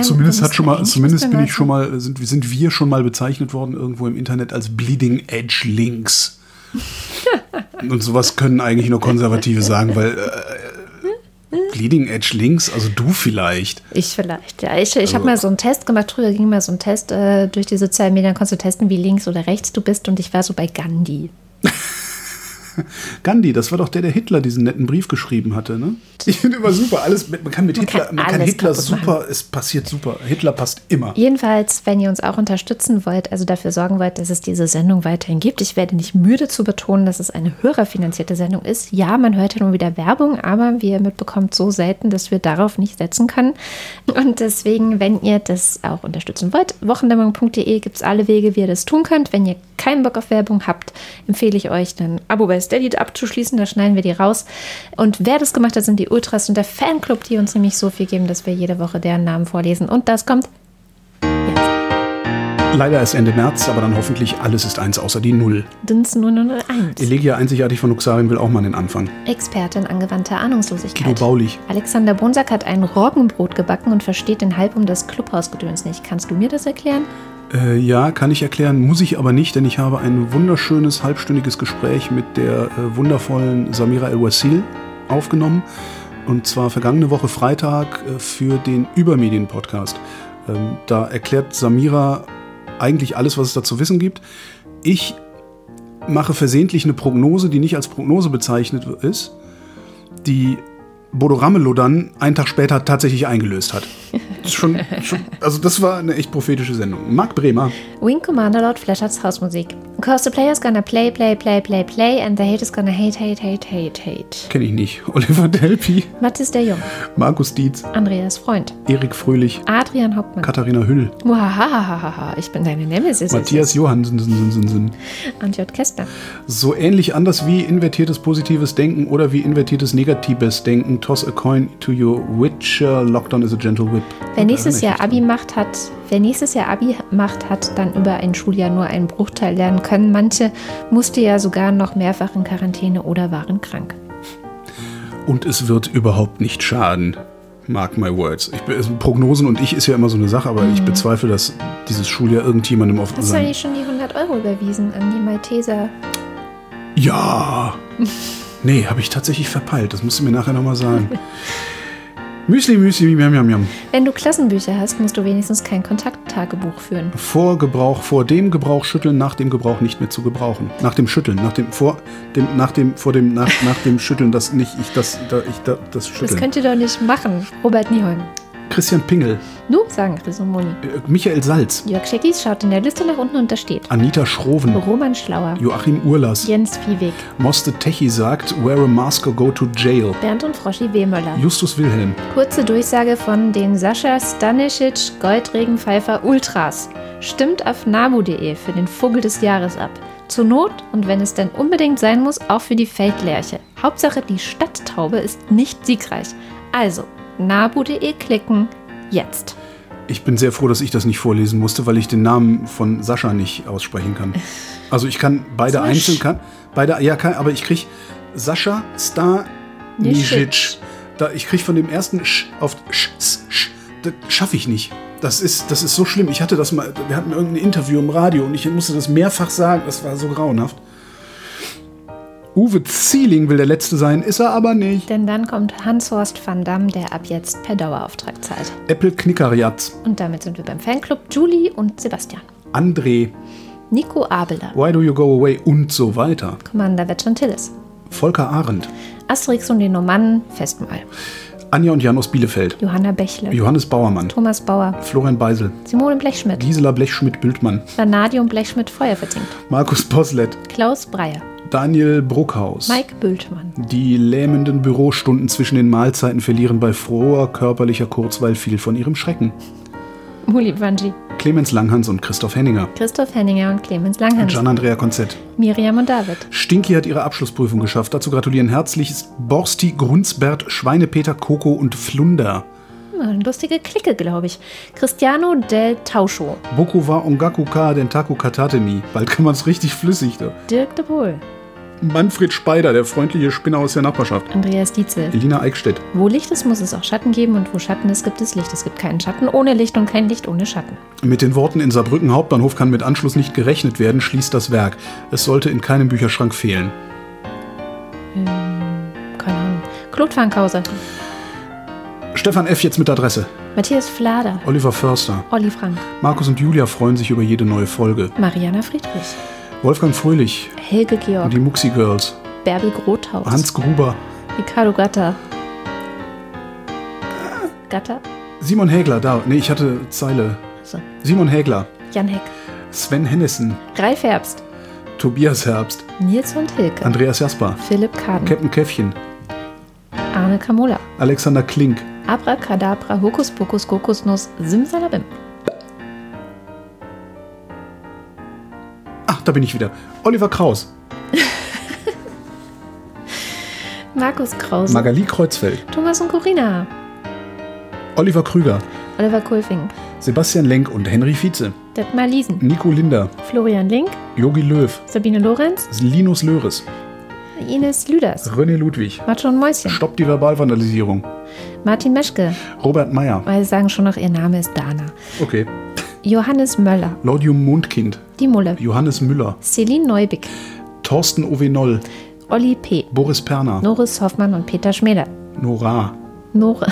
sind wir schon mal bezeichnet worden irgendwo im Internet als Bleeding Edge Links. Und sowas können eigentlich nur Konservative sagen, weil Bleeding Edge Links, also du vielleicht. Ich vielleicht, ja. Ich habe mal so einen Test gemacht, früher ging mal so ein Test durch die sozialen Medien, konntest du testen, wie links oder rechts du bist und ich war so bei Gandhi. Gandhi, das war doch der Hitler diesen netten Brief geschrieben hatte, ne? Ich finde immer super, man kann Hitler super, es passiert super. Hitler passt immer. Jedenfalls, wenn ihr uns auch unterstützen wollt, also dafür sorgen wollt, dass es diese Sendung weiterhin gibt. Ich werde nicht müde zu betonen, dass es eine hörerfinanzierte Sendung ist. Ja, man hört ja nun wieder Werbung, aber wie ihr mitbekommt, so selten, dass wir darauf nicht setzen können. Und deswegen, wenn ihr das auch unterstützen wollt, wochendämmerung.de gibt es alle Wege, wie ihr das tun könnt. Wenn ihr keinen Bock auf Werbung habt, empfehle ich euch, ein Abo bei Steady abzuschließen, da schneiden wir die raus. Und wer das gemacht hat, sind die Ultras und der Fanclub, die uns nämlich so viel geben, dass wir jede Woche deren Namen vorlesen. Und das kommt jetzt. Leider erst Ende März, aber dann hoffentlich alles ist 1 außer die 0. DINS 001. Elegia einzigartig von Uxarien will auch mal den Anfang. Expertin angewandter Ahnungslosigkeit. Guido Baulich. Alexander Bonsack hat ein Roggenbrot gebacken und versteht den Halb um das Clubhausgedöns nicht. Kannst du mir das erklären? Ja, kann ich erklären, muss ich aber nicht, denn ich habe ein wunderschönes halbstündiges Gespräch mit der wundervollen Samira El-Wassil aufgenommen. Und zwar vergangene Woche Freitag für den Übermedien-Podcast. Da erklärt Samira eigentlich alles, was es da zu wissen gibt. Ich mache versehentlich eine Prognose, die nicht als Prognose bezeichnet ist, die Bodo Ramelow dann einen Tag später tatsächlich eingelöst hat. Also das war eine echt prophetische Sendung. Marc Bremer. Wing Commander Lord Flashards Hausmusik. Because the player's gonna play and the haters gonna hate. Kenn ich nicht. Oliver Delpi. Mathis der Jung. Markus Dietz. Andreas Freund. Erik Fröhlich. Adrian Hauptmann. Katharina Hüll. Muhahaha, ich bin deine Nemesis. Matthias Johansen. Antjot Kästner. So ähnlich anders wie invertiertes positives Denken oder wie invertiertes negatives Denken. Toss a coin to your Witcher. Lockdown is a gentle whip. Wer nächstes Jahr Abi macht, hat dann über ein Schuljahr nur einen Bruchteil lernen können. Manche musste ja sogar noch mehrfach in Quarantäne oder waren krank. Und es wird überhaupt nicht schaden. Mark my words. Prognosen und ich ist ja immer so eine Sache, aber ich bezweifle, dass dieses Schuljahr irgendjemandem auf Hast du eigentlich schon die 100 € überwiesen an die Malteser? Ja. Nee, habe ich tatsächlich verpeilt. Das musst du mir nachher nochmal sagen. Müsli, miam. Wenn du Klassenbücher hast, musst du wenigstens kein Kontakttagebuch führen. Vor dem Gebrauch schütteln, nach dem Gebrauch nicht mehr zu gebrauchen. Nach dem Schütteln, nach dem Schütteln, das Schütteln. Das könnt ihr doch nicht machen. Robert Nieholm. Christian Pingel. Noob sagen Chrysomonie. Michael Salz. Jörg Scheckis schaut in der Liste nach unten und da steht Anita Schroven. Roman Schlauer. Joachim Urlas. Jens Viehweg. Moste Techi sagt, wear a mask or go to jail. Bernd und Froschi Wehmöller. Justus Wilhelm. Kurze Durchsage von den Sascha Stanisic Goldregenpfeifer Ultras. Stimmt auf nabu.de für den Vogel des Jahres ab. Zur Not und wenn es denn unbedingt sein muss, auch für die Feldlerche. Hauptsache die Stadttaube ist nicht siegreich. Also, nabu.de klicken, jetzt. Ich bin sehr froh, dass ich das nicht vorlesen musste, weil ich den Namen von Sascha nicht aussprechen kann. Also ich kann beide einzeln, aber ich kriege Sascha Stanisic. Ich kriege von dem ersten Sch auf Sch. Das schaffe ich nicht. Das ist so schlimm. Ich hatte das mal, wir hatten irgendein Interview im Radio und ich musste das mehrfach sagen. Das war so grauenhaft. Uwe Zieling will der Letzte sein, ist er aber nicht. Denn dann kommt Hans-Horst van Damme, der ab jetzt per Dauerauftrag zahlt. Apple Knickeriatz. Und damit sind wir beim Fanclub. Julie und Sebastian. André. Nico Abeler. Why do you go away? Und so weiter. Commander Vetschantillis. Volker Arendt. Asterix und die Normannen, Festmahl. Anja und Jan aus Bielefeld. Johanna Bächle. Johannes Bauermann. Thomas Bauer. Florian Beisel. Simone Blechschmidt. Gisela Blechschmidt-Bültmann. Vanadium Blechschmidt Feuerverzinkt. Markus Poslet. Klaus Breyer. Daniel Bruckhaus. Mike Bültmann. Die lähmenden Bürostunden zwischen den Mahlzeiten verlieren bei froher körperlicher Kurzweil viel von ihrem Schrecken. Muli Banji. Clemens Langhans und Christoph Henninger. Christoph Henninger und Clemens Langhans. Gian-Andrea Konzett. Miriam und David. Stinky hat ihre Abschlussprüfung geschafft. Dazu gratulieren herzlich Borsti, Grunzbert, Schweinepeter, Coco und Flunder. Eine lustige Clique, glaube ich. Cristiano del Tauscho. Boku wa ongaku ka dentaku katatemi. Bald kann man es richtig flüssig. Da. Dirk de Bohl. Manfred Speider, der freundliche Spinner aus der Nachbarschaft. Andreas Dietzel. Elina Eickstedt. Wo Licht ist, muss es auch Schatten geben und wo Schatten ist, gibt es Licht. Es gibt keinen Schatten ohne Licht und kein Licht ohne Schatten. Mit den Worten in Saarbrücken Hauptbahnhof kann mit Anschluss nicht gerechnet werden, schließt das Werk. Es sollte in keinem Bücherschrank fehlen. Keine Ahnung. Claude Fankhauser. Stefan F. jetzt mit Adresse. Matthias Flader. Oliver Förster. Olli Frank. Markus und Julia freuen sich über jede neue Folge. Mariana Friedrich. Wolfgang Fröhlich. Helge Georg. Und die Muxi Girls. Bärbel Grothaus. Hans Gruber. Ricardo Gatter. Gatter? Simon Hägler, da. Nee, ich hatte Zeile. So. Simon Hägler. Jan Heck. Sven Hennissen. Ralf Herbst. Tobias Herbst. Nils und Hilke. Andreas Jasper. Philipp Kaden. Captain Käffchen. Arne Kamola. Alexander Klink. Abracadabra, Hokus Pokus, Kokosnuss, Simsalabim. Ach, da bin ich wieder. Oliver Kraus. Markus Krause. Magali Kreuzfeld. Thomas und Corina. Oliver Krüger. Oliver Kulfing. Sebastian Lenk und Henry Vize. Detmar Liesen, Nico Linder, Florian Link, Jogi Löw, Sabine Lorenz, Linus Löres, Ines Lüders, René Ludwig, Macho und Mäuschen, Stopp die Verbalvandalisierung, Martin Meschke, Robert Meyer, weil sie sagen schon noch, ihr Name ist Dana, okay, Johannes Möller, Laudium Mondkind, Die Mulle, Johannes Müller, Celine Neubig, Thorsten Ovenol, Olli P., Boris Perner, Norris Hoffmann und Peter Schmeder, Nora, Nore.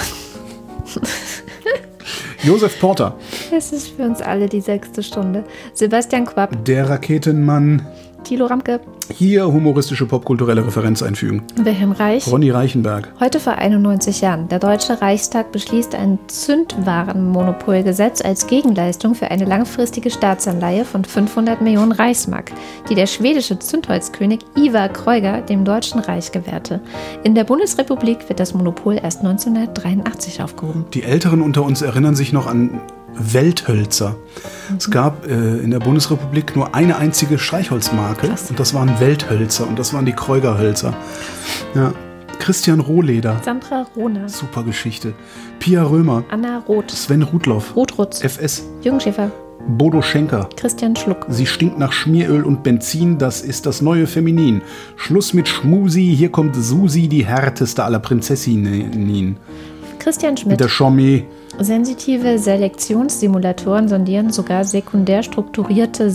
Josef Porter, Es ist für uns alle die 6. Stunde. Sebastian Quapp, der Raketenmann. Thilo Ramke, Hier humoristische popkulturelle Referenz einfügen. Wilhelm Reich. Ronny Reichenberg. Heute vor 91 Jahren. Der Deutsche Reichstag beschließt ein Zündwarenmonopolgesetz als Gegenleistung für eine langfristige Staatsanleihe von 500 Millionen Reichsmark, die der schwedische Zündholzkönig Ivar Kreuger dem Deutschen Reich gewährte. In der Bundesrepublik wird das Monopol erst 1983 aufgehoben. Die Älteren unter uns erinnern sich noch an Welthölzer. Es gab in der Bundesrepublik nur eine einzige Streichholzmarke. Krass. Und das waren Welthölzer und das waren die Kreugerhölzer. Ja. Christian Rohleder. Sandra Rohner, Super Geschichte. Pia Römer. Anna Roth, Sven Rudloff. Ruth Rutz, FS. Jürgen Schäfer, Bodo Schenker. Christian Schluck, Sie stinkt nach Schmieröl und Benzin, das ist das neue Schluss mit Schmusi, hier kommt Susi, die härteste aller Prinzessinnen. Christian Mit Schmidt. der Schommi. Sensitive Selektionssimulatoren sondieren sogar sekundär strukturierte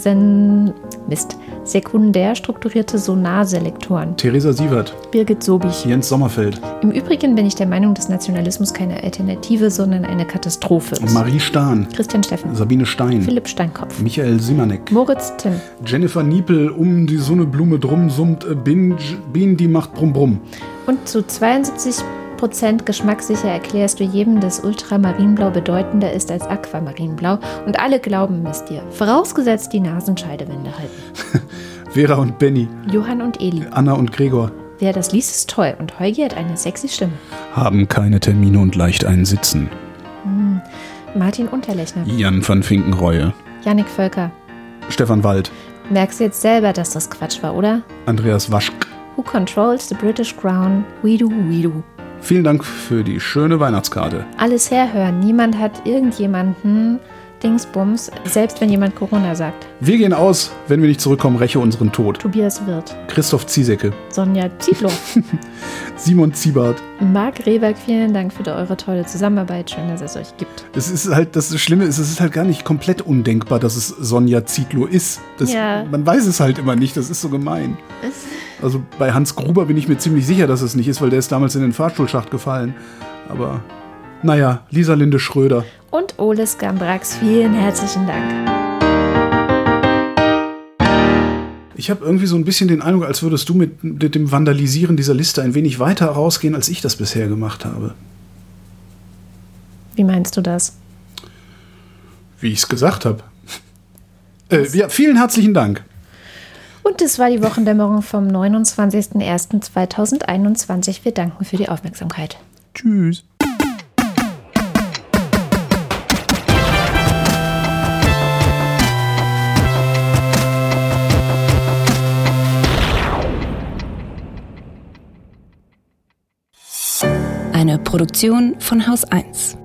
Sonarselektoren. Theresa Sievert. Birgit Sobich. Jens Sommerfeld. Im Übrigen bin ich der Meinung, dass Nationalismus keine Alternative, sondern eine Katastrophe ist. Marie Stahn. Christian Steffen. Sabine Stein. Philipp Steinkopf. Michael Simanek. Moritz Timm. Jennifer Niepel, um die Sonnenblume drum summt, Bin, die macht brumm brumm. Und zu 72% geschmackssicher erklärst du jedem, dass Ultramarinblau bedeutender ist als Aquamarinblau und alle glauben es dir. Vorausgesetzt die Nasenscheidewände halten. Vera und Benny. Johann und Eli. Anna und Gregor. Wer das liest, ist toll und Heugi hat eine sexy Stimme. Haben keine Termine und leicht einen Sitzen. Martin Unterlechner. Jan van Finkenreue. Jannik Völker. Stefan Wald. Merkst du jetzt selber, dass das Quatsch war, oder? Andreas Waschk. Who controls the British Crown? We do, we do. Vielen Dank für die schöne Weihnachtskarte. Alles herhören. Niemand hat irgendjemanden Dingsbums, selbst wenn jemand Corona sagt. Wir gehen aus, wenn wir nicht zurückkommen, räche unseren Tod. Tobias Wirth. Christoph Ziesecke. Sonja Zietlow. Simon Ziebart. Marc Rehberg, vielen Dank für eure tolle Zusammenarbeit. Schön, dass es euch gibt. Es ist halt, das Schlimme ist, es ist halt gar nicht komplett undenkbar, dass es Sonja Zietlow ist. Ja. Man weiß es halt immer nicht, das ist so gemein. Also bei Hans Gruber bin ich mir ziemlich sicher, dass es nicht ist, weil der ist damals in den Fahrstuhlschacht gefallen. Aber naja, Lisa Linde Schröder. Und Ole Skambrax, vielen herzlichen Dank. Ich habe irgendwie so ein bisschen den Eindruck, als würdest du mit dem Vandalisieren dieser Liste ein wenig weiter rausgehen, als ich das bisher gemacht habe. Wie meinst du das? Wie ich es gesagt habe. Ja, vielen herzlichen Dank. Und das war die Wochendämmerung vom 29.01.2021. Wir danken für die Aufmerksamkeit. Tschüss. Eine Produktion von Haus 1.